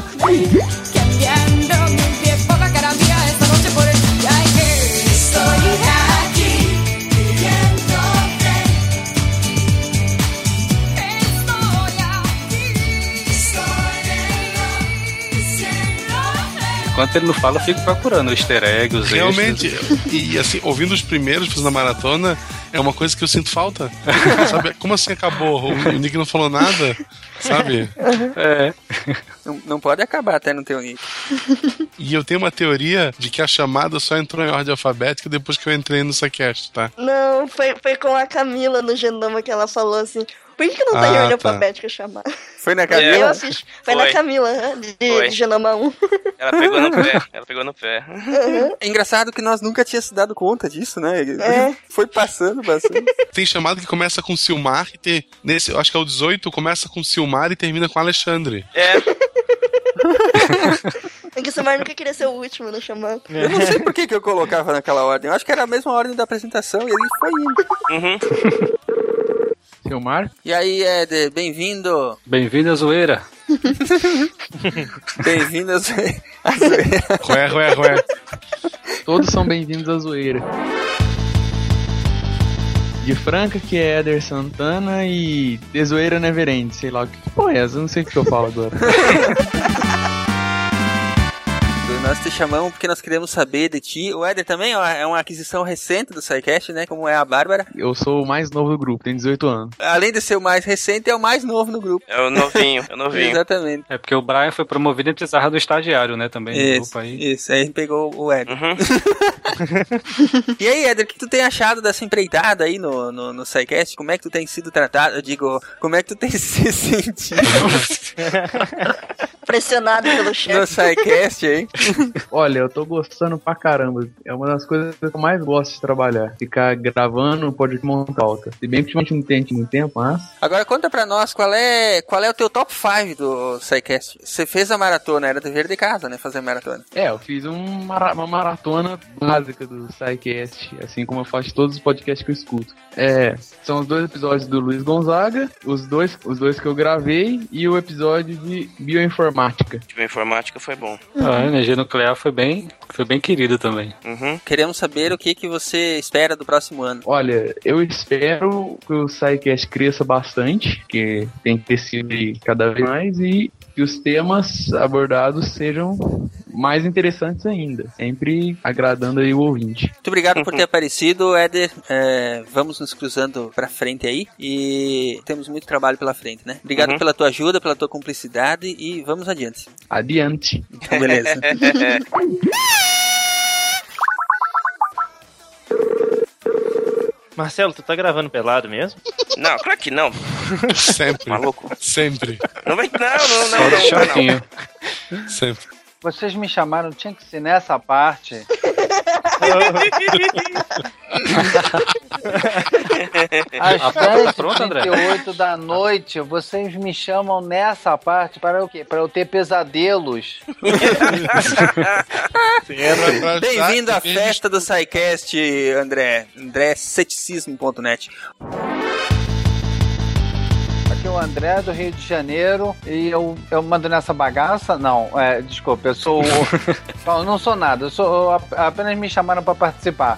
Speaker 4: Enquanto ele não fala, eu fico procurando o easter egg, os
Speaker 13: realmente,
Speaker 4: extras.
Speaker 13: e assim, ouvindo os primeiros fazendo a maratona, é uma coisa que eu sinto falta. Sabe? Como assim acabou? O Nick não falou nada, sabe?
Speaker 3: Não pode acabar até não ter o Nick.
Speaker 13: E eu tenho uma teoria de que a chamada só entrou em ordem alfabética depois que eu entrei no SciCast, tá?
Speaker 5: Não, foi com a Camila no Genoma que ela falou assim... Por que não tá em ordem alfabética chamar?
Speaker 3: Foi na Camila?
Speaker 5: Eu assisti. Foi na Camila, de Genoma 1.
Speaker 10: Ela pegou no pé.
Speaker 3: É engraçado que nós nunca tínhamos se dado conta disso, né? Foi passando.
Speaker 13: Tem chamada que começa com Silmar e nesse, eu acho que é o 18, começa com Silmar e termina com Alexandre.
Speaker 5: É que o Silmar nunca queria ser o último no chamado.
Speaker 3: Eu não sei por que eu colocava naquela ordem. Eu acho que era a mesma ordem da apresentação e ele foi indo.
Speaker 21: Silmar?
Speaker 3: E aí, Éder, bem-vindo.
Speaker 4: Bem-vindo à zoeira.
Speaker 3: Bem-vindo à zoeira.
Speaker 21: Rué. Todos são bem-vindos à zoeira. De Franca, que é Éder Santana, e de zoeira Neverend, sei lá o que porra é essa, eu não sei o que eu falo agora.
Speaker 3: Nós te chamamos porque nós queremos saber de ti. O Éder também ó, é uma aquisição recente do SciCast, né? Como é a Bárbara.
Speaker 21: Eu sou o mais novo do grupo, tenho 18 anos.
Speaker 3: Além de ser o mais recente, é o mais novo no grupo.
Speaker 10: É o novinho,
Speaker 3: Exatamente.
Speaker 4: É porque o Brian foi promovido e precisava do estagiário, né? Também no grupo aí.
Speaker 3: Isso, aí pegou o Éder. E aí, Éder, o que tu tem achado dessa empreitada aí no SciCast? Como é que tu tem sido tratado? Eu digo, como é que tu tem se sentido?
Speaker 5: Pressionado pelo chefe.
Speaker 3: No SciCast, hein?
Speaker 21: Olha, eu tô gostando pra caramba. É uma das coisas que eu mais gosto de trabalhar. Ficar gravando pode montar alta. Se bem que ultimamente não tem muito tempo, mas...
Speaker 3: Agora conta pra nós qual é o teu top 5 do SciCast. Você fez a maratona, era dever de casa, né? Fazer a maratona.
Speaker 21: Eu fiz uma maratona básica do SciCast, assim como eu faço todos os podcasts que eu escuto. São os 2 episódios do Luiz Gonzaga, os dois que eu gravei, e o episódio de bioinformática.
Speaker 10: Bioinformática foi bom.
Speaker 4: A energia nuclear foi bem querida também.
Speaker 3: Queremos saber o que você espera do próximo ano.
Speaker 21: Olha, eu espero que o SciCast cresça bastante, que tem crescido cada vez mais, e que os temas abordados sejam mais interessantes ainda, sempre agradando aí o ouvinte.
Speaker 3: Muito obrigado por ter aparecido, Éder. Vamos nos cruzando pra frente aí e temos muito trabalho pela frente, né? Obrigado pela tua ajuda, pela tua cumplicidade e vamos adiante.
Speaker 21: Adiante.
Speaker 3: Então, beleza.
Speaker 14: Marcelo, tu tá gravando pelado mesmo?
Speaker 10: Não, claro que não.
Speaker 13: Sempre.
Speaker 10: Maluco.
Speaker 13: Sempre.
Speaker 10: Não vai. Não.
Speaker 13: Sempre.
Speaker 22: Vocês me chamaram, tinha que ser nessa parte. Às 10h38 da noite, vocês me chamam nessa parte para o quê? Para eu ter pesadelos.
Speaker 3: Bem-vindo à festa do SciCast, André. Ceticismo.net.
Speaker 22: Aqui é o André do Rio de Janeiro e eu mando nessa bagaça? Não, desculpa, eu sou eu não sou nada, apenas me chamaram para participar.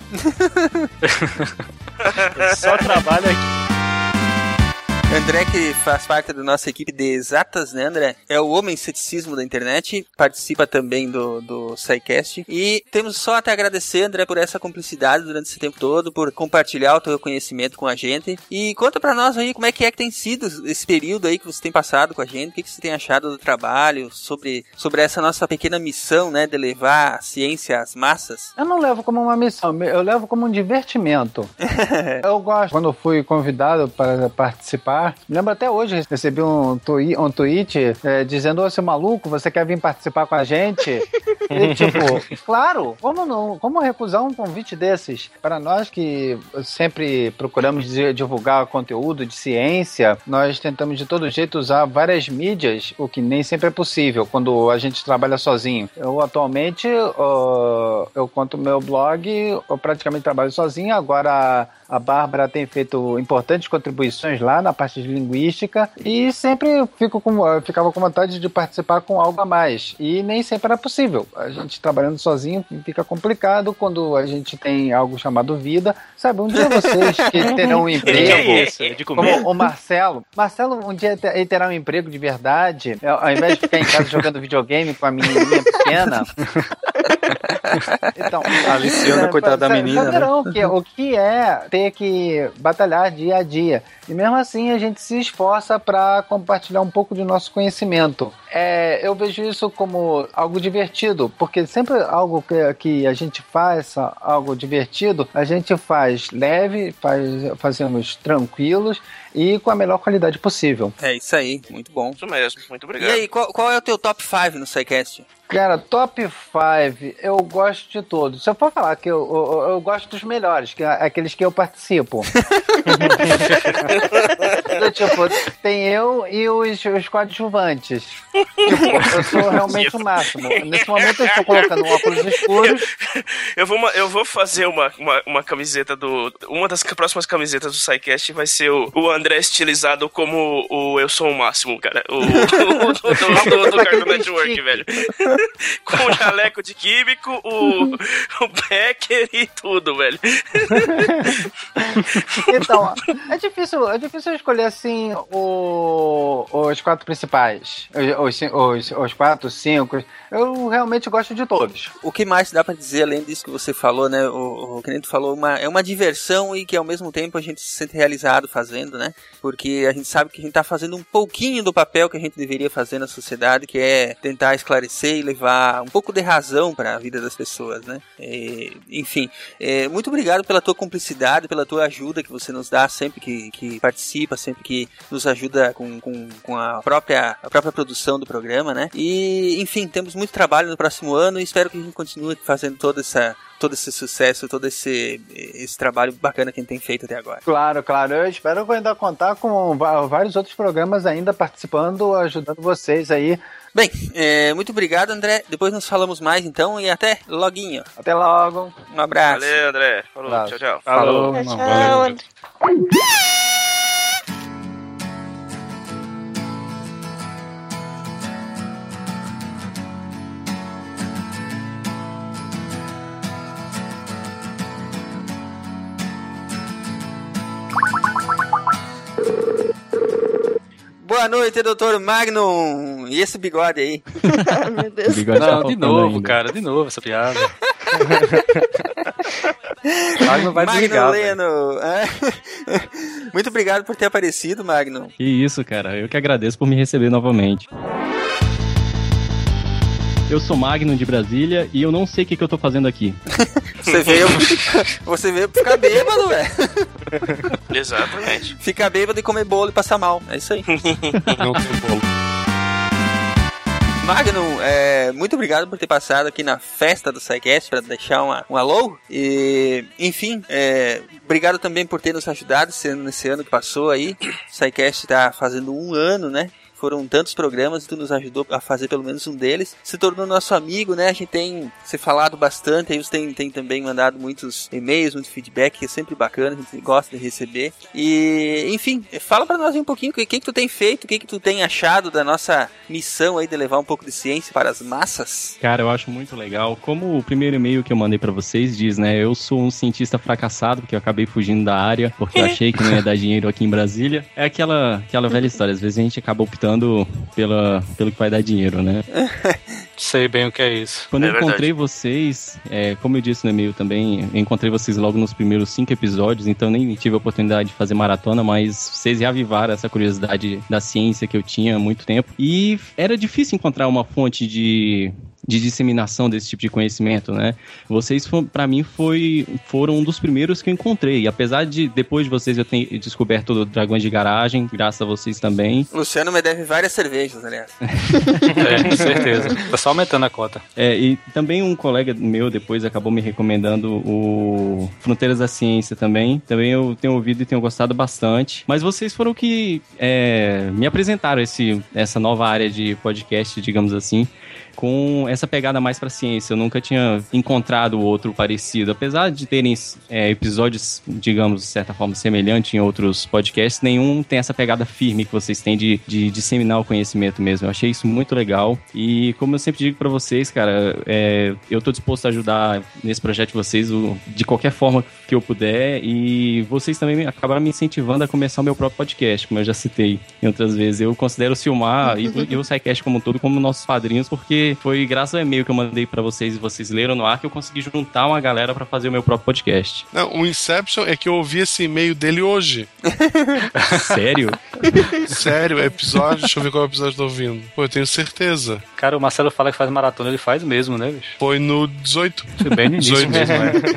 Speaker 14: Só trabalho aqui.
Speaker 3: André, que faz parte da nossa equipe de exatas, né, André? É o homem ceticismo da internet, participa também do SciCast. E temos só até agradecer, André, por essa cumplicidade durante esse tempo todo, por compartilhar o teu conhecimento com a gente. E conta pra nós aí como é que tem sido esse período aí que você tem passado com a gente, o que você tem achado do trabalho, sobre essa nossa pequena missão, né, de levar a ciência às massas.
Speaker 22: Eu não levo como uma missão, eu levo como um divertimento. Eu gosto. Quando eu fui convidado para participar, me lembro até hoje, recebi um tweet dizendo: ô, seu maluco, você quer vir participar com a gente? E tipo, claro, como recusar um convite desses? Para nós que sempre procuramos divulgar conteúdo de ciência, nós tentamos de todo jeito usar várias mídias, o que nem sempre é possível quando a gente trabalha sozinho. Eu atualmente, eu conto meu blog, eu praticamente trabalho sozinho, agora a Bárbara tem feito importantes contribuições lá na parte de linguística e sempre ficava com vontade de participar com algo a mais. E nem sempre era possível. A gente trabalhando sozinho fica complicado quando a gente tem algo chamado vida. Sabe, um dia vocês que terão um emprego, como o Marcelo. Marcelo um dia terá um emprego de verdade, ao invés de ficar em casa jogando videogame com a menininha pequena. Então,
Speaker 4: a Aliciana, coitada da menina,
Speaker 22: saberão, né? O que é ter que batalhar dia a dia. E mesmo assim a gente se esforça para compartilhar um pouco do nosso conhecimento. Eu vejo isso como algo divertido, porque sempre algo que a gente faz, algo divertido, a gente faz leve, fazemos tranquilos e com a melhor qualidade possível.
Speaker 3: É isso aí, muito bom.
Speaker 10: Isso mesmo, muito obrigado.
Speaker 3: E aí, qual é o teu top 5 no SciCast?
Speaker 22: Cara, top 5, eu gosto de todos. Se eu for falar que eu gosto dos melhores, que é aqueles que eu participo. Tipo, tem eu e os coadjuvantes. Tipo, eu sou realmente o máximo. Nesse momento eu estou colocando óculos escuros.
Speaker 10: Eu vou fazer uma camiseta uma das próximas camisetas do SciCast vai ser o André estilizado como o Eu Sou o Máximo, cara. Do Cartoon Network, velho. Com o jaleco de químico, o Becker e tudo, velho.
Speaker 22: Então, é difícil escolher assim os 4 principais. Os 4, 5. Eu realmente gosto de todos.
Speaker 3: O que mais dá pra dizer, além disso que você falou, né? O que a gente falou, é uma diversão e que ao mesmo tempo a gente se sente realizado fazendo, né? Porque a gente sabe que a gente tá fazendo um pouquinho do papel que a gente deveria fazer na sociedade, que é tentar esclarecer e levar um pouco de razão para a vida das pessoas, né? Enfim, muito obrigado pela tua cumplicidade, pela tua ajuda que você nos dá sempre que participa, sempre que nos ajuda com a própria produção do programa, né? E, enfim, temos muito trabalho no próximo ano e espero que a gente continue fazendo todo esse sucesso, todo esse trabalho bacana que a gente tem feito até agora.
Speaker 22: Claro. Eu espero ainda contar com vários outros programas ainda participando, ajudando vocês aí.
Speaker 3: Bem, muito obrigado, André. Depois nos falamos mais, então, e até loguinho.
Speaker 22: Até logo.
Speaker 3: Um abraço.
Speaker 10: Valeu, André. Falou,
Speaker 22: Claro.
Speaker 10: tchau.
Speaker 22: Falou.
Speaker 5: Tchau, André.
Speaker 3: Boa noite, doutor Magnum. E esse bigode aí?
Speaker 5: Meu Deus.
Speaker 4: Não, de novo, cara, de novo essa piada. Magnum vai desligar.
Speaker 3: Leno. Muito obrigado por ter aparecido, Magnum.
Speaker 6: Que isso, cara. Eu que agradeço por me receber novamente. Eu sou Magnum de Brasília e eu não sei o que eu tô fazendo aqui.
Speaker 3: Você veio pra ficar bêbado, velho.
Speaker 10: Exatamente.
Speaker 3: Ficar bêbado e comer bolo e passar mal. É isso aí.
Speaker 13: Não tem bolo.
Speaker 3: Magnum, muito obrigado por ter passado aqui na festa do SciCast para deixar um alô. E, enfim, obrigado também por ter nos ajudado nesse ano que passou aí. O SciCast tá fazendo 1 ano, né? Foram tantos programas e tu nos ajudou a fazer pelo menos um deles. Se tornou nosso amigo, né? A gente tem se falado bastante, aí você tem também mandado muitos e-mails, muito feedback, que é sempre bacana, a gente gosta de receber. E, enfim, fala pra nós um pouquinho o que tu tem feito, o que tu tem achado da nossa missão aí de levar um pouco de ciência para as massas.
Speaker 6: Cara, eu acho muito legal. Como o primeiro e-mail que eu mandei pra vocês diz, né? Eu sou um cientista fracassado, porque eu acabei fugindo da área, porque eu achei que não ia dar dinheiro aqui em Brasília. É aquela velha história, às vezes a gente acaba optando pelo que vai dar dinheiro, né?
Speaker 4: Sei bem o que é isso.
Speaker 6: Quando eu encontrei vocês, como eu disse no e-mail também, eu encontrei vocês logo nos primeiros 5 episódios, então nem tive a oportunidade de fazer maratona, mas vocês reavivaram essa curiosidade da ciência que eu tinha há muito tempo. E era difícil encontrar uma fonte de disseminação desse tipo de conhecimento, né? Vocês, pra mim, foram um dos primeiros que eu encontrei. E apesar de, depois de vocês, eu ter descoberto o Dragões de Garagem, graças a vocês também.
Speaker 3: Luciano me deve várias cervejas, aliás.
Speaker 4: Com certeza. Tá só aumentando a cota.
Speaker 6: E também um colega meu depois acabou me recomendando o Fronteiras da Ciência também. Também eu tenho ouvido e tenho gostado bastante. Mas vocês foram que me apresentaram essa nova área de podcast, digamos assim, com essa pegada mais pra ciência. Eu nunca tinha encontrado outro parecido. Apesar de terem episódios, digamos, de certa forma, semelhantes em outros podcasts, nenhum tem essa pegada firme que vocês têm de disseminar o conhecimento mesmo. Eu achei isso muito legal. E como eu sempre digo pra vocês, cara, eu tô disposto a ajudar nesse projeto de vocês de qualquer forma que eu puder. E vocês também acabaram me incentivando a começar o meu próprio podcast, como eu já citei em outras vezes. Eu considero o Silmar e o SciCast como um todo como nossos padrinhos, porque foi graças ao e-mail que eu mandei pra vocês e vocês leram no ar que eu consegui juntar uma galera pra fazer o meu próprio podcast.
Speaker 13: Não, o Inception é que eu ouvi esse e-mail dele hoje.
Speaker 6: Sério?
Speaker 13: Sério, episódio, deixa eu ver qual episódio eu tô ouvindo. Pô, eu tenho certeza.
Speaker 4: Cara, o Marcelo fala que faz maratona, ele faz mesmo, né, bicho?
Speaker 13: Foi no 18.
Speaker 4: Foi bem no início mesmo,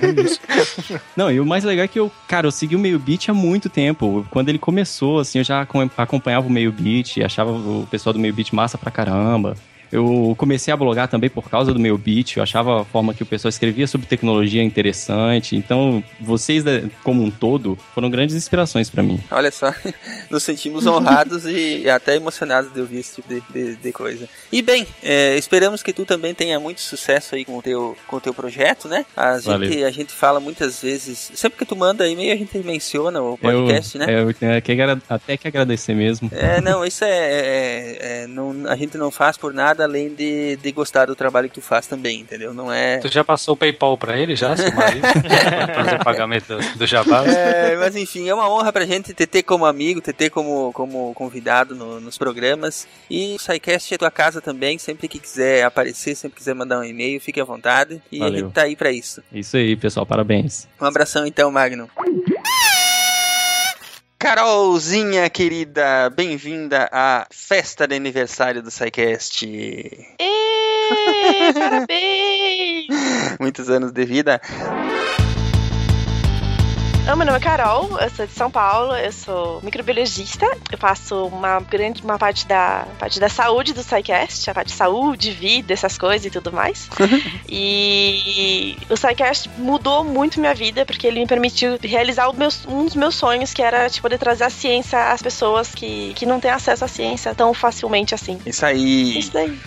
Speaker 6: Não, e o mais legal é que eu segui o Meio Beat há muito tempo. Quando ele começou, assim, eu já acompanhava o Meio Beat, achava o pessoal do Meio Beat massa pra caramba. Eu comecei a blogar também por causa do meu beat. Eu achava a forma que o pessoal escrevia sobre tecnologia interessante. Então, vocês, como um todo, foram grandes inspirações pra mim.
Speaker 3: Olha só, nos sentimos honrados e até emocionados de ouvir esse tipo de coisa. E bem, esperamos que tu também tenha muito sucesso aí com o teu projeto, né? A gente fala muitas vezes, sempre que tu manda e-mail a gente menciona o podcast, né?
Speaker 6: Até que agradecer mesmo.
Speaker 3: Não, isso a gente não faz por nada além de gostar do trabalho que tu faz também, entendeu? Não é...
Speaker 4: Tu já passou o PayPal pra ele, já, seu marido? Pra fazer o pagamento do jabá?
Speaker 3: Mas enfim, é uma honra pra gente ter como amigo, ter como convidado nos programas. E o SciCast é tua casa também, sempre que quiser aparecer, sempre que quiser mandar um e-mail, fique à vontade. E a gente tá aí pra isso.
Speaker 6: Isso aí, pessoal, parabéns.
Speaker 3: Um abração então, Magno. Carolzinha, querida, bem-vinda à festa de aniversário do SciCast.
Speaker 2: Parabéns!
Speaker 3: Muitos anos de vida.
Speaker 2: Meu nome é Carol, eu sou de São Paulo, eu sou microbiologista, eu faço uma parte da saúde do SciCast, a parte de saúde, vida, essas coisas e tudo mais. E o SciCast mudou muito minha vida, porque ele me permitiu realizar um dos meus sonhos, que era poder trazer a ciência às pessoas que não têm acesso à ciência tão facilmente assim.
Speaker 3: Isso aí!
Speaker 2: Isso aí!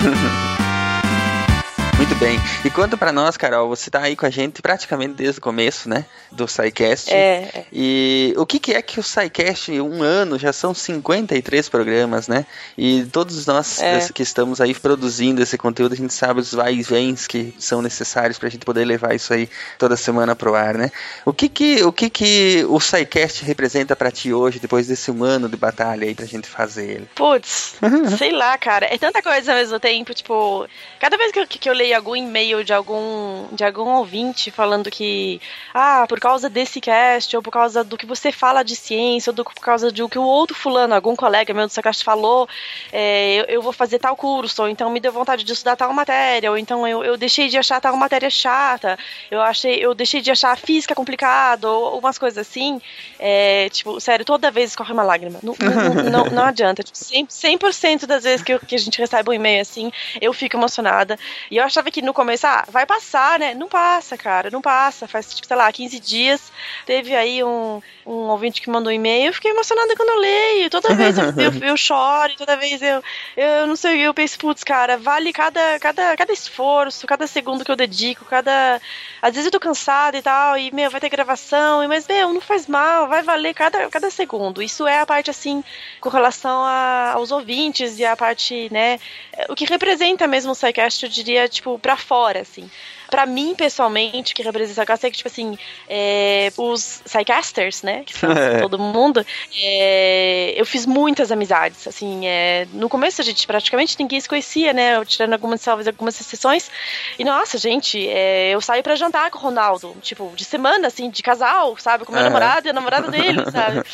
Speaker 3: Muito bem. E conta pra nós, Carol, você tá aí com a gente praticamente desde o começo, né? Do SciCast. E o que é que o SciCast, um ano, já são 53 programas, né? E todos nós que estamos aí produzindo esse conteúdo, a gente sabe os vai e vens que são necessários pra gente poder levar isso aí toda semana pro ar, né? O que o SciCast representa pra ti hoje, depois desse um ano de batalha aí pra gente fazer ele?
Speaker 2: Putz, sei lá, cara. É tanta coisa ao mesmo tempo, cada vez que eu leio algum e-mail de algum ouvinte falando que por causa desse cast, ou por causa do que você fala de ciência, ou por causa do que o outro fulano, algum colega meu do SciCast falou, eu vou fazer tal curso, ou então me deu vontade de estudar tal matéria, ou então eu deixei de achar tal matéria chata, eu deixei de achar a física complicada, ou umas coisas assim, sério, toda vez escorre uma lágrima. Não adianta. 100% das vezes que a gente recebe um e-mail assim, eu fico emocionada. E eu achava que no começo, vai passar, né? Não passa, cara, não passa. Faz, 15 dias, teve aí um ouvinte que mandou um e-mail, eu fiquei emocionada quando eu leio. Toda vez eu choro, toda vez eu não sei, eu penso, putz, cara, vale cada esforço, cada segundo que eu dedico, às vezes eu tô cansada e tal, e, vai ter gravação, mas, não faz mal, vai valer cada segundo. Isso é a parte, assim, com relação aos ouvintes e a parte, né, o que representa mesmo o SciCast, eu diria, pra fora, assim. Pra mim, pessoalmente, que representa o SciCast é que, os SciCasters, né, que são todo mundo, eu fiz muitas amizades, assim, no começo a gente praticamente ninguém se conhecia, né, eu tirando algumas exceções, e nossa, gente, eu saí pra jantar com o Ronaldo, de semana, assim, de casal, sabe, com meu namorado e a namorada dele, sabe,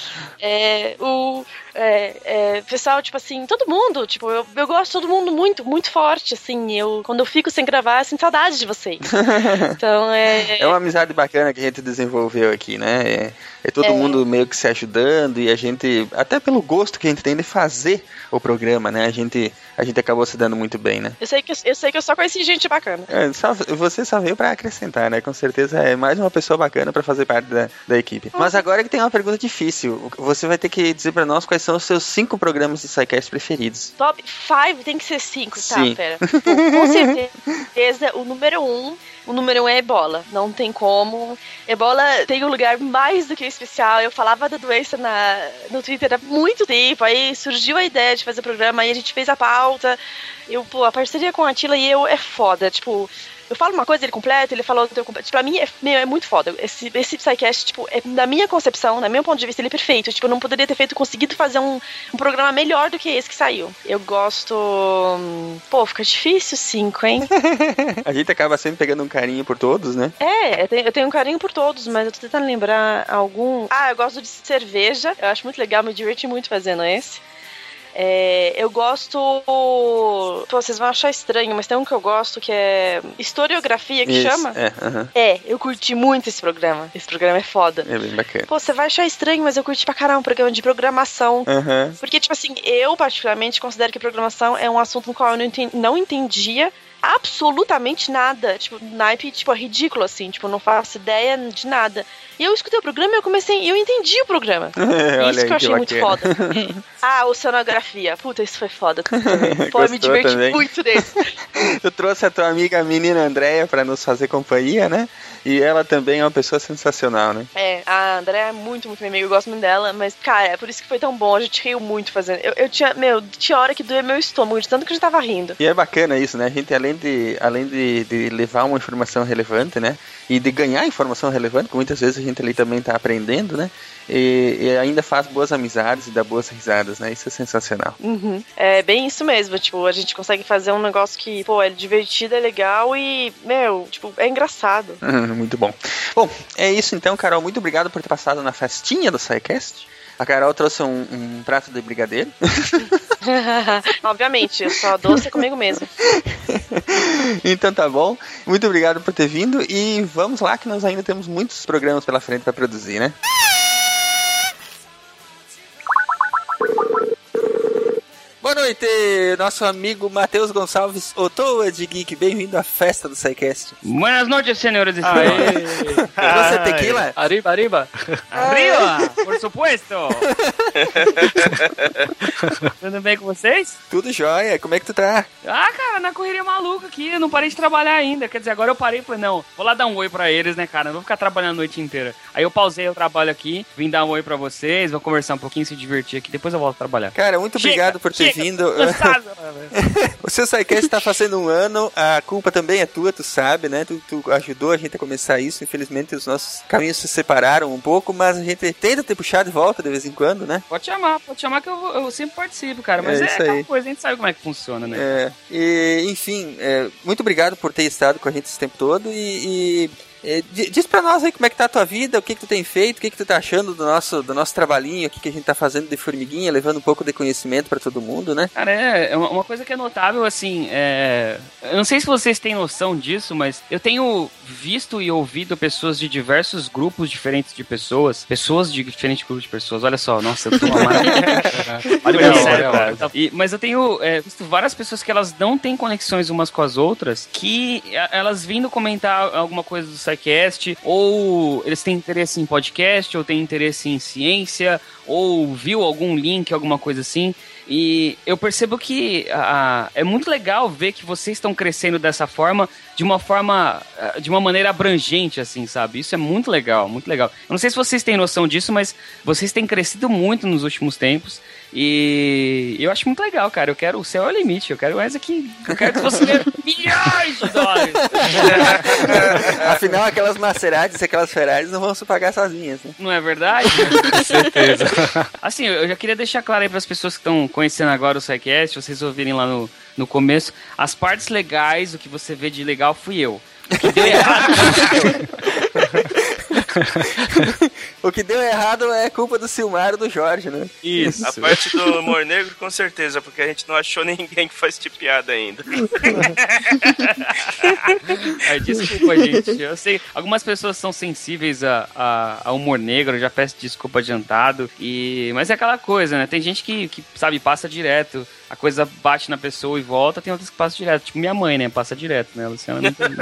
Speaker 2: pessoal, todo mundo, eu gosto de todo mundo muito, muito forte, assim, quando eu fico sem gravar, eu sinto saudade de vocês. Então,
Speaker 3: é uma amizade bacana que a gente desenvolveu aqui, né? É todo mundo meio que se ajudando, e a gente, até pelo gosto que a gente tem de fazer o programa, né? A gente acabou se dando muito bem, né?
Speaker 2: Eu sei que eu só conheci gente bacana.
Speaker 3: Você só veio pra acrescentar, né? Com certeza é mais uma pessoa bacana pra fazer parte da equipe. Mas agora que tem uma pergunta difícil, você vai ter que dizer pra nós quais são os seus 5 programas de SciCast preferidos.
Speaker 2: Top 5 tem que ser 5, tá? Sim. Pera. Com certeza, o número 1 é Ebola, não tem como. Ebola tem um lugar mais do que especial. Eu falava da doença no Twitter há muito tempo, aí surgiu a ideia de fazer o programa, aí a gente fez a pauta. A parceria com a Atila e eu é foda, eu falo uma coisa, ele completa, ele fala outra, eu completo. Pra mim, é muito foda. Esse SciCast, na minha concepção, na meu ponto de vista, ele é perfeito. Eu não poderia ter conseguido fazer um programa melhor do que esse que saiu. Eu gosto... fica difícil 5, hein?
Speaker 3: A gente acaba sempre pegando um carinho por todos, né?
Speaker 2: Eu tenho um carinho por todos, mas eu tô tentando lembrar algum... eu gosto de cerveja. Eu acho muito legal, me diverti muito fazendo esse. Eu gosto... Pô, vocês vão achar estranho, mas tem um que eu gosto que é historiografia, que chama? Eu curti muito esse programa. Esse programa é foda.
Speaker 3: É bem bacana.
Speaker 2: Pô, você vai achar estranho, mas eu curti pra caramba um programa de programação. Porque, tipo assim, eu particularmente considero que programação é um assunto no qual eu não entendia absolutamente nada. Tipo, naipe, tipo, é ridículo, assim. Tipo, eu não faço ideia de nada. E eu escutei o programa e eu entendi o programa. Isso que eu achei muito foda. Oceanografia. Puta, isso foi foda. Pô, eu me diverti muito desse.
Speaker 3: Tu trouxe a tua amiga, a menina Andréia, pra nos fazer companhia, né? E ela também é uma pessoa sensacional, né?
Speaker 2: A Andréia é muito, muito minha amiga, eu gosto muito dela, mas, cara, é por isso que foi tão bom, a gente riu muito fazendo. Tinha hora que doía meu estômago, de tanto que a gente tava rindo.
Speaker 3: E é bacana isso, né? A gente, além de levar uma informação relevante, né? E de ganhar informação relevante, que muitas vezes a gente ali também tá aprendendo, né? E ainda faz boas amizades e dá boas risadas, né? Isso é sensacional.
Speaker 2: É bem isso mesmo, tipo, a gente consegue fazer um negócio que, pô, é divertido, é legal e, tipo, é engraçado.
Speaker 3: Muito bom. Bom, é isso então, Carol. Muito obrigado por ter passado na festinha do SciCast. A Carol trouxe um prato de brigadeiro.
Speaker 2: Obviamente, eu só doce comigo mesmo.
Speaker 3: Então tá bom. Muito obrigado por ter vindo e vamos lá que nós ainda temos muitos programas pela frente para produzir, né? Boa noite, nosso amigo Matheus Gonçalves, o Toa de Geek. Bem-vindo à festa do SciCast.
Speaker 8: Buenas noches, senhores e senhores.
Speaker 3: Você é tequila?
Speaker 4: Arriba, arriba.
Speaker 8: Arriba, por supuesto. Tudo bem com vocês?
Speaker 3: Tudo jóia. Como é que tu tá?
Speaker 8: Cara, na correria maluca aqui, eu não parei de trabalhar ainda. Quer dizer, agora eu parei e falei, não, vou lá dar um oi pra eles, né, cara? Não vou ficar trabalhando a noite inteira. Aí eu pausei o trabalho aqui, vim dar um oi pra vocês, vou conversar um pouquinho, se divertir aqui, depois eu volto a trabalhar.
Speaker 3: Cara, muito obrigado por ter vindo. O seu SciCast está fazendo um ano, a culpa também é tua, tu sabe, né? Tu ajudou a gente a começar isso, infelizmente os nossos caminhos se separaram um pouco, mas a gente tenta te puxar de volta de vez em quando, né?
Speaker 8: Pode chamar que eu sempre participo, cara, mas aquela coisa, a gente sabe como é que funciona, né?
Speaker 3: Enfim, muito obrigado por ter estado com a gente esse tempo todo diz pra nós aí como é que tá a tua vida, o que tu tem feito, o que tu tá achando do nosso trabalhinho aqui que a gente tá fazendo de formiguinha, levando um pouco de conhecimento pra todo mundo, né?
Speaker 8: Cara, é uma coisa que é notável, assim, eu não sei se vocês têm noção disso, mas eu tenho visto e ouvido pessoas de diversos grupos diferentes de pessoas de diferentes grupos de pessoas, olha só, nossa, eu tô uma maravilha. Olha, sério, cara. Mas eu tenho visto várias pessoas que elas não têm conexões umas com as outras, que elas vindo comentar alguma coisa do SciCast, ou eles têm interesse em podcast, ou têm interesse em ciência, ou viu algum link, alguma coisa assim. E eu percebo que é muito legal ver que vocês estão crescendo dessa forma, de uma maneira abrangente, assim, sabe? Isso é muito legal, muito legal. Eu não sei se vocês têm noção disso, mas vocês têm crescido muito nos últimos tempos. E eu acho muito legal, cara. O céu é o limite. Eu quero mais aqui. Eu quero que você ganhe milhões de dólares.
Speaker 3: Afinal, aquelas Maseratis e aquelas Ferraris não vão se pagar sozinhas, né?
Speaker 8: Não é verdade?
Speaker 4: Com certeza.
Speaker 8: Assim, eu já queria deixar claro aí para as pessoas que estão conhecendo agora o SciCast, vocês ouvirem lá no começo, as partes legais, o que você vê de legal fui eu. O que deu errado
Speaker 3: O que deu errado é culpa do Silmar e do Jorge, né?
Speaker 10: Isso. A parte do humor negro, com certeza, porque a gente não achou ninguém que faz tipo piada ainda.
Speaker 8: Desculpa, gente. Eu sei, algumas pessoas são sensíveis a humor negro, eu já peço desculpa adiantado. Mas é aquela coisa, né? Tem gente que sabe, passa direto. A coisa bate na pessoa e volta, tem outras que passam direto. Tipo minha mãe, né? Passa direto, né? A Luciana não tem.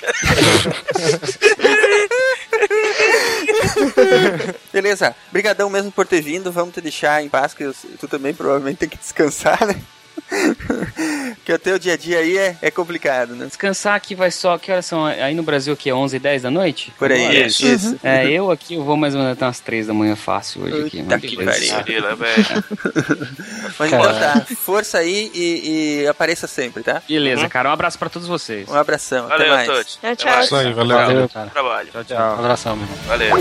Speaker 3: Beleza, brigadão mesmo por ter vindo. Vamos te deixar em paz, que tu também provavelmente tem que descansar, né? Que o teu dia a dia aí é complicado, né?
Speaker 8: Descansar aqui vai só... Que horas são? Aí no Brasil que é 11h10 da noite?
Speaker 3: Por aí, isso.
Speaker 8: Eu aqui eu vou mais ou menos até umas 3 da manhã fácil hoje aqui.
Speaker 10: Que velho, velho.
Speaker 3: Mas então tá, força aí e apareça sempre, tá?
Speaker 8: Beleza, cara. Um abraço pra todos vocês.
Speaker 3: Um abração,
Speaker 10: valeu,
Speaker 3: até mais.
Speaker 10: Todos.
Speaker 5: Tchau.
Speaker 13: Isso aí, valeu
Speaker 8: cara.
Speaker 10: Trabalho.
Speaker 8: Tchau. Um abração, meu irmão.
Speaker 10: Valeu.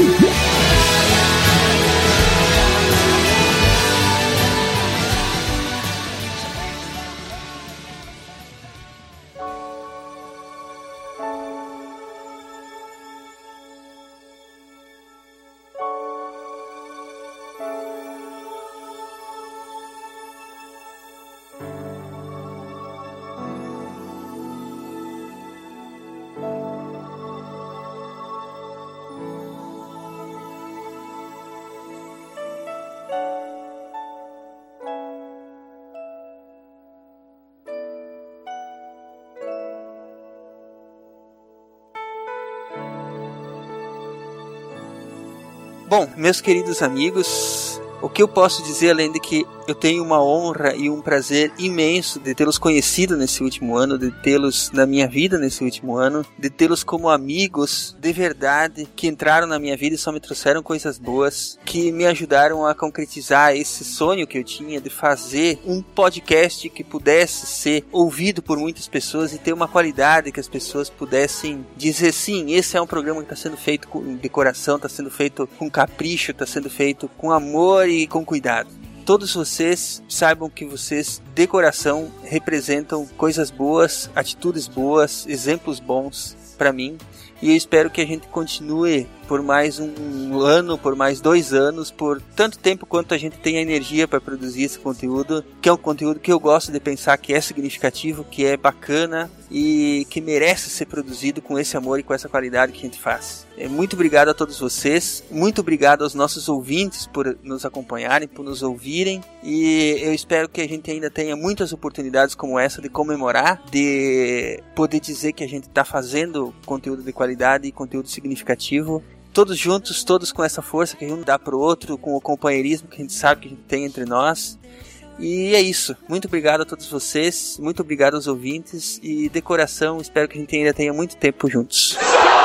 Speaker 3: Bom, meus queridos amigos, o que eu posso dizer além de que eu tenho uma honra e um prazer imenso de tê-los conhecido nesse último ano, de tê-los na minha vida nesse último ano, de tê-los como amigos de verdade, que entraram na minha vida e só me trouxeram coisas boas, que me ajudaram a concretizar esse sonho que eu tinha de fazer um podcast que pudesse ser ouvido por muitas pessoas e ter uma qualidade que as pessoas pudessem dizer, sim, esse é um programa que está sendo feito de coração, está sendo feito com capricho, está sendo feito com amor e com cuidado. Todos vocês saibam que vocês, de coração, representam coisas boas, atitudes boas, exemplos bons para mim. E eu espero que a gente continue por mais um ano, por mais 2 anos, por tanto tempo quanto a gente tem a energia para produzir esse conteúdo, que é um conteúdo que eu gosto de pensar que é significativo, que é bacana e que merece ser produzido com esse amor e com essa qualidade que a gente faz. Muito obrigado a todos vocês, muito obrigado aos nossos ouvintes por nos acompanharem, por nos ouvirem, e eu espero que a gente ainda tenha muitas oportunidades como essa de comemorar, de poder dizer que a gente está fazendo conteúdo de qualidade e conteúdo significativo, todos juntos, todos com essa força que a gente dá pro outro, com o companheirismo que a gente sabe que a gente tem entre nós. E é isso. Muito obrigado a todos vocês, muito obrigado aos ouvintes e de coração espero que a gente ainda tenha muito tempo juntos.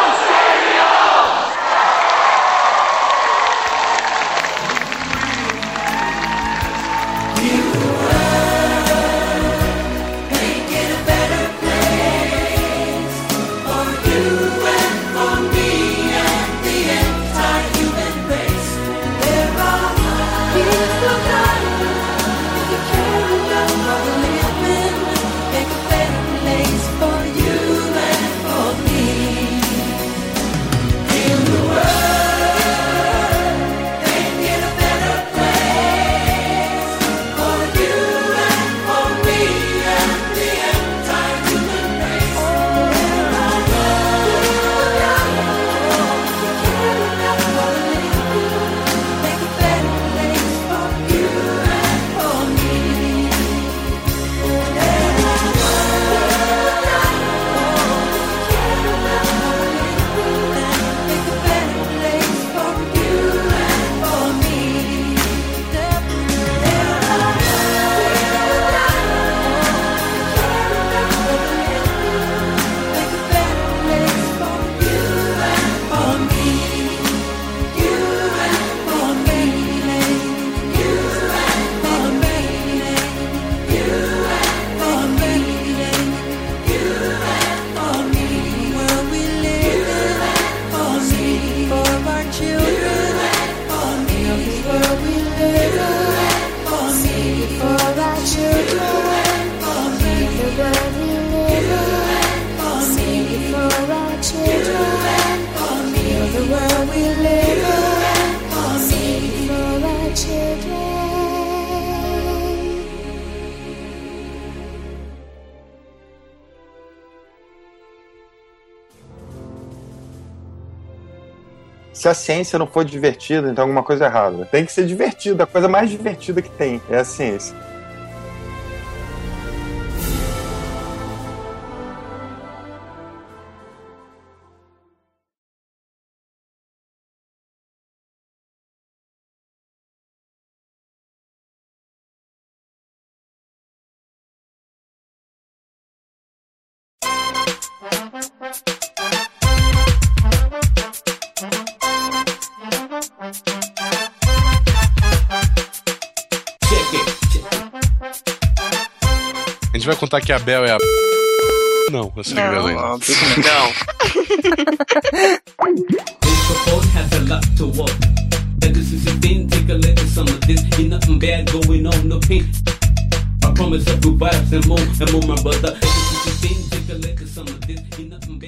Speaker 7: Se a ciência não for divertida, então alguma coisa é errada. Tem que ser divertida, a coisa mais divertida que tem é a ciência.
Speaker 13: A gente vai contar que a Bel é a... Não, eu sei que ela
Speaker 10: Não.
Speaker 9: I promise up good vibes and more, my brother. This is the thing, take a look at some of this. Ain't nothing